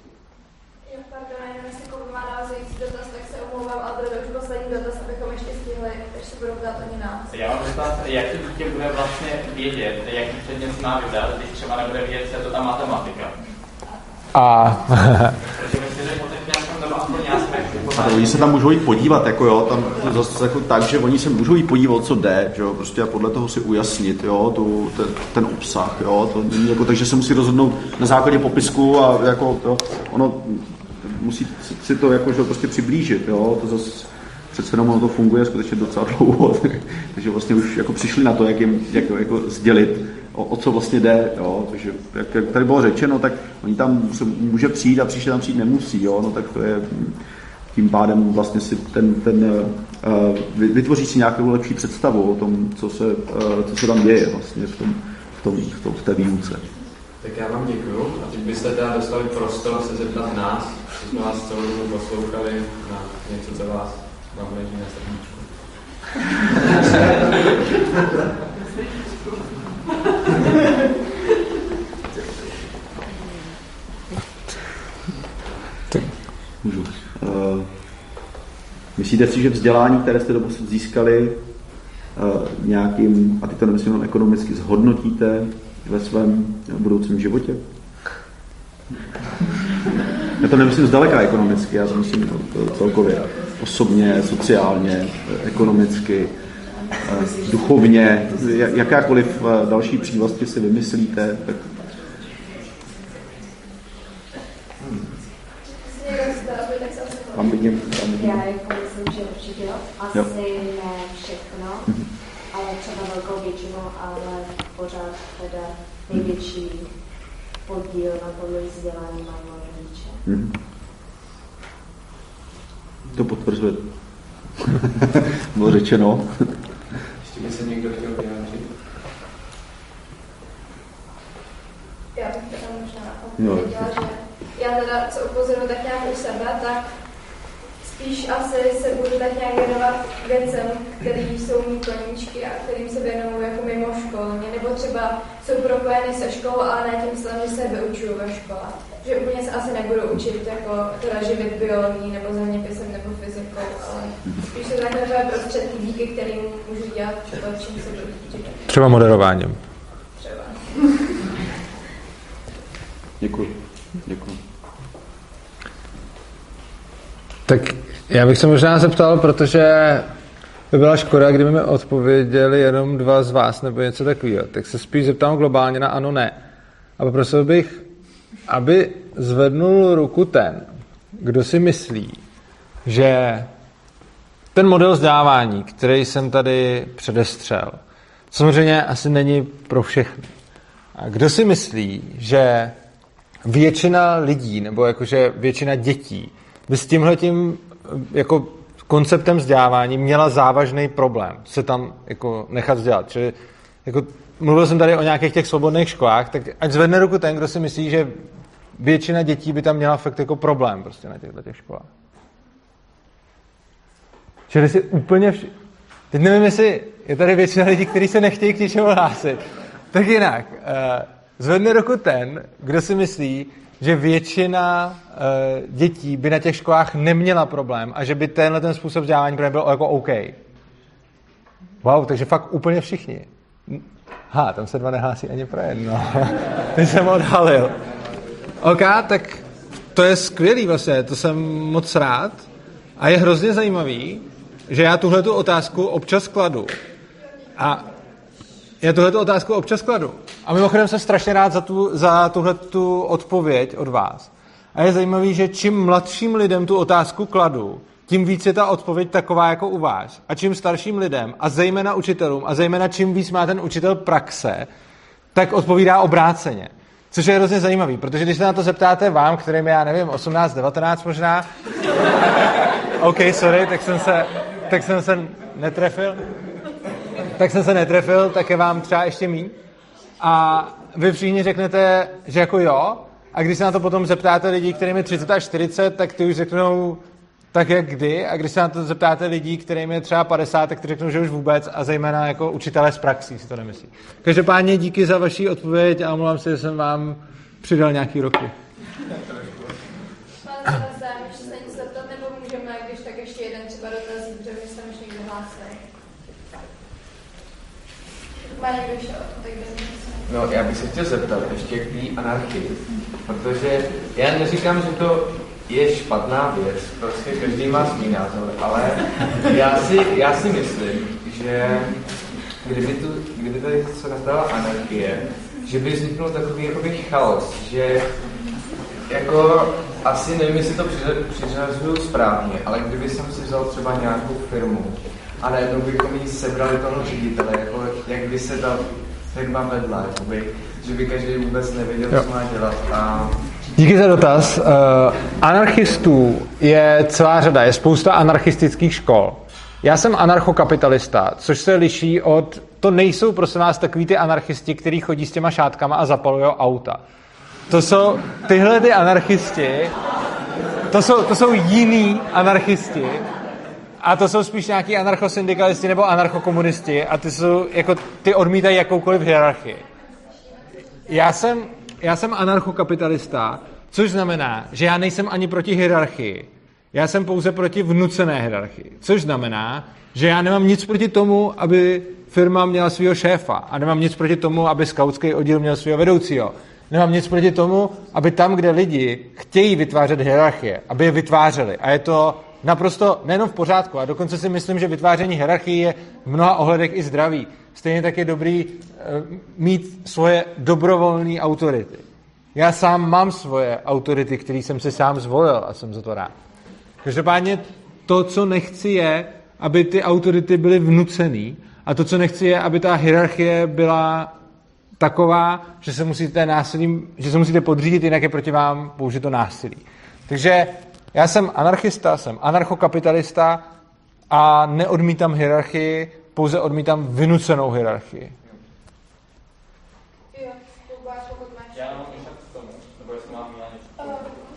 S13: Já mám zeptat, jak to dítě bude vlastně vědět, jaký předmět má vybrat, když třeba nebude vědět, co je to ta matematika.
S3: A...
S13: Protože myslím, že potom nějakou dobu aspoň já jsem
S4: a oni se tam můžou jít podívat, jako jo, tam zase jako tak, že oni se můžou jít podívat, co jde, že jo, prostě a podle toho si ujasnit, jo, tu, ten, ten obsah, jo, to není jako, takže se musí rozhodnout na základě popisku a jako, jo, ono musí si to jako, že prostě přiblížit, jo, to zase přece jenom ono to funguje skutečně docela dlouho, takže vlastně už jako přišli na to, jak jim jak, jako sdělit, o, o co vlastně jde, jo, takže jak, jak tady bylo řečeno, tak oni tam se může přijít a příště tam přijít nemusí, jo, no tak to je tím pádem vlastně si ten, ten uh, vytvoří si nějakou lepší představu o tom, co se, uh, co se tam děje vlastně v, tom, v, tom, v, tom, v té výuce.
S1: Tak já vám děkuju a teď byste teda dostali prostor se zeptat nás, že jsme vás celou dobu poslouchali na něco, co vás vám leží na srdíčku.
S4: Můžu. Uh, myslíte si, že vzdělání, které jste doposud získali uh, nějakým, a teď to nemyslím jenom ekonomicky, zhodnotíte ve svém budoucím životě? Já to nemyslím zdaleka ekonomicky, já to myslím celkově osobně, sociálně, ekonomicky, duchovně, jakákoliv další přívlastky si vymyslíte, tak Vám vidím, vám vidím.
S7: Já jako myslím, že určitě asi jo. Ne všechno, mm-hmm. ale třeba velkou většinu, ale pořád teda největší podíl na tomhle vzdělání mají rodiče.
S4: Hmm. To potvrzuje. Bylo řečeno.
S1: Ještě by se někdo chtěl vyjádřit?
S2: Já bych teda možná odpověděla, že já teda, co upozoruju tak nějak u sebe, tak spíš asi se budu tak nějak věnovat věcem, které jsou mý koníčky a kterým se věnuju jako mimo školně, nebo třeba jsou propojeny se školou, ale ne tím stylem, že se vyučuju ve škole. Že úplně se asi nebudu učit jako teda živit biologií nebo zeměpisem nebo fyzikou, ale spíš jsou takové prostředky, díky kterým můžu dělat to, čím se budu chtít.
S3: Třeba moderováním.
S2: Třeba.
S4: Děkuji. Děkuji.
S3: Tak já bych se možná zeptal, protože by byla škoda, kdyby mi odpověděli jenom dva z vás nebo něco takového. Tak se spíš zeptám globálně na ano, ne. A poprosil bych, aby zvednul ruku ten, kdo si myslí, že ten model vzdělávání, který jsem tady předestřel, samozřejmě asi není pro všechny. A kdo si myslí, že většina lidí, nebo jakože většina dětí by s tímhletím jako konceptem vzdělávání měla závažný problém se tam jako nechat vzdělat. Čili jako mluvil jsem tady o nějakých těch svobodných školách, tak ať zvedne ruku ten, kdo si myslí, že většina dětí by tam měla fakt jako problém prostě na těchto těch školách. Čili si úplně vši... Teď nevím, jestli je tady většina lidí, kteří se nechtějí k něčemu hlásit. Tak jinak, zvedne ruku ten, kdo si myslí, že většina uh, dětí by na těch školách neměla problém a že by tenhle ten způsob vzdělávání pro ně byl jako OK. Wow, takže fakt úplně všichni. Ha, tam se dva nehlásí ani pro jedno. Teď jsem odhalil. OK, tak to je skvělý vlastně, to jsem moc rád a je hrozně zajímavý, že já tuhletu otázku občas kladu. A já tuhletu otázku občas kladu. A mimochodem jsem strašně rád za, tu, za tuhletu odpověď od vás. A je zajímavý, že čím mladším lidem tu otázku kladu, tím víc je ta odpověď taková jako u vás. A čím starším lidem, a zejména učitelům, a zejména čím víc má ten učitel praxe, tak odpovídá obráceně. Což je hrozně zajímavý, protože když se na to zeptáte vám, kterým je, já nevím, osmnáct, devatenáct možná, OK, sorry, tak jsem se, tak jsem se netrefil, tak jsem se netrefil, tak je vám třeba ještě míň. A vy všichni řeknete, že jako jo, a když se na to potom zeptáte lidí, kterým je třicet až čtyřicet, tak ty už řeknou tak jak kdy, a když se na to zeptáte lidí, kterým je třeba padesát, tak ty řeknou, že už vůbec, a zejména jako učitelé z praxí si to nemyslí. Každopádně díky za vaši odpověď a omlouvám se, že jsem vám přidal nějaký roky.
S2: Pane Zem, ještě se něco zeptat, nebo můžeme, když tak ještě jeden třeba dotazí, protože my jsme už někdo hlásili. Má někdo ještě tak
S1: No, já bych se chtěl zeptat ještě k té anarchii, protože já neříkám, že to je špatná věc, prostě každý má svůj názor, ale já si, já si myslím, že kdyby, tu, kdyby tady se nastala anarchie, že by vzniknul takový jakoby chaos, že jako asi nevím, jestli to přiřazuju správně, ale kdyby jsem si vzal třeba nějakou firmu a najednou bychom jí sebrali toho ředitele, jako jak by se ta firma vedla, jakoby, že by každý vůbec nevěděl, jo. co má dělat. A...
S3: Díky za dotaz. Uh, anarchistů je celá řada, je spousta anarchistických škol. Já jsem anarchokapitalista, což se liší od... To nejsou, prosím vás, takový ty anarchisti, kteří chodí s těma šátkama a zapalujou auta. To jsou tyhle ty anarchisti, to jsou, to jsou jiný anarchisti a to jsou spíš nějaký anarchosyndikalisti nebo anarchokomunisti a ty jsou, jako, ty odmítají jakoukoliv hierarchii. Já jsem, já jsem anarchokapitalista, což znamená, že já nejsem ani proti hierarchii. Já jsem pouze proti vnucené hierarchii. Což znamená, že já nemám nic proti tomu, aby firma měla svého šéfa a nemám nic proti tomu, aby skautský oddíl měl svého vedoucího. Nemám nic proti tomu, aby tam, kde lidi chtějí vytvářet hierarchie, aby je vytvářeli. A je to naprosto nejenom v pořádku. A dokonce si myslím, že vytváření hierarchie je v mnoha ohledech i zdravý. Stejně tak je dobrý uh, mít svoje dobrovolné autority. Já sám mám svoje autority, které jsem si sám zvolil a jsem za to rád. Každopádně to, co nechci, je, aby ty autority byly vnucený a to, co nechci, je, aby ta hierarchie byla taková, že se musíte násilím, že se musíte podřídit, jinak je proti vám použito násilí. Takže já jsem anarchista, jsem anarchokapitalista a neodmítám hierarchii, pouze odmítám vynucenou hierarchii.
S13: Já mám něco k tomu, nebo jestli mám něco.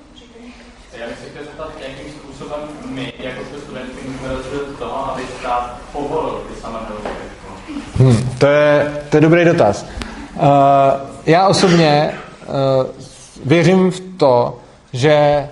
S13: Já bych se chtěl zeptat, jakým způsobem my, jako studenti, můžeme rozhodnout toho, aby stát povolil ty samohledové školy.
S3: Hmm, to, je, to je dobrý dotaz. Uh, já osobně uh, věřím v to, že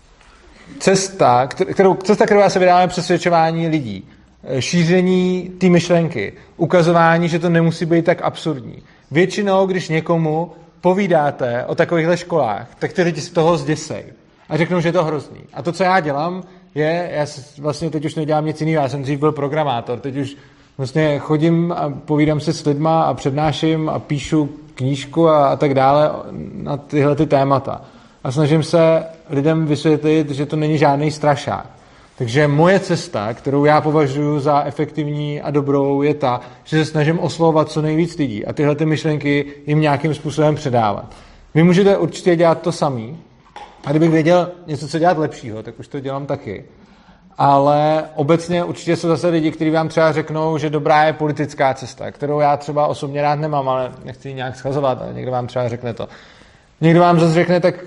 S3: cesta, kterou, cesta, kterou já se vydáváme, přesvědčování lidí, šíření té myšlenky, ukazování, že to nemusí být tak absurdní. Většinou, když někomu povídáte o takovýchhle školách, tak ty lidi z toho zděsej a řeknou, že je to hrozný. A to, co já dělám, je, já vlastně teď už nedělám nic jiného, já jsem dřív byl programátor, teď už vlastně chodím a povídám se s lidma a přednáším a píšu knížku a, a tak dále na tyhle ty témata. A snažím se lidem vysvětlit, že to není žádný strašák. Takže moje cesta, kterou já považuji za efektivní a dobrou, je ta, že se snažím oslovovat co nejvíc lidí a tyhle ty myšlenky jim nějakým způsobem předávat. Vy můžete určitě dělat to samý, a kdybych věděl něco, co dělat lepšího, tak už to dělám taky. Ale obecně určitě jsou zase lidi, kteří vám třeba řeknou, že dobrá je politická cesta, kterou já třeba osobně rád nemám, ale nechci ji nějak schazovat, ale někdo vám třeba řekne to. Někdo vám zase řekne, tak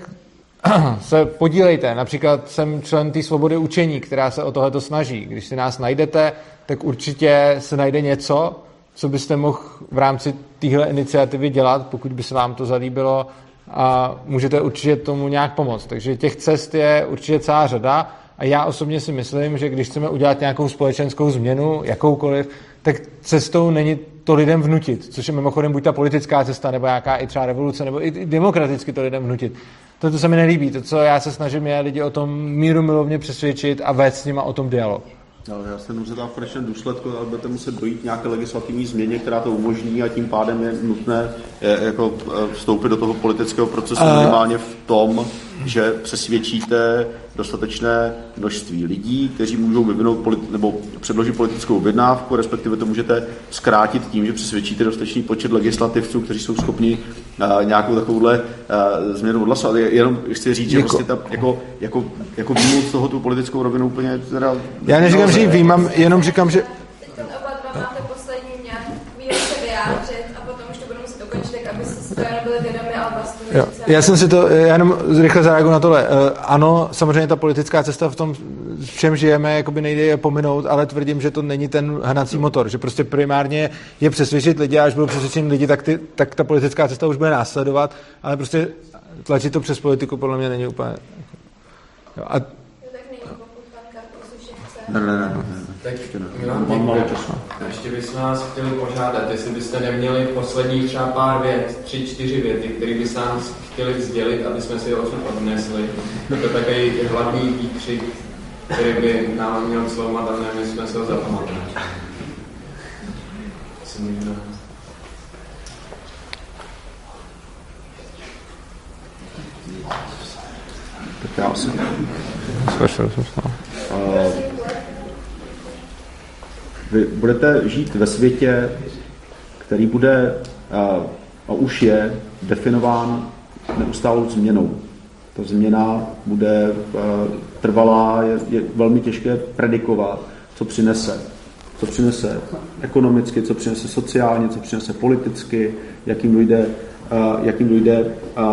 S3: se podílejte. Například jsem člen té svobody učení, která se o tohleto snaží. Když si nás najdete, tak určitě se najde něco, co byste mohl v rámci téhle iniciativy dělat, pokud by se vám to zalíbilo, a můžete určitě tomu nějak pomoct. Takže těch cest je určitě celá řada a já osobně si myslím, že když chceme udělat nějakou společenskou změnu, jakoukoliv, tak cestou není to lidem vnutit, což je mimochodem buď ta politická cesta, nebo nějaká i třeba revoluce, nebo i demokraticky to lidem vnutit. To, to se mi nelíbí. To, co já se snažím, je lidi o tom míru milovně přesvědčit a vést s nima o tom dialog.
S4: Ale já se může v konečném důsledku, ale budete muset dojít nějaké legislativní změně, která to umožní a tím pádem je nutné je, jako vstoupit do toho politického procesu minimálně v tom, že přesvědčíte dostatečné množství lidí, kteří můžou vyvinout politi- nebo předložit politickou objednávku, respektive to můžete zkrátit tím, že přesvědčíte dostatečný počet legislativců, kteří jsou schopni uh, nějakou takovouhle uh, změnu odhlasovat. Jenom chci říct, že
S3: Něko...
S4: prostě ta, jako, jako, jako výmout z toho tu politickou rovinu úplně teda...
S3: Já neříkám, že ji výjimám, jenom říkám, že...
S2: Teď oba dva máte poslední nějak výrok se vyjádřit a potom už to budu muset dokončit, tak aby si to jenom byli vědomi, ale vlastně...
S3: Jo. Já jsem si to, já jenom rychle zareaguju na tohle. Ano, samozřejmě ta politická cesta v tom, v čem žijeme, jakoby nejde je pominout, ale tvrdím, že to není ten hnací motor, že prostě primárně je přesvědčit lidi a až budou přesvědčení lidi, tak, ty, tak ta politická cesta už bude následovat, ale prostě tlačit to přes politiku podle mě není úplně... Jo. A...
S4: Ne, ne, ne.
S1: Tak Milan, ještě bychom vás chtěli požádat, jestli byste neměli posledních třeba pár vět, tři, čtyři věty, které by se nám chtěli sdělit, aby jsme si je osud odnesli. To je takový hlavní výkřik, který by nám měl sloumat a my jsme se ho zapamatovali.
S4: Tak já jsem...
S3: Zkašel jsem se.
S4: Vy budete žít ve světě, který bude a už je definován neustálou změnou. Ta změna bude trvalá, je, je velmi těžké predikovat, co přinese. Co přinese ekonomicky, co přinese sociálně, co přinese politicky, jakým dojde, jakým dojde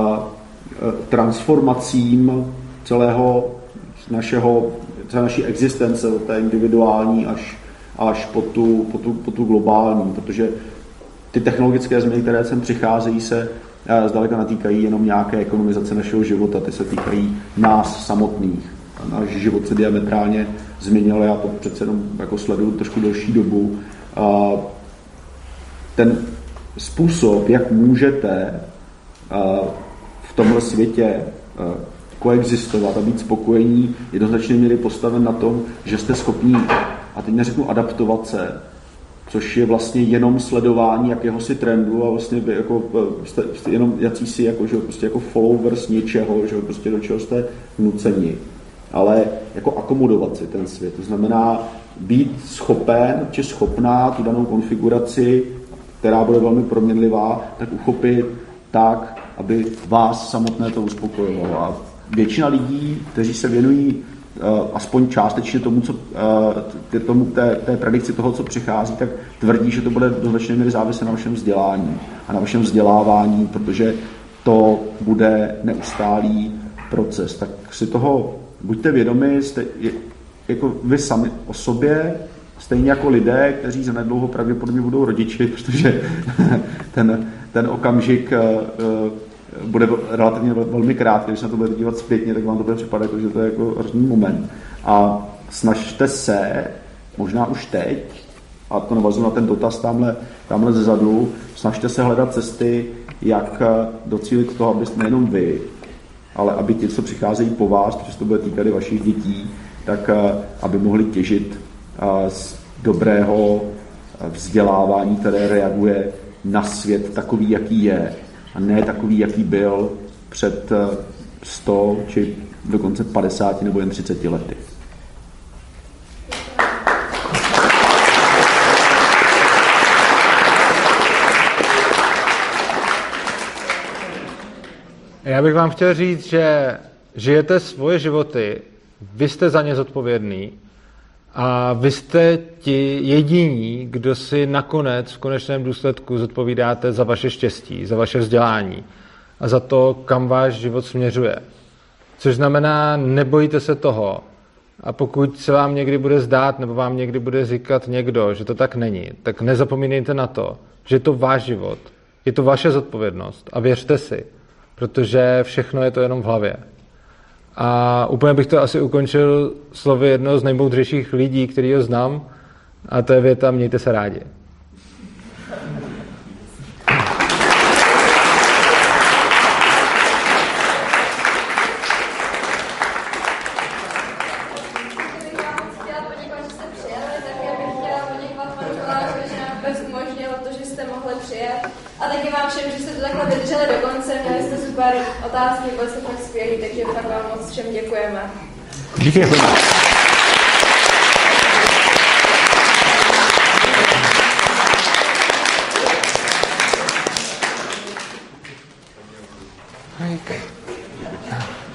S4: transformacím celého našeho, celé naší existence, od té individuální až až po tu, po, tu, po tu globální, protože ty technologické změny, které sem přicházejí, se zdaleka netýkají jenom nějaké ekonomizace našeho života, ty se týkají nás samotných. Náš život se diametrálně změnil, já to přece jenom jako sleduju trošku delší dobu. A ten způsob, jak můžete v tomhle světě koexistovat a být spokojení, jednoznačně měli postaven na tom, že jste schopní, a teď neřeknu adaptovat se, což je vlastně jenom sledování jakéhosi trendu a vlastně vy jako, jste, jste jenom jacísi jako, že prostě jako followers něčeho, že prostě do čeho jste vnuceni. Ale jako akomodovat si ten svět, to znamená být schopen či schopná tu danou konfiguraci která bude velmi proměnlivá, tak uchopit tak, aby vás samotné to uspokojilo. A většina lidí, kteří se věnují uh, aspoň částečně tomu, co, uh, tomu té, té predikci toho, co přichází, tak tvrdí, že to bude do značné míry záviset na vašem vzdělání a na vašem vzdělávání, protože to bude neustálý proces. Tak si toho buďte vědomi, jste, jako vy sami o sobě, stejně jako lidé, kteří zanedlouho pravděpodobně budou rodiči, protože ten, ten okamžik uh, bude relativně velmi krátký, když se na to budete dívat zpětně, tak vám to bude připadat, že to je jako hrozný moment. A snažte se, možná už teď, a to navazuji na ten dotaz tamhle, tamhle zezadu, snažte se hledat cesty, jak docílit toho, abyste nejenom vy, ale aby ti, co přicházejí po vás, protože to bude týkat i vašich dětí, tak aby mohli těžit z dobrého vzdělávání, které reaguje na svět takový, jaký je, a ne takový, jaký byl před sto či dokonce padesáti nebo jen třiceti lety.
S3: Já bych vám chtěl říct, že žijete svoje životy, vy jste za ně zodpovědný a vy jste ti jediní, kdo si nakonec v konečném důsledku zodpovídáte za vaše štěstí, za vaše vzdělání a za to, kam váš život směřuje. Což znamená, nebojte se toho. A pokud se vám někdy bude zdát nebo vám někdy bude říkat někdo, že to tak není, tak nezapomínejte na to, že je to váš život, je to vaše zodpovědnost a věřte si, protože všechno je to jenom v hlavě. A úplně bych to asi ukončil slovy jednoho z nejmoudřejších lidí, který ho znám, a to je věta: mějte se rádi.
S2: Otázky, byly jste fakt skvělý, takže fakt vám moc všem děkujeme.
S3: Díky. Hej.